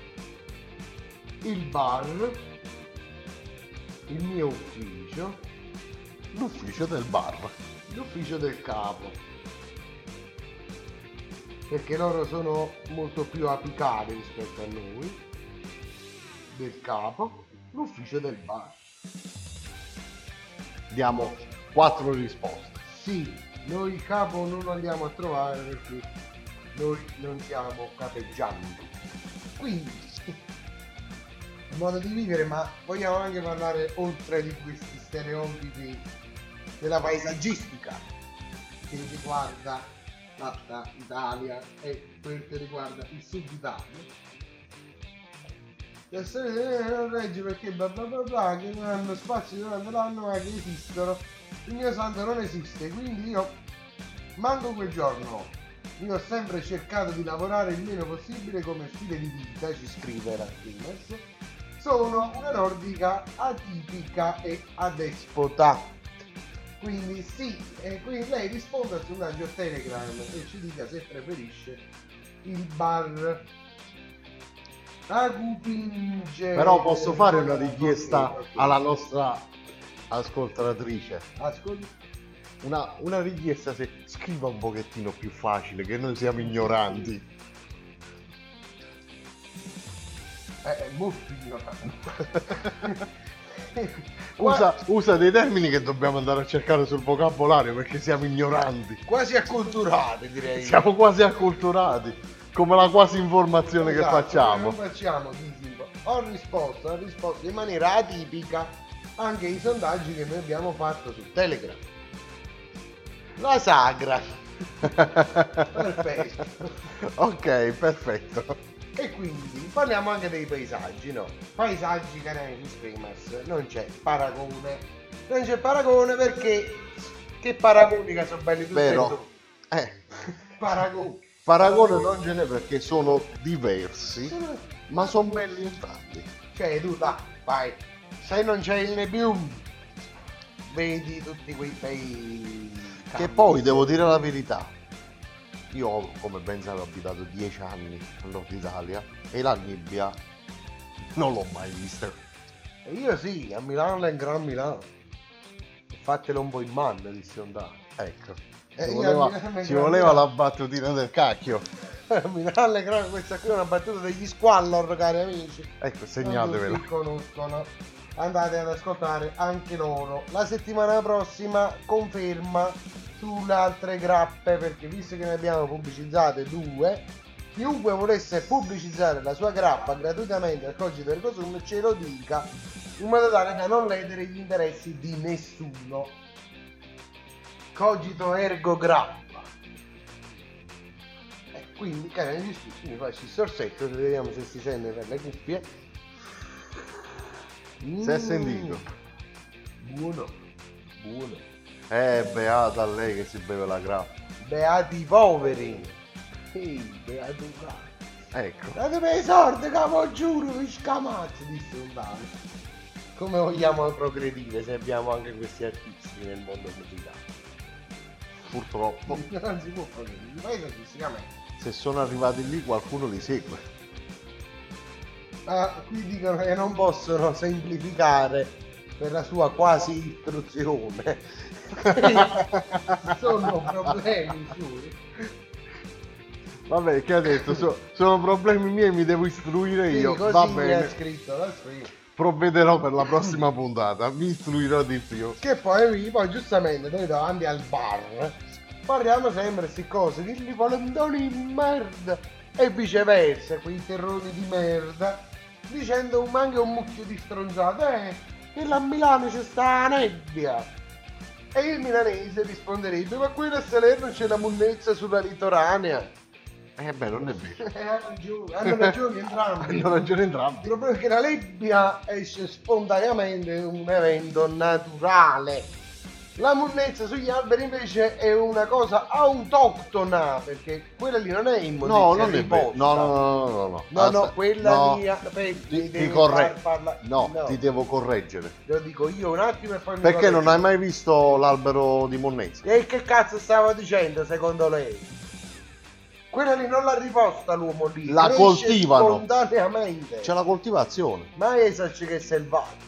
Speaker 8: il bar, il mio ufficio,
Speaker 7: L'ufficio del bar.
Speaker 8: l'ufficio del capo, perché loro sono molto più apicali rispetto a noi, del capo, l'ufficio del bar.
Speaker 7: Diamo 4 risposte.
Speaker 8: Sì, noi il capo non lo andiamo a trovare perché noi non siamo capeggianti. Quindi, il modo di vivere, ma vogliamo anche parlare oltre di questi stereotipi della paesaggistica che riguarda l'alta Italia e quel che riguarda il sud Italia. Non reggi perché bla bla bla bla, che non hanno spazio durante l'anno ma che esistono. Il mio santo non esiste, quindi io manco quel giorno. Io ho sempre cercato di lavorare il meno possibile come stile di vita, ci scrive la Streamers. Sono una nordica atipica e adespota. Quindi sì, e quindi lei risponde al sondaggio Telegram e ci dica se preferisce il bar.
Speaker 7: Però posso fare una richiesta alla nostra ascoltatrice. Una richiesta, se scriva un pochettino più facile, che noi siamo ignoranti.
Speaker 8: Molto ignorante.
Speaker 7: Usa dei termini che dobbiamo andare a cercare sul vocabolario perché siamo ignoranti.
Speaker 8: Quasi acculturati, direi.
Speaker 7: Siamo quasi acculturati, come la quasi informazione che facciamo.
Speaker 8: Non facciamo ho risposto in maniera atipica anche ai sondaggi che noi abbiamo fatto su Telegram. La sagra. Perfetto.
Speaker 7: Ok, perfetto.
Speaker 8: E quindi parliamo anche dei paesaggi, no? Paesaggi, cari streamers, non c'è paragone. Non c'è paragone perché che paragoni che sono belli tutti.
Speaker 7: Vero. Paragone non ce n'è perché sono diversi, ma sono belli entrambi.
Speaker 8: Cioè tu vai, se non c'è il Nebium, vedi tutti quei bei campi.
Speaker 7: Che poi devo dire la verità. Io, come ben sai, ho abitato 10 anni al nord Italia e la nebbia non l'ho mai vista.
Speaker 8: E io sì, a Milano e in Gran Milano. Fatelo un po' in mano di sondare.
Speaker 7: Ecco. Ci voleva la battutina del cacchio.
Speaker 8: Milano e Gran, questa qui è una battuta degli Squallor, cari amici.
Speaker 7: Ecco, segnatevela.
Speaker 8: Non tutti conoscono. Andate ad ascoltare anche loro. La settimana prossima conferma sulle altre grappe, perché visto che ne abbiamo pubblicizzate 2, chiunque volesse pubblicizzare la sua grappa gratuitamente al Cogito Ergo Sum ce lo dica, in modo tale da non ledere gli interessi di nessuno. cogito ergo grappa. Quindi, mi faccio il sorsetto, vediamo se si sente per le cuffie.
Speaker 7: Si è sentito.
Speaker 8: Buono.
Speaker 7: Beata lei che si beve la grappa.
Speaker 8: Beati i poveri. Beato un cazzo.
Speaker 7: Ecco.
Speaker 8: Datemi i soldi, capo, giuro, vi scamazzo, disse un tale. Come vogliamo progredire se abbiamo anche questi artisti nel mondo musicale?
Speaker 7: Purtroppo.
Speaker 8: Non si può progredire, il paese artisticamente.
Speaker 7: Se sono arrivati lì qualcuno li segue.
Speaker 8: Qui dicono che non possono semplificare per la sua quasi istruzione. Sono problemi suoi.
Speaker 7: Vabbè, che ha detto? Sono problemi miei, mi devo istruire io.
Speaker 8: Così
Speaker 7: Va
Speaker 8: mi
Speaker 7: bene.
Speaker 8: ha scritto la sua.
Speaker 7: Provvederò per la prossima puntata, mi istruirò di più.
Speaker 8: Che poi giustamente noi davanti al bar parliamo sempre queste cose, di polentoni di merda e viceversa, quei terroni di merda, dicendo anche un mucchio di stronzate, che a Milano c'è sta la nebbia. E il milanese risponderebbe, ma qui a Salerno c'è la munnezza sulla litoranea.
Speaker 7: Beh, non è vero.
Speaker 8: Hanno ragione entrambi.
Speaker 7: Hanno ragione entrambi.
Speaker 8: Il problema è che la nebbia esce spontaneamente, è un evento naturale. La munnezza sugli alberi invece è una cosa autoctona, perché quella lì non è in munnezza.
Speaker 7: No, non è
Speaker 8: riposta.
Speaker 7: vero.
Speaker 8: No, quella
Speaker 7: no.
Speaker 8: lì
Speaker 7: Ti
Speaker 8: ti
Speaker 7: devo correggere.
Speaker 8: Lo dico io un attimo e poi mi
Speaker 7: Perché non
Speaker 8: correggi.
Speaker 7: hai mai visto l'albero di monnezza?
Speaker 8: E che cazzo stavo dicendo secondo lei? Quella lì non la riposta l'uomo lì.
Speaker 7: La
Speaker 8: cresce
Speaker 7: coltivano.
Speaker 8: Spontaneamente.
Speaker 7: C'è la coltivazione.
Speaker 8: Ma è che è selvaggio.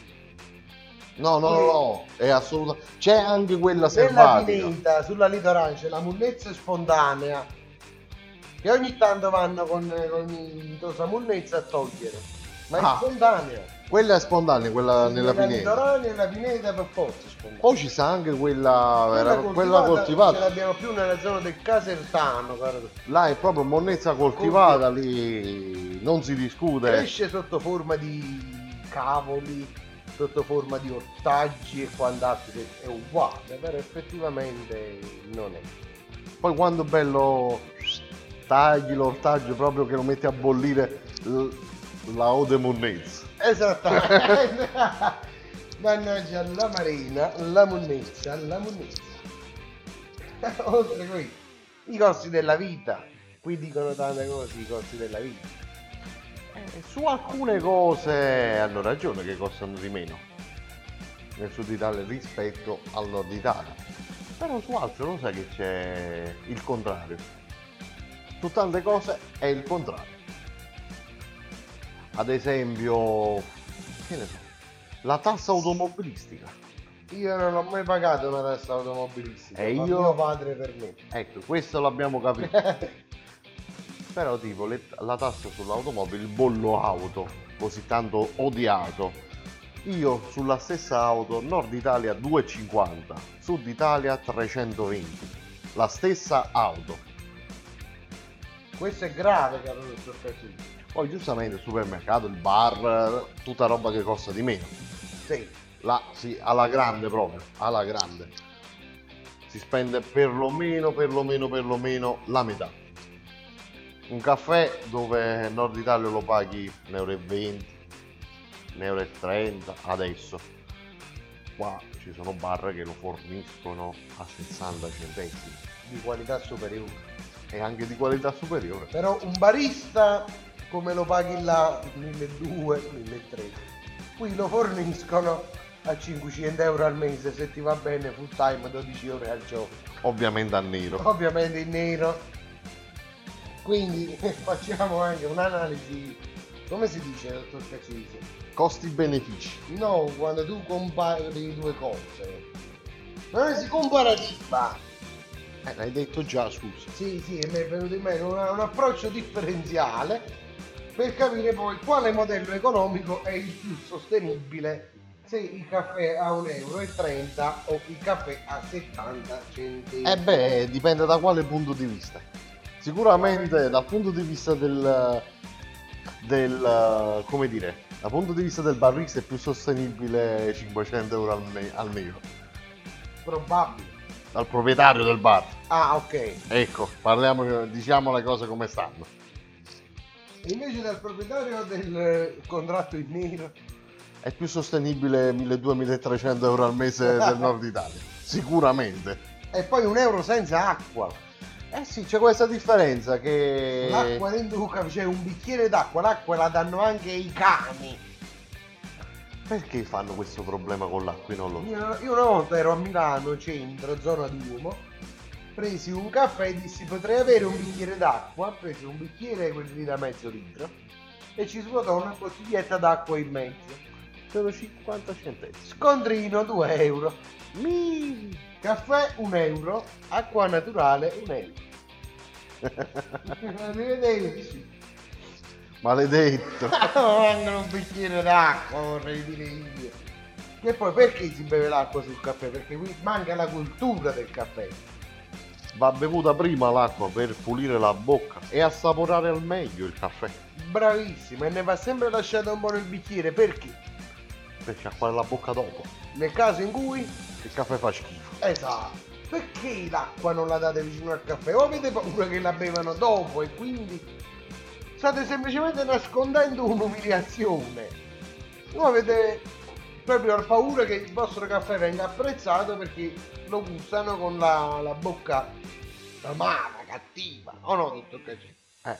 Speaker 7: No, è assolutamente. C'è anche quella
Speaker 8: Nella
Speaker 7: selvatica.
Speaker 8: pineta, sulla litorale, c'è la munnezza spontanea. Che ogni tanto vanno con la munnezza a togliere. Ma è spontanea.
Speaker 7: Quella è spontanea, quella nella pineta.
Speaker 8: Litorale e la pineta per forza spontanea.
Speaker 7: Poi ci sta anche quella coltivata.
Speaker 8: Ce l'abbiamo più nella zona del Casertano, guarda.
Speaker 7: Là è proprio monnezza coltivata, lì non si discute.
Speaker 8: Cresce sotto forma di cavoli, sotto forma di ortaggi e quant'altro, che è uguale, però effettivamente non è.
Speaker 7: Poi quando bello tagli l'ortaggio proprio che lo metti a bollire la ode monnezza.
Speaker 8: Esattamente. Mannaggia la marina, la munnezza. Oltre qui, i costi della vita. Qui dicono tante cose, i costi della vita.
Speaker 7: Su alcune cose hanno ragione che costano di meno nel sud Italia rispetto al nord Italia. Però su altre lo sai che c'è il contrario. Su tante cose è il contrario. Ad esempio, che ne so, la tassa automobilistica.
Speaker 8: Io non ho mai pagato una tassa automobilistica.
Speaker 7: E
Speaker 8: ma
Speaker 7: io?
Speaker 8: mio padre per me.
Speaker 7: Ecco, questo l'abbiamo capito. Però tipo la tassa sull'automobile, il bollo auto, così tanto odiato. Io sulla stessa auto, Nord Italia 2,50, Sud Italia 320. La stessa auto.
Speaker 8: Questo è grave, caro dottor Caccini.
Speaker 7: Poi giustamente il supermercato, il bar, tutta roba che costa di meno.
Speaker 8: Sì.
Speaker 7: Là, sì, alla grande proprio, alla grande. Si spende perlomeno la metà. Un caffè dove Nord Italia lo paghi 1,20 €, 1,30 € adesso. Qua ci sono bar che lo forniscono a 60 centesimi.
Speaker 8: Di qualità superiore.
Speaker 7: E anche di qualità superiore.
Speaker 8: Però un barista come lo paghi là 1.200, 1.300. Qui lo forniscono a 500 € al mese, se ti va bene full time 12 ore al giorno.
Speaker 7: Ovviamente a nero.
Speaker 8: Ovviamente in nero. Quindi facciamo anche un'analisi, come si dice, dottor Caccisi?
Speaker 7: Costi-benefici.
Speaker 8: No, quando tu compari due cose. Un'analisi comparativa.
Speaker 7: L'hai detto già, scusa.
Speaker 8: Sì, mi è venuto in mente un approccio differenziale per capire poi quale modello economico è il più sostenibile, se il caffè a 1,30 € o il caffè a 70 centesimi.
Speaker 7: Dipende da quale punto di vista. Sicuramente dal punto di vista del come dire, dal punto di vista del barista è più sostenibile 500 € al mese.
Speaker 8: Probabile.
Speaker 7: dal proprietario del bar.
Speaker 8: Ah, ok.
Speaker 7: Ecco, diciamo le cose come stanno.
Speaker 8: E invece dal proprietario del contratto in nero?
Speaker 7: È più sostenibile 1.200-1.300 euro al mese del nord Italia, sicuramente.
Speaker 8: E poi €1 senza acqua.
Speaker 7: Eh sì, c'è questa differenza che...
Speaker 8: L'acqua dentro c'è un bicchiere d'acqua, l'acqua la danno anche i cani.
Speaker 7: Perché fanno questo problema con l'acqua? Non lo so.
Speaker 8: Io una volta ero a Milano, centro, zona Duomo, presi un caffè e dissi potrei avere un bicchiere d'acqua, presi un bicchiere, quelli lì da mezzo litro, e ci svuotò una bottiglietta d'acqua in mezzo.
Speaker 7: Sono 50 centesimi.
Speaker 8: Scontrino €2. Caffè €1, acqua naturale €1. Arrivederci.
Speaker 7: Maledetto.
Speaker 8: Vengono un bicchiere d'acqua, vorrei dire io. E poi perché si beve l'acqua sul caffè? Perché qui manca la cultura del caffè.
Speaker 7: Va bevuta prima l'acqua per pulire la bocca e assaporare al meglio il caffè.
Speaker 8: Bravissimo, e ne va sempre lasciato un po' nel bicchiere, perché?
Speaker 7: Per sciacquare la bocca dopo.
Speaker 8: Nel caso in cui
Speaker 7: Il caffè fa schifo.
Speaker 8: esatto. Perché l'acqua non la date vicino al caffè? O avete paura che la bevano dopo e quindi state semplicemente nascondendo un'umiliazione? O avete proprio paura che il vostro caffè venga apprezzato perché lo gustano con la bocca amara, cattiva? O no, tutto che c'è?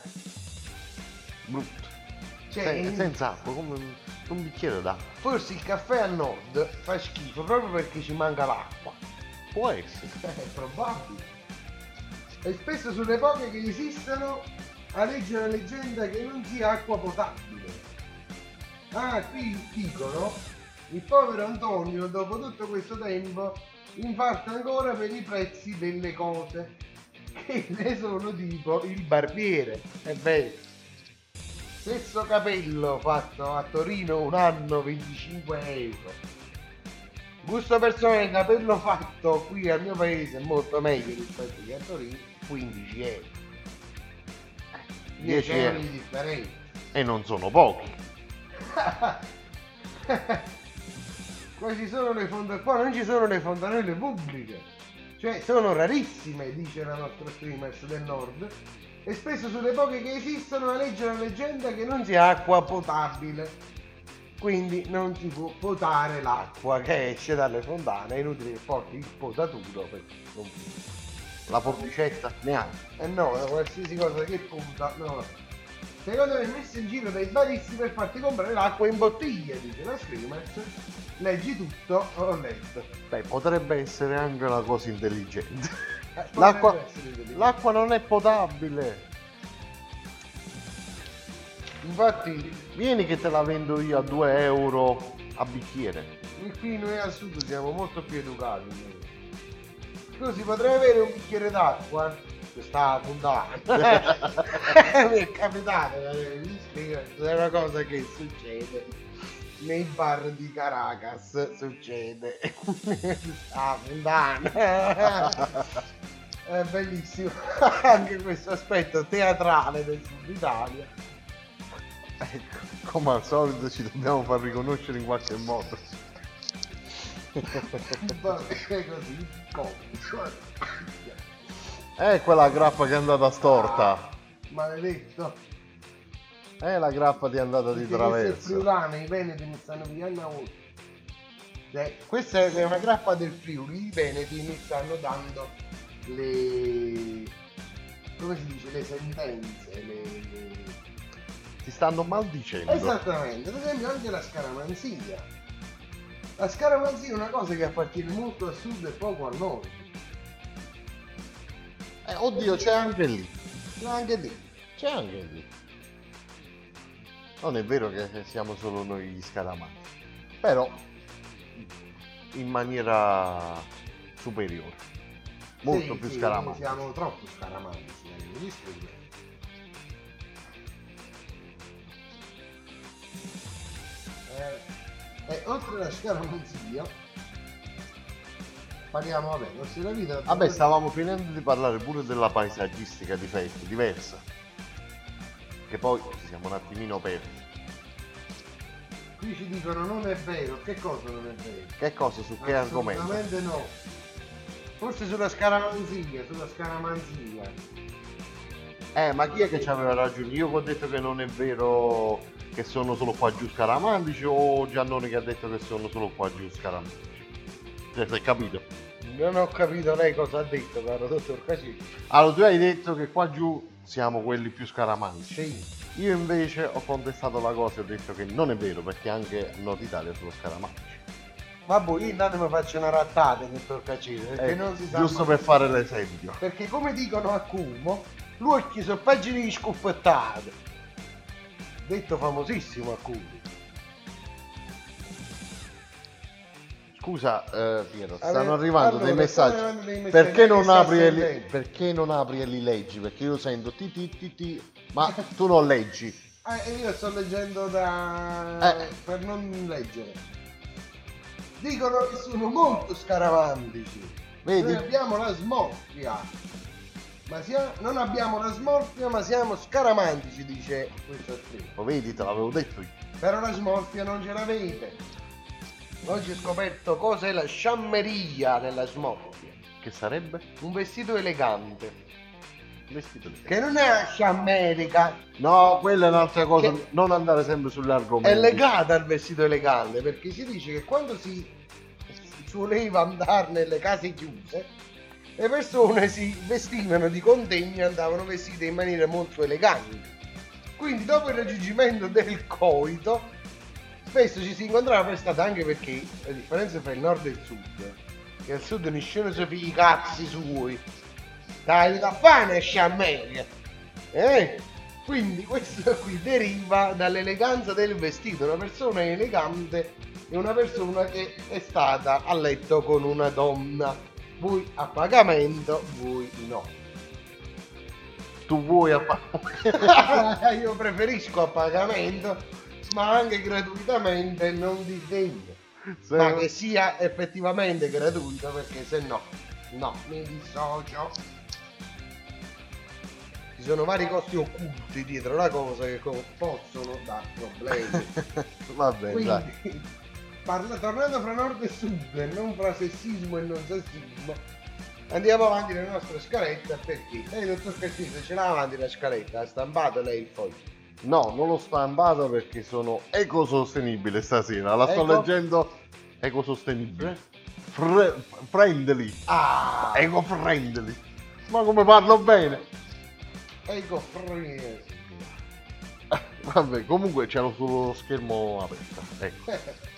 Speaker 7: Brutto.
Speaker 8: Cioè,
Speaker 7: Senza acqua, come un bicchiere d'acqua.
Speaker 8: forse il caffè a nord fa schifo proprio perché ci manca l'acqua.
Speaker 7: Può essere.
Speaker 8: È probabile. E spesso sulle poche che esistono aleggia una leggenda che non sia acqua potabile. Ah, qui dicono, il povero Antonio dopo tutto questo tempo infarta ancora per i prezzi delle cose, che ne sono tipo il barbiere. È vero. Stesso capello fatto a Torino un anno, €25. Gusto personale, capello fatto qui al mio paese è molto meglio rispetto che a Torino, €15. 10 euro di differenza.
Speaker 7: E non sono pochi.
Speaker 8: Qua ci sono le qua non ci sono le fontanelle pubbliche, cioè sono rarissime, dice la nostra streamers del nord, e spesso sulle poche che esistono aleggia la leggenda che non sia acqua potabile, quindi non si può potare l'acqua che esce dalle fontane. È inutile che porti il potaturo perché non
Speaker 7: La forbicetta neanche.
Speaker 8: no, qualsiasi cosa che punta, no. Secondo me è messo in giro dai baristi per farti comprare l'acqua in bottiglia, dice la streamers. Leggi tutto, ho letto.
Speaker 7: Beh, potrebbe essere anche una cosa intelligente.
Speaker 8: Potrebbe essere intelligente.
Speaker 7: L'acqua non è potabile.
Speaker 8: Infatti,
Speaker 7: Vieni che te la vendo io a €2 a bicchiere.
Speaker 8: qui noi al sud siamo molto più educati. Scusi, potrei avere un bicchiere d'acqua? Questa puntata. Mi è capitato, è una cosa che succede nei bar di Caracas, succede. Ah, puntana. È bellissimo anche questo aspetto teatrale del sud Italia.
Speaker 7: Ecco, come al solito ci dobbiamo far riconoscere in qualche modo.
Speaker 8: È così,
Speaker 7: Quella grappa che è andata storta.
Speaker 8: maledetto.
Speaker 7: È la grappa di andata di
Speaker 8: Perché
Speaker 7: traverso.
Speaker 8: Friulano, i veneti mi stanno pigliando a voce. Questa è una grappa del Friuli, i veneti mi stanno dando le... come si dice? Le sentenze,
Speaker 7: Ti stanno maldicendo.
Speaker 8: Esattamente, ad esempio anche la scaramanzia. La scaramanzia è una cosa che appartiene molto al sud e poco al nord.
Speaker 7: Oddio, c'è anche lì.
Speaker 8: C'è anche lì.
Speaker 7: C'è anche lì. Non è vero che siamo solo noi gli scaramanzi. Però in maniera superiore. Molto
Speaker 8: Sì,
Speaker 7: più
Speaker 8: sì,
Speaker 7: scaramanzi.
Speaker 8: Siamo troppo scaramanzi, mi dispiace. Oltre alla scaramanzia parliamo, vabbè, la vita.
Speaker 7: Vabbè, stavamo finendo di parlare pure della paesaggistica diversa. Che poi ci siamo un attimino persi.
Speaker 8: Qui ci dicono non è vero, che cosa non è vero?
Speaker 7: Che cosa, su che argomento?
Speaker 8: Assolutamente no. Forse sulla scaramanzia.
Speaker 7: Ma chi è che ci aveva ragione? Io che ho detto che non è vero che sono solo qua giù scaramantici o Giannone che ha detto che sono solo qua giù scaramantici? Cioè, hai capito?
Speaker 8: Non ho capito lei cosa ha detto, caro dottor Cacini.
Speaker 7: Allora, tu hai detto che qua giù siamo quelli più scaramantici.
Speaker 8: Sì.
Speaker 7: Io invece ho contestato la cosa e ho detto che non è vero, perché anche a Nord Italia sono scaramantici.
Speaker 8: Vabbè, io intanto mi faccio una rattata, dottor Cacini, perché non si sa
Speaker 7: giusto
Speaker 8: mai.
Speaker 7: per fare l'esempio.
Speaker 8: Perché come dicono a Cumo, l'occhio sono pagine di scoppettate. Detto famosissimo a Cumo.
Speaker 7: Scusa Piero, stanno
Speaker 8: Allora,
Speaker 7: arrivando dei messaggi.
Speaker 8: stanno arrivando dei messaggi.
Speaker 7: Perché non
Speaker 8: Sta
Speaker 7: apri
Speaker 8: sentendo?
Speaker 7: perché non apri e li leggi? Perché io sento ti, ma tu non leggi.
Speaker 8: E io sto leggendo per non leggere. Dicono che sono molto scaramantici.
Speaker 7: Vedi?
Speaker 8: Noi abbiamo la smorfia. Non abbiamo la smorfia, ma siamo scaramantici, dice questo scritto.
Speaker 7: Lo vedi, te l'avevo detto io.
Speaker 8: Però la smorfia non ce l'avete. Oggi ho scoperto cosa è la sciammeria nella smorfia.
Speaker 7: Che sarebbe?
Speaker 8: Un vestito elegante.
Speaker 7: Vestito di...
Speaker 8: Che non è la sciammerica.
Speaker 7: No, quella è un'altra cosa.
Speaker 8: Che-
Speaker 7: Non andare sempre sull'argomento.
Speaker 8: È legata al vestito elegante, perché si dice che quando si voleva andare nelle case chiuse, le persone si vestivano di contegno e andavano vestite in maniera molto elegante. Quindi dopo il raggiungimento del coito, spesso ci si incontrava per strada, anche perché la differenza tra il nord e il sud, che al sud nessuno sapeva i cazzi suoi, dai da fare sciammeria, quindi questo qui deriva dall'eleganza del vestito. Una persona elegante è una persona che è stata a letto con una donna, voi a pagamento, voi no.
Speaker 7: Tu vuoi
Speaker 8: Io preferisco a pagamento, ma anche gratuitamente non disdegno. Ma che sia effettivamente gratuito, perché se no mi dissocio. Ci sono vari costi occulti dietro la cosa che possono dar problemi.
Speaker 7: Va bene, dai.
Speaker 8: Quindi, tornando fra nord e sud, e non fra sessismo e non sessismo, andiamo avanti nella nostra scaletta. Perché lei, dottor Caccese, ce l'ha avanti la scaletta? Ha stampato lei il foglio?
Speaker 7: No, non l'ho stampato perché sono ecosostenibile stasera. La sto leggendo ecosostenibile. Friendly.
Speaker 8: Ah!
Speaker 7: Eco-friendly. Ma come parlo bene?
Speaker 8: Eco-friendly.
Speaker 7: Vabbè, comunque c'ero sullo schermo aperto. Ecco.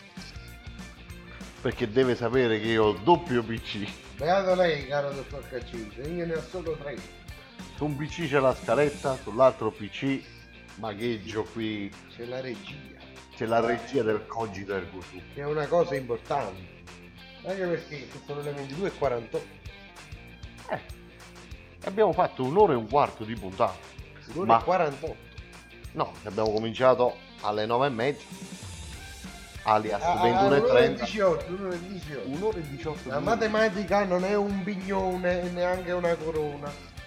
Speaker 7: Perché deve sapere che io ho doppio PC.
Speaker 8: Beato lei, caro dottor Caccese, io ne ho solo 3.
Speaker 7: Su un PC c'è la scaletta, sull'altro PC magheggio qui.
Speaker 8: C'è la regia.
Speaker 7: C'è la regia del cogito ergo sum.
Speaker 8: Che è una cosa importante. Anche perché sono le 22:48.
Speaker 7: Abbiamo fatto un'ora e un quarto di puntata.
Speaker 8: Un'ora e 48.
Speaker 7: No, abbiamo cominciato alle 9:30. Alias
Speaker 8: Un'ora e
Speaker 7: 21:30.
Speaker 8: 18, un'ora e 18.
Speaker 7: Un'ora e 18.
Speaker 8: La matematica non è un biglione e neanche una corona.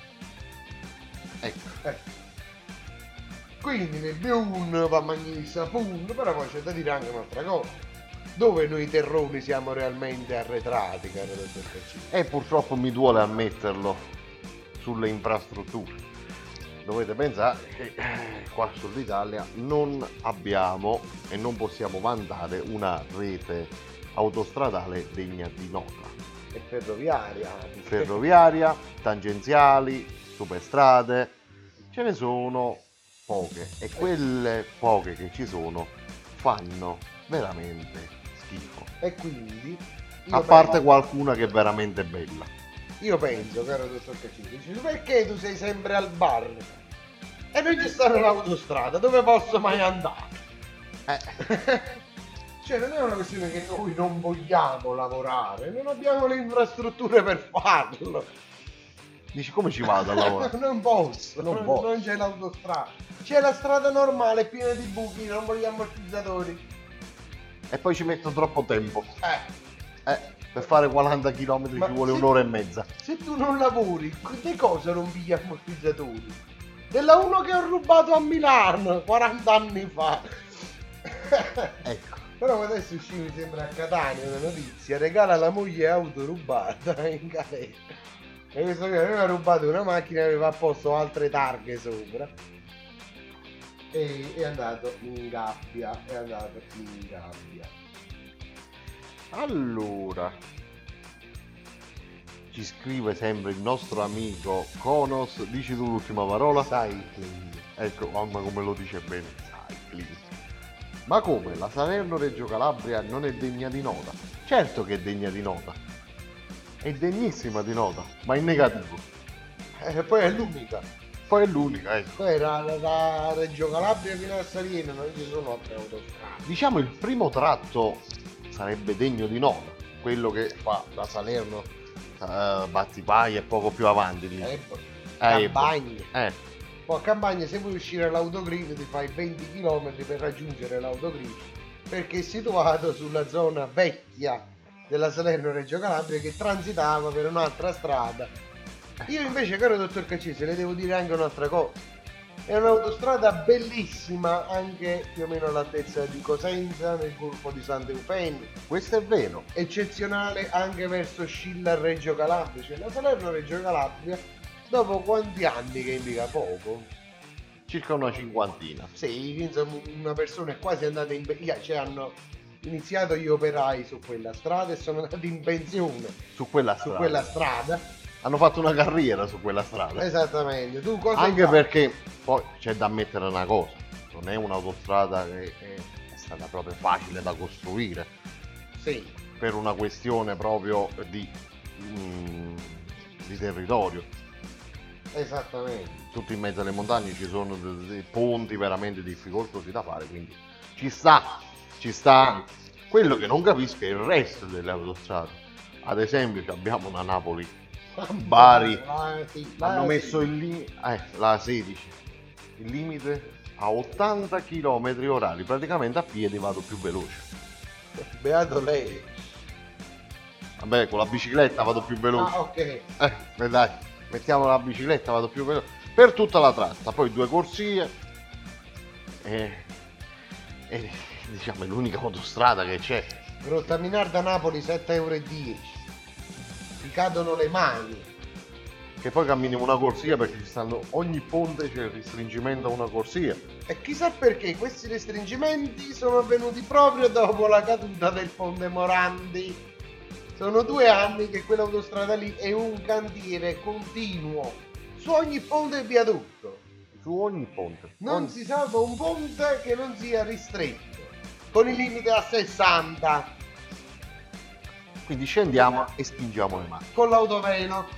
Speaker 7: Ecco.
Speaker 8: Quindi nel B1 va magnissa punto, però poi c'è da dire anche un'altra cosa. Dove noi terroni siamo realmente arretrati, caro dottor Caccini?
Speaker 7: E purtroppo mi duole ammetterlo sulle infrastrutture. Dovete pensare che qua sull'Italia non abbiamo e non possiamo vantare una rete autostradale degna di nota.
Speaker 8: E ferroviaria.
Speaker 7: Ferroviaria, tangenziali, superstrade, ce ne sono poche e quelle poche che ci sono fanno veramente schifo.
Speaker 8: E quindi
Speaker 7: A parte qualcuna che è veramente bella.
Speaker 8: Io penso, caro dottor Caccini, dici, perché tu sei sempre al bar? E noi ci stanno l'autostrada, dove posso mai andare? Cioè non è una questione che noi non vogliamo lavorare, non abbiamo le infrastrutture per farlo.
Speaker 7: Dici come ci vado a lavorare?
Speaker 8: Non posso, non c'è l'autostrada. C'è la strada normale piena di buchi, non vogliamo ammortizzatori.
Speaker 7: E poi ci metto troppo tempo. Per fare 40 km ci vuole un'ora e mezza.
Speaker 8: Se tu non lavori, di cosa non pigli ammortizzatori? Della uno che ho rubato a Milano 40 anni fa.
Speaker 7: Ecco.
Speaker 8: Però adesso uscì, mi sembra, a Catania una notizia, regala alla moglie auto rubata in galera. E questo qui aveva rubato una macchina e aveva apposto altre targhe sopra. E è andato in gabbia,
Speaker 7: Allora, ci scrive sempre il nostro amico Konos. Dici tu l'ultima parola?
Speaker 8: Cycling.
Speaker 7: Ecco, mamma come lo dice bene, cycling. Ma come? La Salerno-Reggio Calabria non è degna di nota? Certo che è degna di nota. È degnissima di nota, ma in negativo.
Speaker 8: Poi è l'unica.
Speaker 7: Ecco.
Speaker 8: Poi da Reggio Calabria fino a Salerno non ci sono altre autostrade.
Speaker 7: Diciamo il primo tratto sarebbe degno di nota, quello che fa da Salerno Battipaglia e poco più avanti lì.
Speaker 8: Campagna. Poi a Campagna, se vuoi uscire all'autogrill ti fai 20 km per raggiungere l'autogrill, perché è situato sulla zona vecchia della Salerno-Reggio Calabria che transitava per un'altra strada. Io invece, caro dottor Caccese, le devo dire anche un'altra cosa. È un'autostrada bellissima, anche più o meno all'altezza di Cosenza, nel Golfo di Sant'Eufemio.
Speaker 7: Questo è vero.
Speaker 8: Eccezionale anche verso Scilla-Reggio Calabria. Cioè la Salerno-Reggio Calabria, dopo quanti anni che indica poco?
Speaker 7: Circa una cinquantina.
Speaker 8: Sì, insomma, una persona è quasi andata in pensione. Cioè hanno iniziato gli operai su quella strada e sono andati in pensione
Speaker 7: Su quella
Speaker 8: strada.
Speaker 7: Hanno fatto una carriera su quella strada.
Speaker 8: Esattamente. Tu cosa
Speaker 7: Anche
Speaker 8: hai fatto?
Speaker 7: perché poi c'è da ammettere una cosa, non è un'autostrada che è stata proprio facile da costruire.
Speaker 8: Sì.
Speaker 7: Per una questione proprio di territorio.
Speaker 8: Esattamente.
Speaker 7: Tutto in mezzo alle montagne ci sono dei ponti veramente difficoltosi da fare, quindi ci sta. Quello che non capisco è il resto delle autostrade. Ad esempio abbiamo una Napoli-Bari, hanno messo la 16, il limite a 80 km/h, praticamente a piedi vado più veloce.
Speaker 8: Beato lei.
Speaker 7: Vabbè, con la bicicletta vado più veloce.
Speaker 8: Ah, ok.
Speaker 7: Dai, mettiamo la bicicletta, vado più veloce. Per tutta la tratta, poi 2 corsie. E diciamo è l'unica autostrada che c'è.
Speaker 8: Grottaminarda Napoli 7,10 euro. Ti cadono le mani.
Speaker 7: Che poi camminiamo una corsia perché ci stanno. Ogni ponte c'è il restringimento a una corsia.
Speaker 8: E chissà perché questi restringimenti sono avvenuti proprio dopo la caduta del ponte Morandi. Sono 2 anni che quell'autostrada lì è un cantiere continuo. Su ogni ponte e viadotto.
Speaker 7: Su ogni ponte.
Speaker 8: Non si salva un ponte che non sia ristretto. Con il limite a 60.
Speaker 7: Quindi scendiamo e spingiamo le mani.
Speaker 8: Con l'autovelo.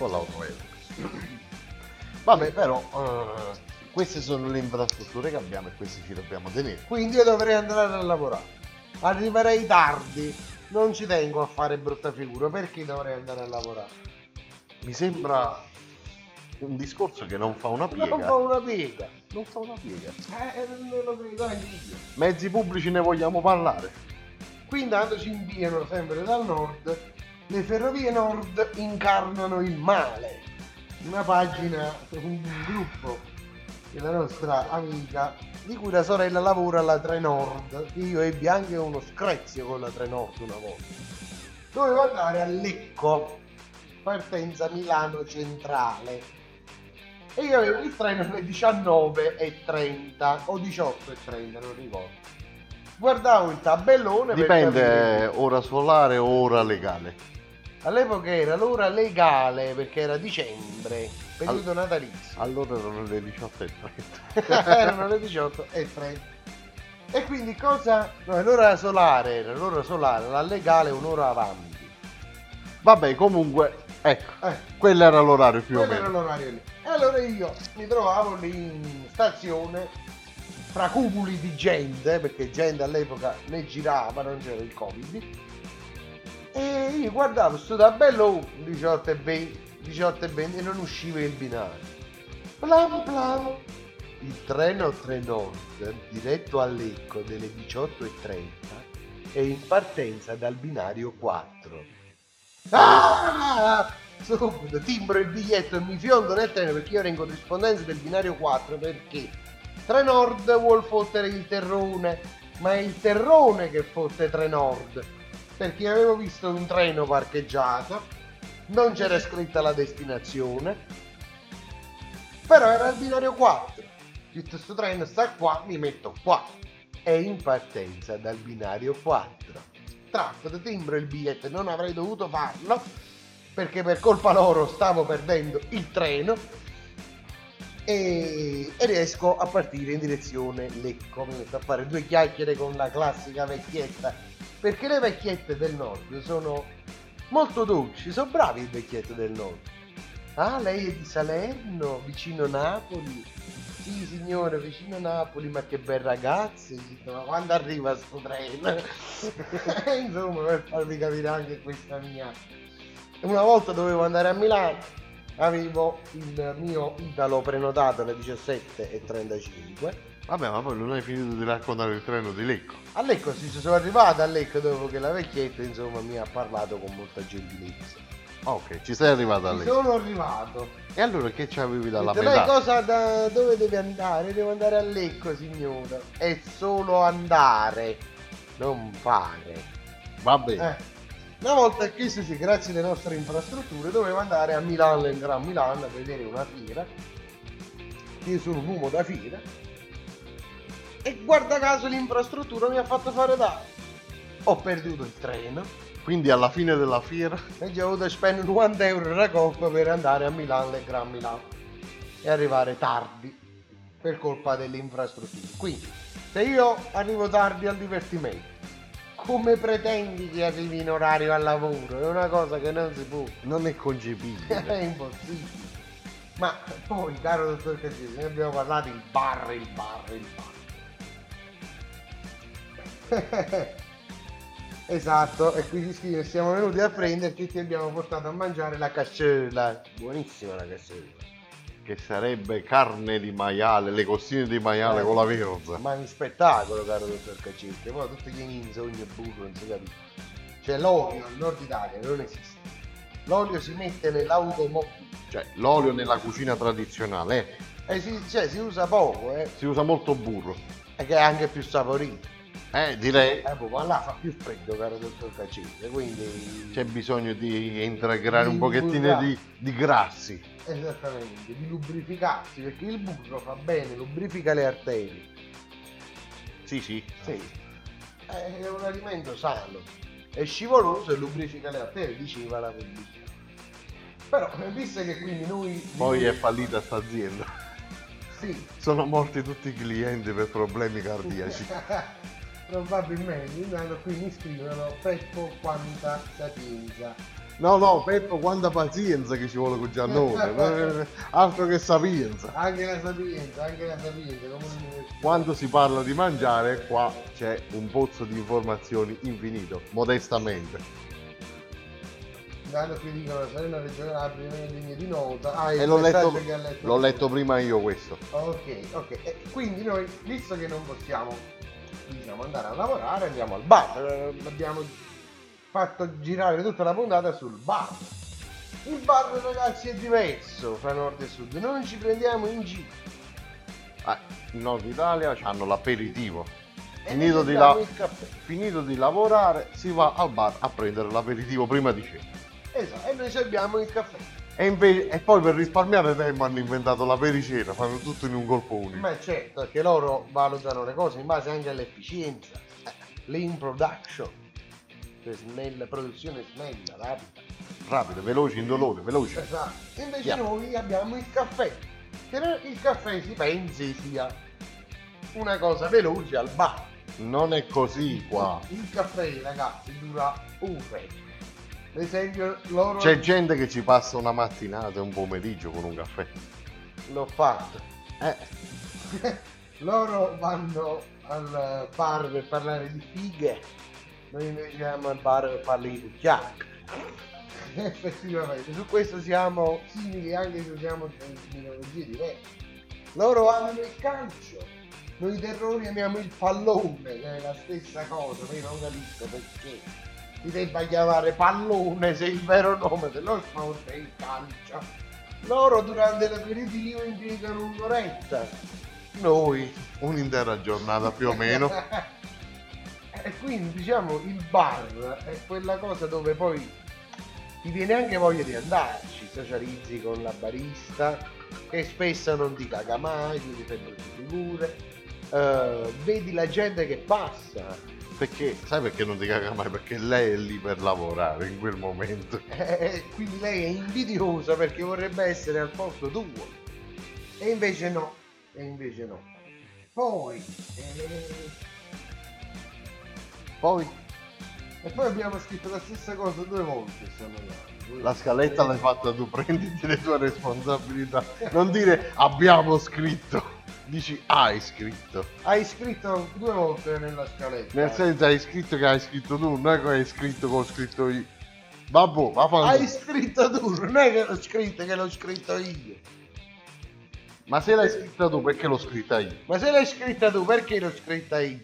Speaker 7: Vabbè, però queste sono le infrastrutture che abbiamo e queste ci dobbiamo tenere.
Speaker 8: Quindi io dovrei andare a lavorare. Arriverei tardi. Non ci tengo a fare brutta figura. Perché dovrei andare a lavorare?
Speaker 7: Mi sembra un discorso che non fa una piega.
Speaker 8: Non fa una piega.
Speaker 7: Non
Speaker 8: Non lo credo anche io.
Speaker 7: Mezzi pubblici ne vogliamo parlare.
Speaker 8: Qui intanto ci inviano sempre dal nord. Le ferrovie nord incarnano il male. Una pagina, un gruppo della nostra amica di cui la sorella lavora alla Trenord. Io ebbi anche uno screzio con la Trenord una volta. Dovevo andare a Lecco, partenza Milano Centrale, e io avevo il treno alle 19:30 o 18:30, non ricordo. Guardavo il tabellone.
Speaker 7: Dipende, ora solare o ora legale.
Speaker 8: All'epoca era l'ora legale perché era dicembre, periodo natalizio.
Speaker 7: Allora erano le 18:30.
Speaker 8: Erano le 18:30. E quindi cosa? No, l'ora solare era l'ora solare, la legale un'ora avanti.
Speaker 7: Vabbè, comunque, ecco, quello era l'orario più o
Speaker 8: Quello era
Speaker 7: meno.
Speaker 8: l'orario lì. E allora io mi trovavo lì in stazione fra cumuli di gente, perché gente all'epoca ne girava, non c'era il Covid. E io guardavo sto tabello 18:20 e non usciva il binario. Plan plan. Il treno Trenord diretto a Lecco delle 18:30 è in partenza dal binario 4. Subito timbro il biglietto e mi fiondo nel treno perché io ero in corrispondenza del binario 4 perché Trenord vuol fottere il terrone ma è il terrone che fotte Trenord, perché avevo visto un treno parcheggiato, non c'era scritta la destinazione, però era il binario 4. Tutto questo treno sta qua, mi metto qua. È in partenza dal binario 4. Traffico, timbro il biglietto, non avrei dovuto farlo, perché per colpa loro stavo perdendo il treno. E riesco a partire in direzione Lecco. Mi metto a fare 2 chiacchiere con la classica vecchietta, perché le vecchiette del nord sono molto dolci, sono bravi i vecchietti del nord. Ah, lei è di Salerno, vicino Napoli? Sì signore, vicino Napoli, ma che bel ragazzo, ma quando arriva sto treno? Insomma, per farvi capire anche questa mia. Una volta dovevo andare a Milano, avevo il mio Italo prenotato alle 17:35.
Speaker 7: Vabbè, ma poi non hai finito di raccontare il treno di Lecco.
Speaker 8: A Lecco sì, sono arrivato a Lecco dopo che la vecchietta insomma mi ha parlato con molta gentilezza.
Speaker 7: Ok, ci sei arrivato a
Speaker 8: Ci
Speaker 7: Lecco.
Speaker 8: sono arrivato.
Speaker 7: E allora che c'avevi dalla
Speaker 8: Lei
Speaker 7: metà?
Speaker 8: cosa dove deve andare? Devo andare a Lecco signora. È solo andare, non fare.
Speaker 7: Va bene.
Speaker 8: Una volta che sì, grazie alle nostre infrastrutture, dovevo andare a Milano, in Gran Milano, a vedere una fiera. Io sono un uomo da fiera. E guarda caso l'infrastruttura mi ha fatto fare tardi. Ho perduto il treno.
Speaker 7: Quindi alla fine della fiera
Speaker 8: E già ho dovuto spendere 90 euro da coppa per andare a Milano e Gran Milano. E arrivare tardi per colpa delle infrastrutture. Quindi, se io arrivo tardi al divertimento, come pretendi che arrivi in orario al lavoro? È una cosa che non si può.
Speaker 7: non è concepibile.
Speaker 8: È impossibile. Ma poi, caro dottor Caccese, ne abbiamo parlato, il bar. Esatto, e quindi sì, siamo venuti a prenderti e ti abbiamo portato a mangiare la cascella. Buonissima la cascella.
Speaker 7: Che sarebbe carne di maiale, le costine di maiale con la verza.
Speaker 8: Ma è un spettacolo, caro dottor Caccese. Poi tutti gli insogni e burro, non si capisce. Cioè l'olio al nord Italia non esiste. L'olio si mette nell'automobile.
Speaker 7: Cioè, l'olio nella cucina tradizionale,
Speaker 8: Si usa poco,
Speaker 7: si usa molto burro.
Speaker 8: e che è anche più saporito.
Speaker 7: Direi
Speaker 8: Ma là fa più freddo, caro dottor Caccese, quindi
Speaker 7: c'è bisogno di integrare un
Speaker 8: Di
Speaker 7: pochettino
Speaker 8: burrare.
Speaker 7: di grassi.
Speaker 8: esattamente, di lubrificarsi, perché il burro fa bene, lubrifica le arterie.
Speaker 7: Sì.
Speaker 8: Sì, è un alimento sano, è scivoloso e lubrifica le arterie, diceva la pubblicità. Però, visto che quindi noi...
Speaker 7: Poi è fallita sta azienda.
Speaker 8: Sì,
Speaker 7: Sono morti tutti i clienti per problemi cardiaci.
Speaker 8: probabilmente, intanto qui mi scrivono Peppo quanta sapienza.
Speaker 7: No, Peppo, quanta pazienza che ci vuole con Giannone. Altro che sapienza.
Speaker 8: Anche la sapienza, come l'università.
Speaker 7: Quando si parla di mangiare, qua c'è un pozzo di informazioni infinito, modestamente.
Speaker 8: Intanto qui dicono Salerno Reggio Calabria, degne di nota.
Speaker 7: E
Speaker 8: il
Speaker 7: l'ho
Speaker 8: messaggio
Speaker 7: letto,
Speaker 8: che ha letto
Speaker 7: l'ho letto prima io questo.
Speaker 8: Ok. E quindi noi, visto che non possiamo, diciamo, andare a lavorare, andiamo al bar. Abbiamo fatto girare tutta la puntata sul bar. Il bar, ragazzi, è diverso fra nord e sud. Non ci prendiamo in giro.
Speaker 7: In Nord Italia hanno l'aperitivo.
Speaker 8: E
Speaker 7: Finito
Speaker 8: noi
Speaker 7: di,
Speaker 8: prendiamo il caffè.
Speaker 7: finito di lavorare, si va al bar a prendere l'aperitivo prima di cena.
Speaker 8: Esatto, e noi ci abbiamo il caffè.
Speaker 7: E poi per risparmiare tempo hanno inventato la pericena, fanno tutto in un colpo unico.
Speaker 8: Ma certo, perché loro valutano le cose in base anche all'efficienza. Lean production. Cioè produzione snella,
Speaker 7: Rapide, veloci, indolore, veloci.
Speaker 8: esatto. Invece
Speaker 7: Yeah.
Speaker 8: noi abbiamo il caffè. Che il caffè si pensi sia una cosa veloce al bar.
Speaker 7: Non è così qua.
Speaker 8: Il caffè, ragazzi, dura ore. Ad esempio, loro
Speaker 7: C'è gente che ci passa una mattinata e un pomeriggio con un caffè.
Speaker 8: l'ho fatto.
Speaker 7: Eh,
Speaker 8: Loro vanno al bar per parlare di fighe. Noi invece andiamo al bar per parlare di cucciacche. Effettivamente, su questo siamo simili anche se usiamo terminologie diverse. Loro amano il calcio, noi terrori amiamo il pallone, che è la stessa cosa, ma io non capisco perché si debba chiamare pallone se il vero nome dello sport è il calcio. Loro durante l'aperitivo impiegano un'oretta, noi
Speaker 7: un'intera giornata più o meno.
Speaker 8: E quindi diciamo il bar è quella cosa dove poi ti viene anche voglia di andarci, socializzi con la barista che spesso non ti caga mai, ti difende le figure, vedi la gente che passa.
Speaker 7: Perché, sai perché non ti caga mai? Perché lei è lì per lavorare in quel momento.
Speaker 8: Quindi lei è invidiosa perché vorrebbe essere al posto tuo. E invece no. Poi E poi abbiamo scritto la stessa cosa 2 volte.
Speaker 7: La scaletta l'hai fatta tu, prenditi le tue responsabilità. Non dire abbiamo scritto. Dici hai scritto.
Speaker 8: Hai scritto 2 volte nella scaletta.
Speaker 7: Nel senso hai scritto che hai scritto tu, non è che hai scritto che ho scritto io. Vabbè,
Speaker 8: hai scritto tu, non è che l'ho scritto io.
Speaker 7: Ma se l'hai scritta tu, perché l'ho scritta io?
Speaker 8: Ma se l'hai scritta tu, perché l'ho scritta io?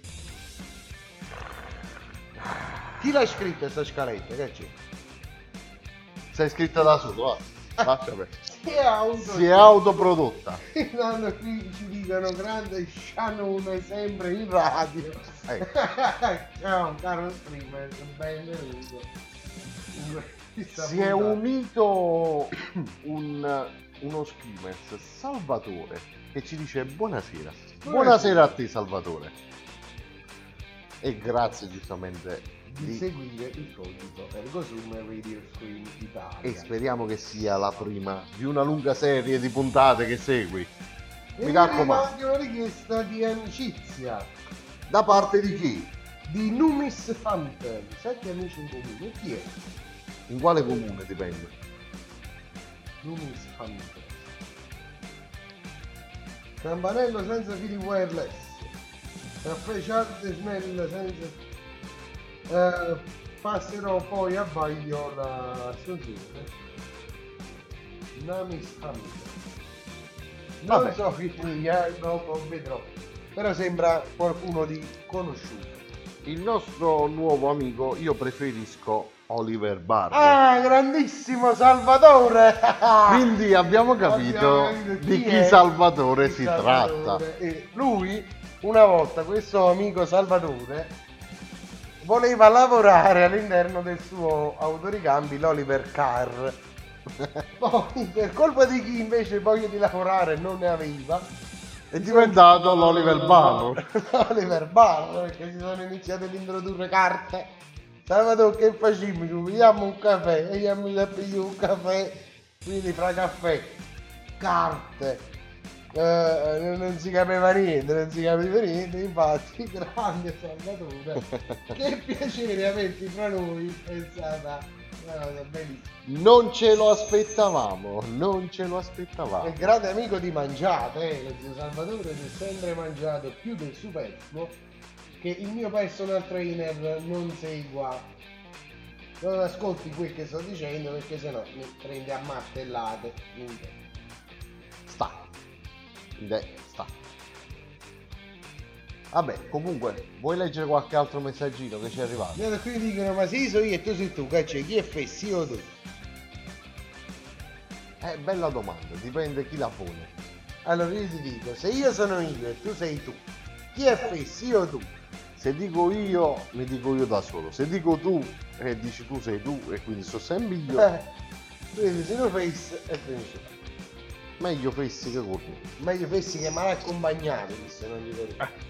Speaker 8: Chi l'ha scritta sta scaletta? Che c'è?
Speaker 7: Sei scritta da solo, va. Lascia perdere. Si è autoprodotta.
Speaker 8: Intanto qui ci dicono grande scianone sempre in radio. Ciao caro streamer, benvenuto.
Speaker 7: Si è unito uno screamers, Salvatore, che ci dice buonasera. Buonasera a te Salvatore. E grazie giustamente
Speaker 8: di seguire il codice Ergosum Radio Screen Italia.
Speaker 7: E speriamo che sia la prima di una lunga serie di puntate che segui.
Speaker 8: Mi raccomando. Anche una richiesta di amicizia.
Speaker 7: Da parte di chi?
Speaker 8: Di Numis Hunter. 7 amici in comune. Chi è?
Speaker 7: In quale comune dipende?
Speaker 8: Numis Hunter. Campanello senza fili wireless. Caffè Charles Snell senza... passerò poi a Baglio la stazione. Numis Hunter. Non so chi dopo vedrò. Però sembra qualcuno di conosciuto.
Speaker 7: Il nostro nuovo amico, io preferisco Oliver Barber.
Speaker 8: Ah, grandissimo Salvatore!
Speaker 7: Quindi abbiamo capito di chi Salvatore si tratta.
Speaker 8: E lui, una volta, questo amico Salvatore voleva lavorare all'interno del suo autoricambi, l'Oliver Car. Poi, per colpa di chi invece voglia di lavorare non ne aveva,
Speaker 7: è diventato l'Oliver Barber.
Speaker 8: L'Oliver Barber, perché si sono iniziati ad introdurre carte. Salvatore, che facciamo? Ci pigliamo un caffè e io mi piglio un caffè, quindi fra caffè, carte, non si capiva niente, infatti grande Salvatore, che piacere averti fra noi, è stata una cosa bellissima.
Speaker 7: Non ce lo aspettavamo.
Speaker 8: È grande amico di mangiate, lo zio Salvatore si è sempre mangiato più del superfluo, che il mio personal trainer non segua, non ascolti quel che sto dicendo perché sennò mi prende a martellate.
Speaker 7: Sta. Vabbè, comunque, vuoi leggere qualche altro messaggino che ci è arrivato?
Speaker 8: Qui dicono, ma sì, so io e tu sei tu, che c'è? Chi è Fessi o tu?
Speaker 7: Bella domanda, dipende chi la pone.
Speaker 8: Allora io ti dico, se io sono io e tu sei tu, chi è Fessi o tu?
Speaker 7: Se dico io, mi dico io da solo. Se dico tu, dici tu sei tu e quindi sto sempre io.
Speaker 8: Quindi se no Fessi e finisce.
Speaker 7: Meglio Fessi che corri.
Speaker 8: Meglio Fessi che male accompagnato, se non dico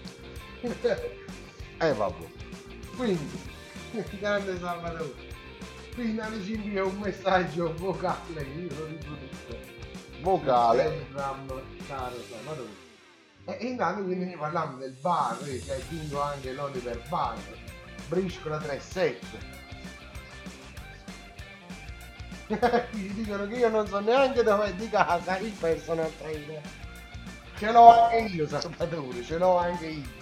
Speaker 7: vabbè.
Speaker 8: Quindi, grande Salvatore. Quindi ci invia un messaggio vocale, io lo riproduco.
Speaker 7: Vocale.
Speaker 8: Caro Salvatore. E intanto quindi ne parliamo del bar, che ha aggiunto anche l'Oliver Bar, Briscola 37. Ci dicono che io non so neanche dove è di casa il personal trainer. Ce l'ho anche io Salvatore, ce l'ho anche io.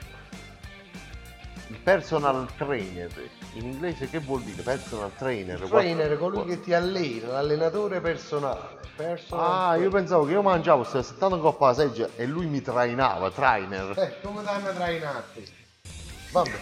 Speaker 7: Il personal trainer, in inglese che vuol dire personal trainer?
Speaker 8: Trainer, colui che ti allena, l'allenatore personale.
Speaker 7: Io pensavo che io mangiavo, stavo settando in coppa la seggia e lui mi trainava, trainer.
Speaker 8: Come danno trainati?
Speaker 7: Vabbè.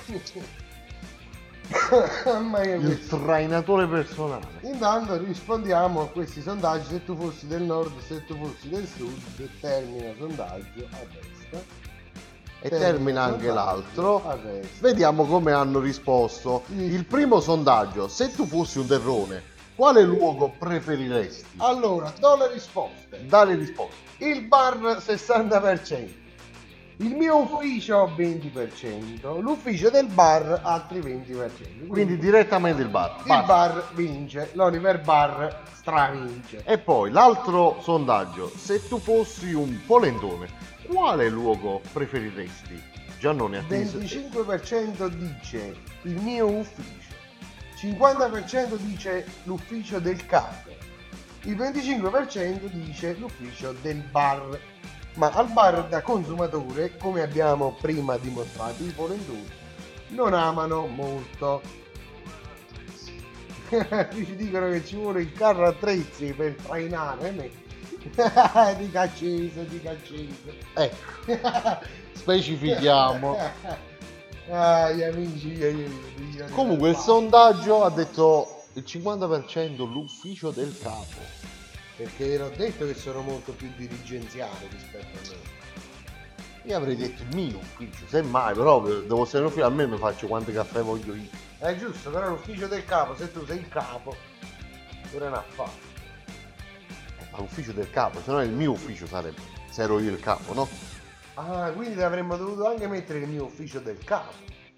Speaker 7: Il trainatore personale.
Speaker 8: Intanto rispondiamo a questi sondaggi. Se tu fossi del nord, se tu fossi del sud, termina sondaggio a destra.
Speaker 7: e termina anche l'altro.
Speaker 8: Adesso.
Speaker 7: Vediamo come hanno risposto. Il primo sondaggio: se tu fossi un terrone, quale luogo preferiresti?
Speaker 8: Allora, do le risposte.
Speaker 7: Dalle risposte.
Speaker 8: Il bar 60%, il mio ufficio 20%, l'ufficio del bar altri 20%.
Speaker 7: Quindi direttamente il bar.
Speaker 8: il bar vince, l'Oliver Bar stravince.
Speaker 7: E poi l'altro sondaggio: se tu fossi un polentone, quale luogo preferiresti? Giannone, a te.
Speaker 8: 25% dice il mio ufficio, 50% dice l'ufficio del capo, il 25% dice l'ufficio del bar. Ma al bar da consumatore, come abbiamo prima dimostrato, i polentoni non amano molto. Qui ci dicono che ci vuole il carro attrezzi per trainare me. di caccese.
Speaker 7: Ecco, specifichiamo.
Speaker 8: Gli amici.
Speaker 7: Comunque il sondaggio ha detto il 50% l'ufficio del capo.
Speaker 8: Perché l'ho detto che sono molto più dirigenziale rispetto a noi.
Speaker 7: Io avrei detto il mio ufficio, semmai, però devo essere ufficio, almeno mi faccio quanti caffè voglio io.
Speaker 8: È giusto, però l'ufficio del capo, se tu sei il capo, pure un affare.
Speaker 7: Ma l'ufficio del capo, se no il mio ufficio sarebbe, se ero io il capo, no?
Speaker 8: Ah, quindi avremmo dovuto anche mettere il mio ufficio del capo.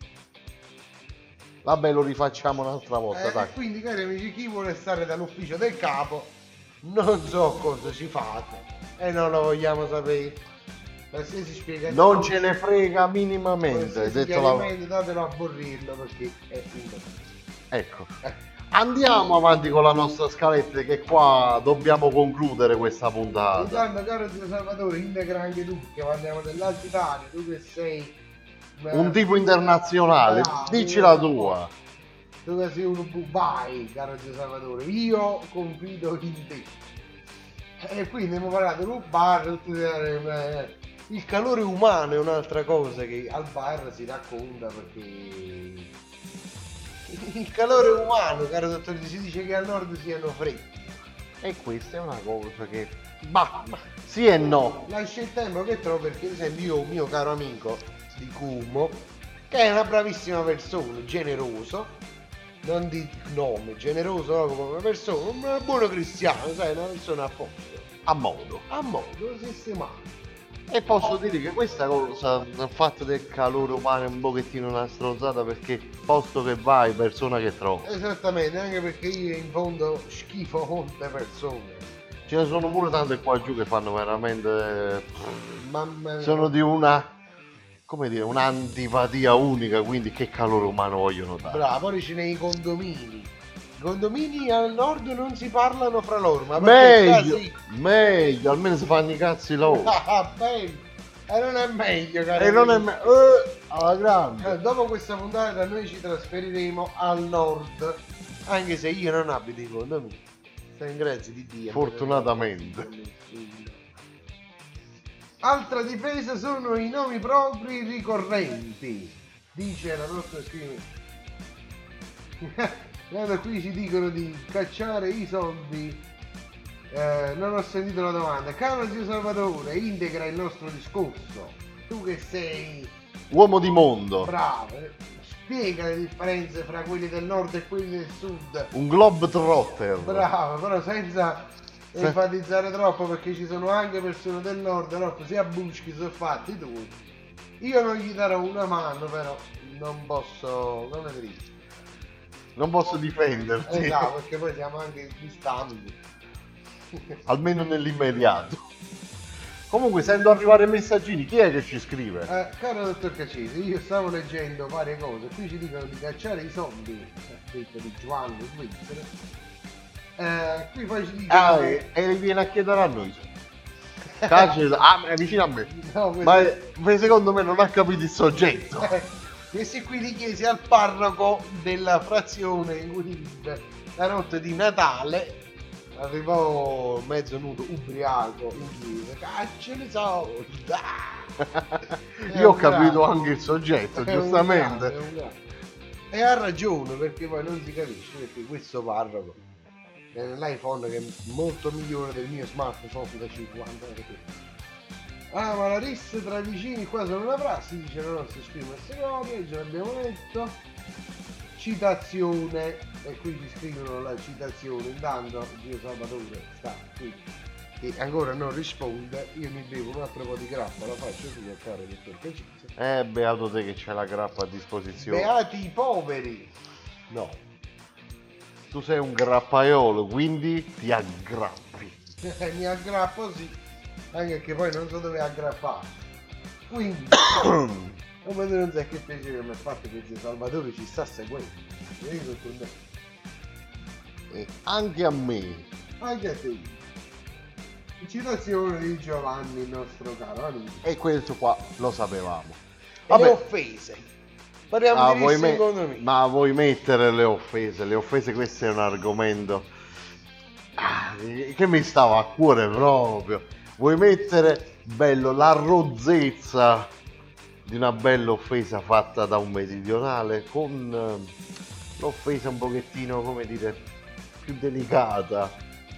Speaker 7: Vabbè, lo rifacciamo un'altra volta, dai.
Speaker 8: Quindi, cari amici, chi vuole stare dall'ufficio del capo, non so cosa ci fate e non lo vogliamo sapere. Qualsiasi spiegazione,
Speaker 7: Non ce ne frega minimamente, hai detto
Speaker 8: datelo a Borrillo perché è finito.
Speaker 7: Ecco. Andiamo avanti con la nostra scaletta, che qua dobbiamo concludere questa puntata.
Speaker 8: Intanto, caro Zio Salvatore, integra anche tu che parliamo dell'Alta Italia, tu che sei
Speaker 7: Un tipo internazionale, dici la tua.
Speaker 8: Tu che sei uno bubai, caro Zio Salvatore, io confido in te. E quindi abbiamo parlato del bar, il calore umano è un'altra cosa che al bar si racconta, perché il calore umano, caro dottore, si dice che al nord siano freddi.
Speaker 7: E questa è una cosa che... Bah, sì e no.
Speaker 8: Lascia il tempo che trovo, perché ad esempio io ho un mio caro amico di Cumo, che è una bravissima persona, generoso, non di nome, generoso proprio come persona, un buono cristiano, sai, una persona a posto.
Speaker 7: A modo.
Speaker 8: Sistemato.
Speaker 7: E posso dire che questa cosa, il fatto del calore umano è un pochettino una stronzata, perché posto che vai, persona che trovi.
Speaker 8: Esattamente, anche perché io in fondo schifo molte persone.
Speaker 7: Ce ne sono pure tante qua giù che fanno veramente...
Speaker 8: Mamma mia.
Speaker 7: Sono di una... come dire, un'antipatia unica, quindi che calore umano vogliono dare.
Speaker 8: Bravo, poi ce n'è i condomini. I condomini al nord non si parlano fra loro, ma
Speaker 7: meglio, almeno si fanno i cazzi loro.
Speaker 8: Bello. E non è meglio, caro.
Speaker 7: E non è meglio, alla grande.
Speaker 8: Dopo questa puntata noi ci trasferiremo al nord, anche se io non abito in condominio. Sei in grazia di Dio.
Speaker 7: Fortunatamente.
Speaker 8: Altra difesa sono i nomi propri ricorrenti, dice la nostra scritta. Guarda, qui ci dicono di cacciare i soldi. Non ho sentito la domanda. Caro Zio Salvatore, integra il nostro discorso. Tu che sei
Speaker 7: uomo di mondo,
Speaker 8: bravo, spiega le differenze fra quelli del nord e quelli del sud.
Speaker 7: Un globetrotter.
Speaker 8: Bravo, però senza enfatizzare troppo, perché ci sono anche persone del nord, troppo sia buschi sono fatti tu. Io non gli darò una mano, però non posso, come si dice?
Speaker 7: Non posso difenderti.
Speaker 8: Esatto, perché poi siamo anche distanti.
Speaker 7: Almeno nell'immediato. Comunque, sento arrivare messaggini, chi è che ci scrive?
Speaker 8: Caro dottor Caccese, io stavo leggendo varie cose, qui ci dicono di cacciare i zombie, detto di Giovanni Svizzera. Qui poi ci dicono
Speaker 7: e viene a chiedere a noi. Caccia, è vicino a me.
Speaker 8: No,
Speaker 7: ma secondo me non ha capito il soggetto.
Speaker 8: Questi qui li chiesi al parroco della frazione in cui vive. La notte di Natale arrivò mezzo nudo, ubriaco in chiesa. Caccia i soldi.
Speaker 7: Io ho capito anche il soggetto, giustamente.
Speaker 8: E ha ragione, perché poi non si capisce, perché questo parroco è l'iPhone che è molto migliore del mio smartphone da 50 euro. Ah, ma la rissa tra i vicini qua sono una frase, dice la nostra scrive seconda, ce l'abbiamo letto. Citazione, e qui ci scrivono la citazione, intanto Dio Salvatore sta qui e ancora non risponde, io mi bevo un altro po' di grappa, la faccio io, caro dottor Cacizza.
Speaker 7: Beato te che c'è la grappa a disposizione.
Speaker 8: Beati i poveri!
Speaker 7: No. Tu sei un grappaiolo, quindi ti aggrappi.
Speaker 8: Mi aggrappo sì, anche che poi non so dove aggrappare. Quindi, come tu non sai che piacere mi ha fatto che Zio Salvatore ci sta seguendo. Io sono contento.
Speaker 7: E anche a me.
Speaker 8: Anche a te. Citazione di Giovanni, il nostro caro amico.
Speaker 7: E questo qua lo sapevamo.
Speaker 8: Le offese. Parliamo di risse secondo me.
Speaker 7: Ma vuoi mettere le offese? Le offese, questo è un argomento che mi stava a cuore proprio. Vuoi mettere, bello, la rozzezza di una bella offesa fatta da un meridionale con l'offesa un pochettino, come dire, più delicata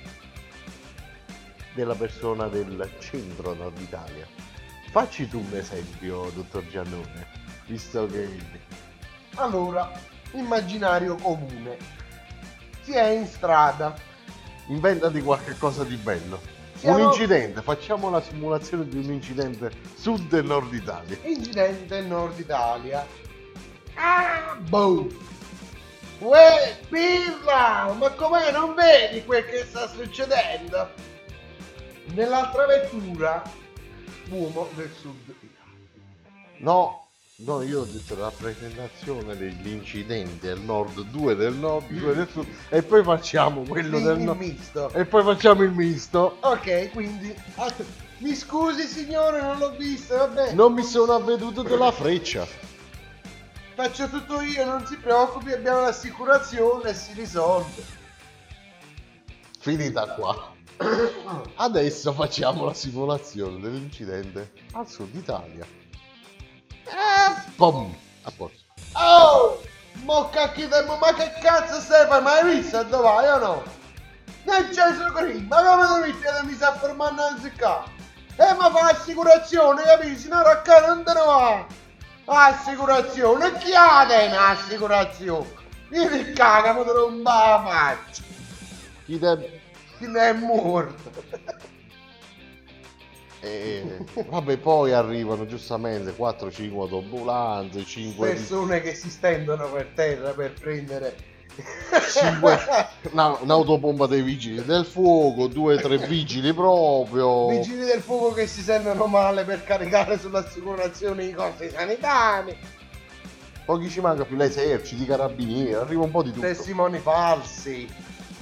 Speaker 7: della persona del centro nord Italia. Facci tu un esempio, dottor Giannone, visto che...
Speaker 8: Allora, immaginario comune. Si è in strada.
Speaker 7: Inventati qualche cosa di bello.
Speaker 8: Siamo...
Speaker 7: Un incidente, facciamo la simulazione di un incidente sud e nord Italia.
Speaker 8: Incidente nord Italia. Ah, boh! Uè, pirla! Ma com'è, non vedi quel che sta succedendo? Nell'altra vettura, uomo del sud Italia.
Speaker 7: No, io ho detto la presentazione degli incidenti al nord, 2 del nord, 2 del sud, e poi facciamo quello del nord.
Speaker 8: Misto.
Speaker 7: E poi facciamo il misto.
Speaker 8: Ok, quindi... mi scusi signore, non l'ho visto, va bene.
Speaker 7: Non mi sono avveduto della freccia.
Speaker 8: Faccio tutto io, non si preoccupi, abbiamo l'assicurazione e si risolve.
Speaker 7: Finita qua. Adesso facciamo la simulazione dell'incidente al sud Italia. Pom! A posto.
Speaker 8: Oh! Ma che cazzo stai? Ma hai visto dove vai o no? Non c'è su qui, ma come tu mi sta fermando anziché? Ma fa assicurazione, capisci? No, racca non te ne va! Assicurazione, chi ha un'assicurazione? Io ti caga, ma te non va la faccia! Chi ne è morto?
Speaker 7: Vabbè, poi arrivano giustamente 4-5 autoambulanze, 5
Speaker 8: persone che si stendono per terra per prendere
Speaker 7: 5 un'autopompa dei vigili del fuoco, 2-3 vigili proprio,
Speaker 8: vigili del fuoco che si sentono male per caricare sull'assicurazione i costi sanitari,
Speaker 7: poi chi ci manca più, l'esercito, i carabinieri, arriva un po' di tutto,
Speaker 8: testimoni falsi,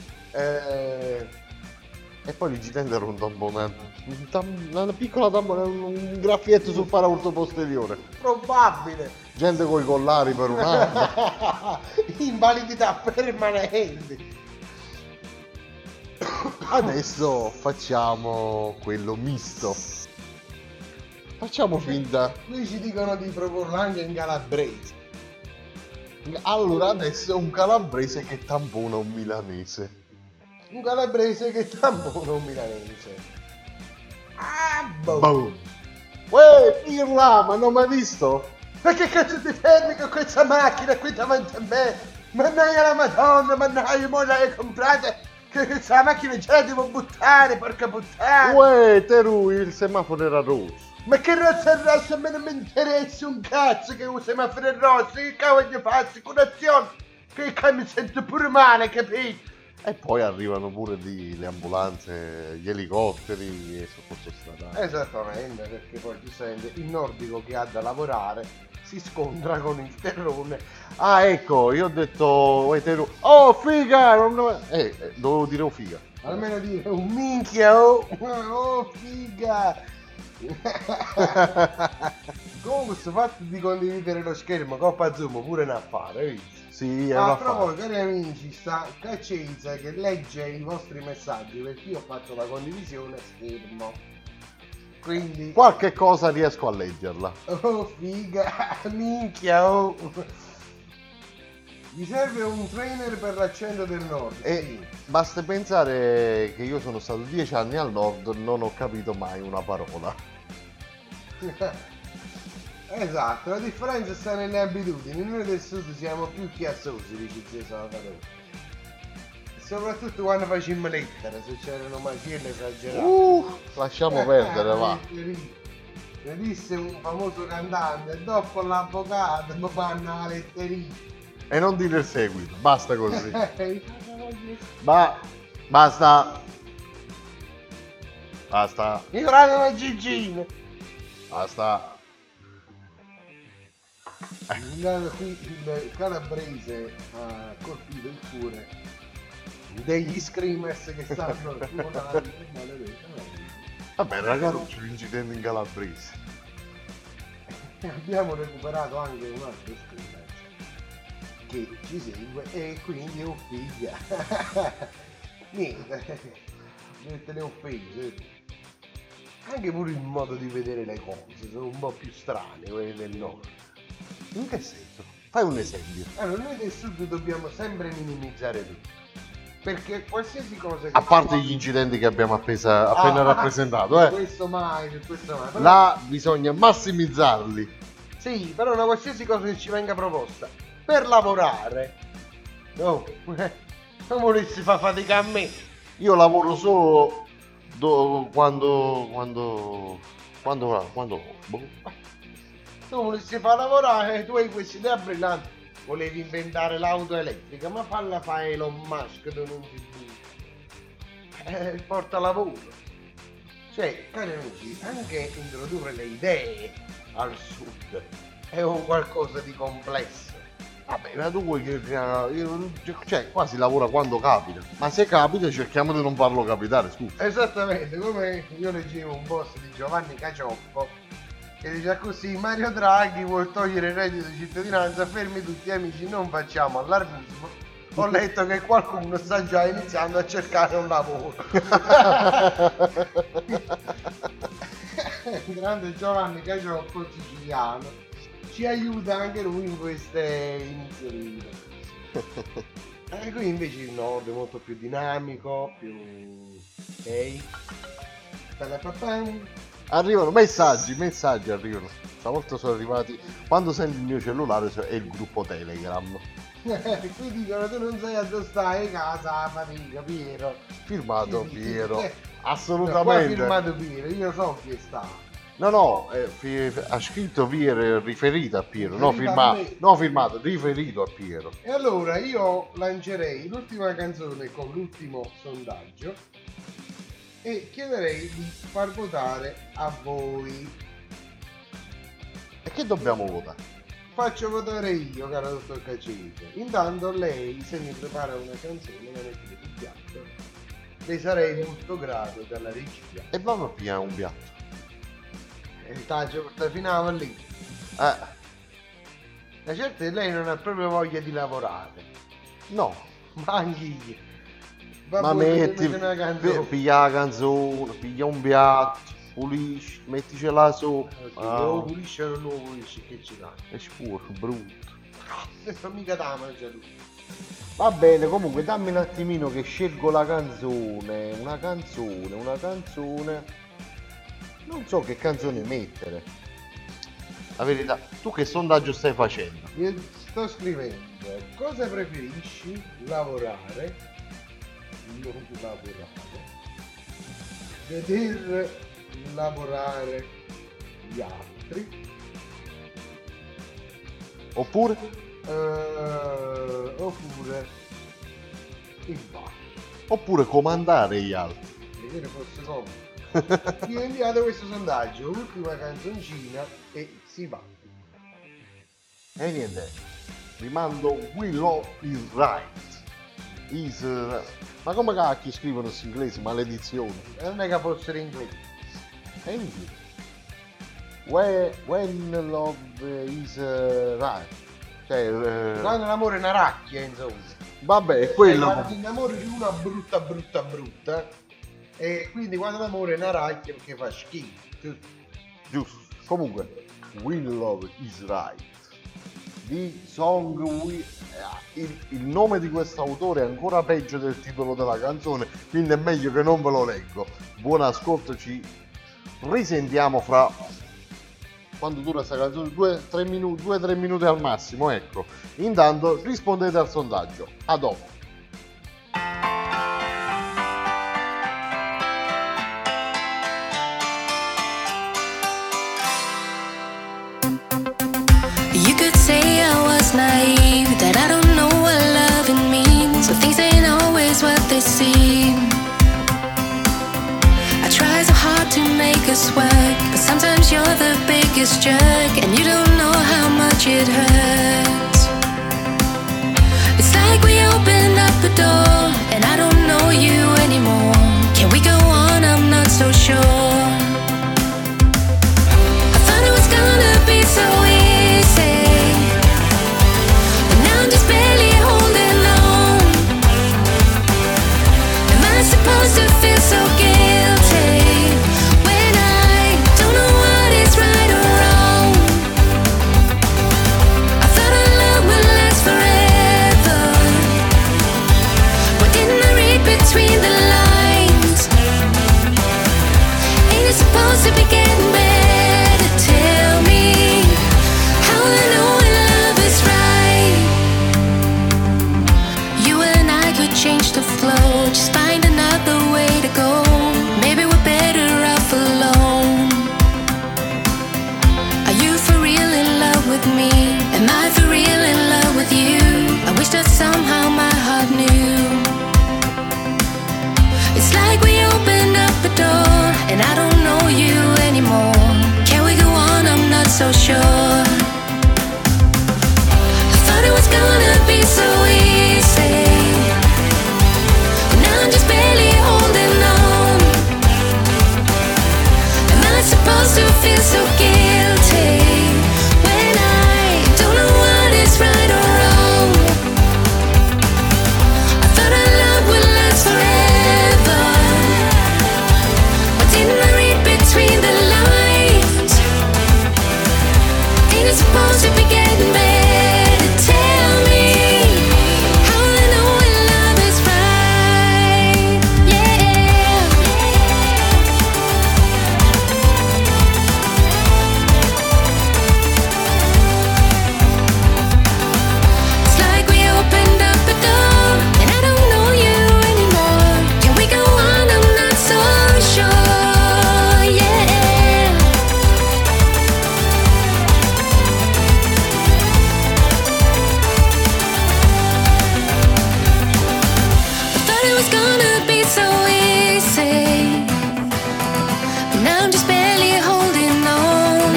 Speaker 7: e poi l'incidente era un tamponante, una piccola tampone, un graffietto sul paraurto posteriore.
Speaker 8: Probabile.
Speaker 7: Gente coi collari per un anno.
Speaker 8: Invalidità permanenti.
Speaker 7: Adesso facciamo quello misto. Facciamo finta.
Speaker 8: Qui ci dicono di proporlo anche in calabrese.
Speaker 7: Allora adesso è un calabrese che tampona un milanese.
Speaker 8: Un calabrese che tampona un milanese. Ah,
Speaker 7: boom. Uè, pirla, ma non mi hai visto?
Speaker 8: Ma che cazzo ti fermi con questa macchina qui davanti a me? Mannaia la madonna, mannaia, mo l'hai comprata, che questa macchina già la devo buttare, porca puttana.
Speaker 7: Uè, Teru, il semaforo era rosso.
Speaker 8: Ma che rosso è rosso? A me non mi interessa un cazzo che un semaforo è rosso, che cavolo fa assicurazione? Che mi sento pure male, capito?
Speaker 7: E poi arrivano pure le ambulanze, gli elicotteri e soccorso stradale.
Speaker 8: Esattamente, perché poi giustamente il nordico che ha da lavorare si scontra con il terrone.
Speaker 7: Ah, ecco, io ho detto oh figa, dovevo dire oh figa.
Speaker 8: Almeno dire un minchia, oh figa. Comunque questo fatto di condividere lo schermo Coppa Zoom pure un affare, visto?
Speaker 7: Sì,
Speaker 8: a proposito, cari amici, sta Caccenza che legge i vostri messaggi perché io ho fatto la condivisione schermo. Quindi
Speaker 7: qualche cosa riesco a leggerla.
Speaker 8: Oh figa, minchia, oh. Mi serve un trainer per l'accento del nord.
Speaker 7: Sì. Basta pensare che io sono stato 10 anni al nord, non ho capito mai una parola.
Speaker 8: Esatto, la differenza sta nelle abitudini. Noi del sud siamo più chiassosi, dice zio Salvatore. Soprattutto quando facciamo lettere, se c'erano magie esagerate.
Speaker 7: Lasciamo perdere, va.
Speaker 8: Ne disse un famoso cantante, dopo l'avvocato mi fanno la letterina.
Speaker 7: E non dire il seguito, basta così. Basta.
Speaker 8: Mi prendo una gigina.
Speaker 7: Basta.
Speaker 8: Qui il calabrese ha colpito il cuore degli screamers che stanno suonando.
Speaker 7: Vabbè ragazzi, c'è l'incidente in Calabrese.
Speaker 8: Abbiamo recuperato anche un altro screamer che ci segue e quindi ho figlia. Niente, te ne ho offese. Anche pure il modo di vedere le cose sono un po' più strane quelli del nord.
Speaker 7: In che senso? Fai un esempio.
Speaker 8: Allora, noi del sud dobbiamo sempre minimizzare tutto. Perché qualsiasi cosa che
Speaker 7: A parte gli incidenti che abbiamo appena rappresentato,
Speaker 8: questo mai. Però...
Speaker 7: Là bisogna massimizzarli.
Speaker 8: Sì, però una qualsiasi cosa che ci venga proposta per lavorare. No, non volessi far fatica a me.
Speaker 7: Io lavoro solo quando
Speaker 8: Tu volessi far lavorare, tu hai questa idea brillante, volevi inventare l'auto elettrica, ma falla fare Elon Musk, tu non ti butti. Porta lavoro. Cioè, cari amici, anche introdurre le idee al sud è un qualcosa di complesso.
Speaker 7: Vabbè, ma tu vuoi che cioè qua si lavora quando capita, ma se capita cerchiamo di non farlo capitare, scusa.
Speaker 8: Esattamente, come io leggevo un post di Giovanni Cacioppo che dice così: Mario Draghi vuol togliere il reddito di cittadinanza, fermi tutti amici, non facciamo allarmismo, ho letto che qualcuno sta già iniziando a cercare un lavoro. Grande Giovanni Cacioppo siciliano ci aiuta anche lui in queste iniziative. Qui invece il nord è molto più dinamico, più ok.
Speaker 7: Arrivano messaggi arrivano. Stavolta sono arrivati. Quando senti il mio cellulare è il gruppo Telegram.
Speaker 8: Qui dicono tu non sai a dove stai, casa fatica, Piero.
Speaker 7: Firmato
Speaker 8: Sì,
Speaker 7: Piero.
Speaker 8: Qua
Speaker 7: Assolutamente.
Speaker 8: firmato Piero, io so chi sta.
Speaker 7: No, ha scritto Piero, riferito a Piero, firmato, riferito a Piero.
Speaker 8: E allora io lancerei l'ultima canzone con l'ultimo sondaggio e chiederei di far votare a voi.
Speaker 7: E che dobbiamo votare?
Speaker 8: Faccio votare io, caro dottor Cacete. Intanto lei, se mi prepara una canzone, la mettete sul piatto, le sarei molto grato dalla regia.
Speaker 7: E vamo a pigliare un piatto.
Speaker 8: Il taglio finava lì. La certa è che lei non ha proprio voglia di lavorare.
Speaker 7: No,
Speaker 8: ma anche io.
Speaker 7: Ma metti, piglia la canzone, piglia un piatto, pulisci, metticela sopra.
Speaker 8: Lo pulisci o non lo pulisci, che ci dà?
Speaker 7: È sporco, brutto.
Speaker 8: Non mica da mangiare tu.
Speaker 7: Va bene, comunque dammi un attimino che scelgo la canzone. Una canzone. Non so che canzone mettere. La verità, tu che sondaggio stai facendo?
Speaker 8: Io sto scrivendo, cosa preferisci? Lavorare? Non lavorare. Veder lavorare gli altri?
Speaker 7: Oppure
Speaker 8: il bar.
Speaker 7: Oppure comandare gli altri.
Speaker 8: Vedere fosse comodo. Ti ho inviato questo sondaggio, ultima canzoncina e si va.
Speaker 7: E niente, vi mando We Love Is Right. Ma come cacchio scrivono in inglese? Maledizione.
Speaker 8: Non è che fossero in inglese.
Speaker 7: È in inglese. When love is right. Cioè,
Speaker 8: quando l'amore è una racchia, insomma.
Speaker 7: Vabbè, è quello.
Speaker 8: Quando l'amore di una brutta. E quindi quando l'amore è una racchia perché fa schifo.
Speaker 7: Giusto. Comunque, When Love Is Right. Di Song il nome di questo autore è ancora peggio del titolo della canzone, quindi è meglio che non ve lo leggo. Buon ascolto, ci risentiamo fra quando dura questa canzone, 2-3 minuti al massimo, ecco. Intanto rispondete al sondaggio. A dopo.
Speaker 11: You could say I was naive, that I don't know what loving means, so things ain't always what they seem. I try so hard to make us work, but sometimes you're the biggest jerk, and you don't know how much it hurts. It's like we opened up a door, and I don't know you anymore. Can we go on? I'm not so sure. I thought it was gonna be so easy, but now I'm just barely holding on. Am I supposed to feel so guilty when I don't know what is right or wrong? I thought our love would last forever. Why didn't I read between the lines? Ain't it supposed to be getting better? Tell me how I know when love is right. You and I could change the flow, just find another way to go. Maybe we're better off alone. Are you for real in love with me? Am I for real in love with you? I wish that somehow my heart knew. It's like we opened up a door, and I don't know you anymore. Can we go on? I'm not so sure. I thought it was gonna be so easy, but now I'm just barely holding on. Am I supposed to feel so guilty when I don't know what is right or wrong? I thought our love would last forever. Why didn't I read between the lines? Ain't it supposed to be getting better? Tell me how I know when love is right. Yeah. It's like we opened up a door, and I don't know you anymore. Can we go on? I'm not so sure. Yeah. I thought it was gonna be so easy, but now I'm just barely holding on.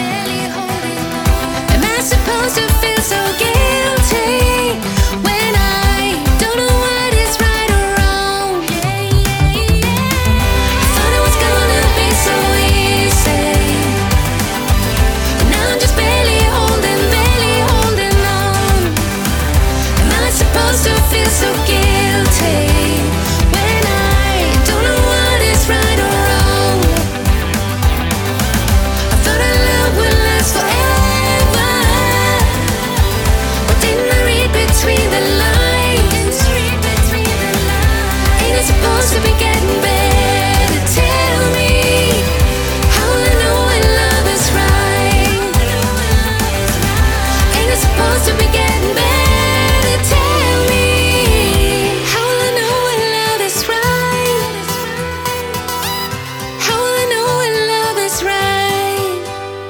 Speaker 11: Am I supposed to feel so guilty when I don't know what is right or wrong? I thought it was gonna be so easy, but now I'm just barely holding on. Am I supposed to feel so guilty when I don't know what is right or wrong? I thought our love would last forever. Why didn't I read between the lines? Ain't it supposed to be getting better? Tell me how I know when love is right. Ain't it supposed to be getting better? Tell me how I know when love is right. How I know when love is right.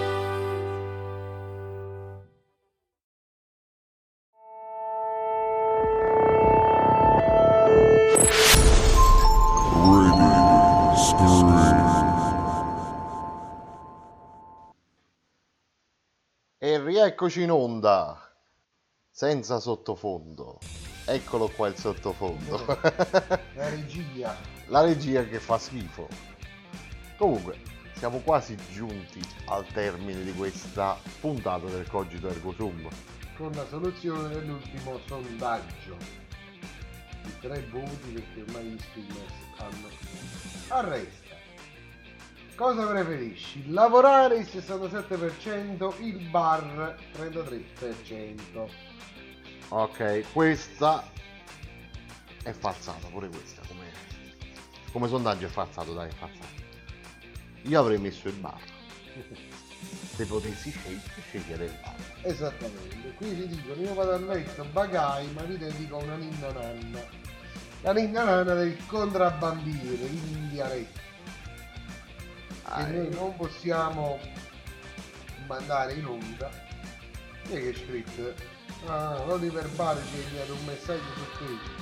Speaker 7: E rieccoci in onda, senza sottofondo. Eccolo qua il sottofondo.
Speaker 8: La regia.
Speaker 7: La regia che fa schifo. Comunque, siamo quasi giunti al termine di questa puntata del Cogito Ergo Sum.
Speaker 8: Con la soluzione dell'ultimo sondaggio. I 3 voti perché ormai gli streamers hanno arresta. Cosa preferisci? Lavorare il 67%, il bar 33%.
Speaker 7: Ok, questa è falsata, pure questa come sondaggio è falsato, dai, è falsato. Io avrei messo il bar. se potessi scegliere il padre.
Speaker 8: Esattamente, qui si dicono io vado a letto bagai, ma vi dedico una ninna nanna. La ninna nanna del contrabbandiere in dialetto. Che noi non possiamo mandare in onda. Chi è che è scritto? Oliver Bari ci ha inviato un messaggio su Facebook.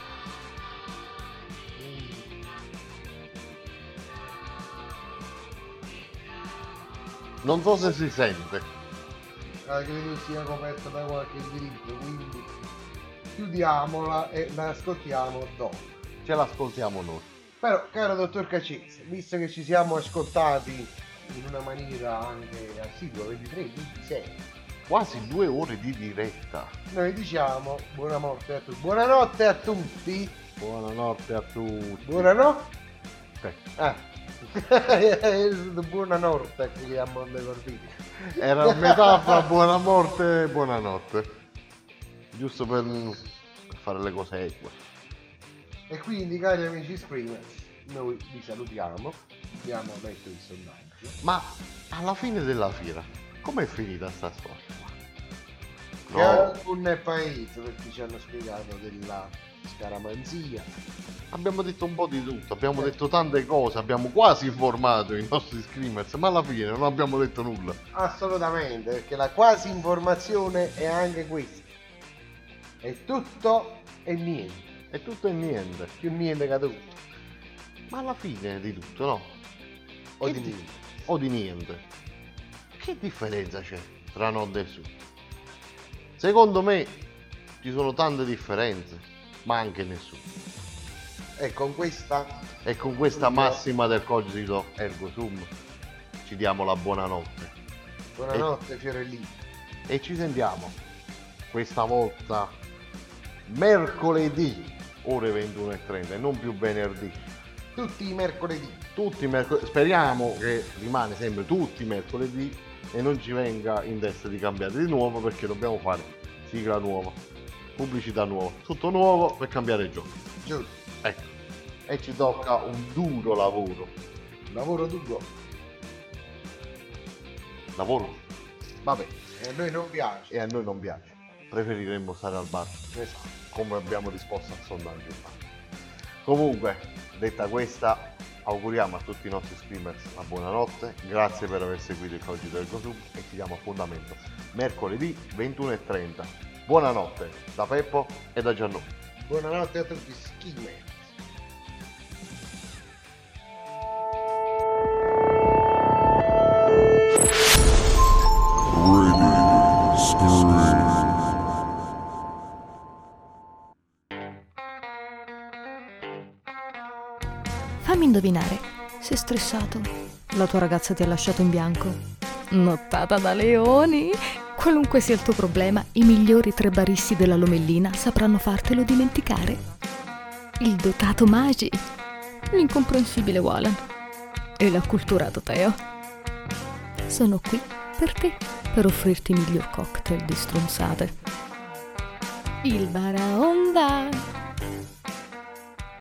Speaker 7: Non so se si sente.
Speaker 8: Credo sia coperta da qualche diritto, quindi chiudiamola e la ascoltiamo dopo.
Speaker 7: Ce l'ascoltiamo noi.
Speaker 8: Però, caro dottor Cacese, visto che ci siamo ascoltati in una maniera anche assidua, 23-26,
Speaker 7: quasi 2 ore di diretta,
Speaker 8: noi diciamo buonanotte a tutti. Buonanotte a tutti.
Speaker 7: Buonanotte a tutti.
Speaker 8: Buonanotte. Buonanotte che chiamo le partite.
Speaker 7: Era metafora buona morte e buonanotte. Giusto per fare le cose eque.
Speaker 8: E quindi, cari amici Screamers, noi vi salutiamo. Abbiamo letto il sondaggio.
Speaker 7: Ma alla fine della fiera, com'è finita sta storia?
Speaker 8: Che alcun è paese, perché ci hanno spiegato della scaramanzia.
Speaker 7: Abbiamo detto un po' di tutto, abbiamo detto tante cose, abbiamo quasi informato i nostri Screamers, ma alla fine non abbiamo detto nulla.
Speaker 8: Assolutamente, perché la quasi informazione è anche questa. È tutto e niente.
Speaker 7: È tutto e niente.
Speaker 8: Più niente che tutto.
Speaker 7: Ma alla fine di tutto, no?
Speaker 8: O di niente.
Speaker 7: O di niente. Che differenza c'è tra nord e sud? Secondo me ci sono tante differenze, ma anche nessuno.
Speaker 8: E con questa
Speaker 7: massima del cogito ergo sum ci diamo la buonanotte.
Speaker 8: Buonanotte Fiorellino.
Speaker 7: E ci sentiamo questa volta mercoledì ore 21:30 e non più venerdì.
Speaker 8: Tutti i mercoledì.
Speaker 7: Speriamo che rimane sempre tutti i mercoledì e non ci venga in testa di cambiare di nuovo, perché dobbiamo fare sigla nuova, pubblicità nuova, tutto nuovo per cambiare il gioco.
Speaker 8: Giusto.
Speaker 7: Ecco. E ci tocca un duro lavoro.
Speaker 8: Lavoro duro.
Speaker 7: Lavoro.
Speaker 8: Vabbè, e a noi non piace.
Speaker 7: E a noi non piace. Preferiremmo stare al bar.
Speaker 8: Esatto.
Speaker 7: Come abbiamo risposto al sondaggio. Comunque, detta questa, auguriamo a tutti i nostri Screamers una buonanotte. Grazie per aver seguito il cogito del Gosub e ci diamo appuntamento mercoledì 21:30. Buonanotte da Peppo e da Gianlu.
Speaker 8: Buonanotte a tutti Screamers.
Speaker 3: Fammi indovinare, sei stressato? La tua ragazza ti ha lasciato in bianco? Nottata da leoni? Qualunque sia il tuo problema, i migliori 3 baristi della Lomellina sapranno fartelo dimenticare. Il dotato Magi, l'incomprensibile Walan e l'acculturato Teo sono qui per te, per offrirti i miglior cocktail di stronzate. Il Baraonda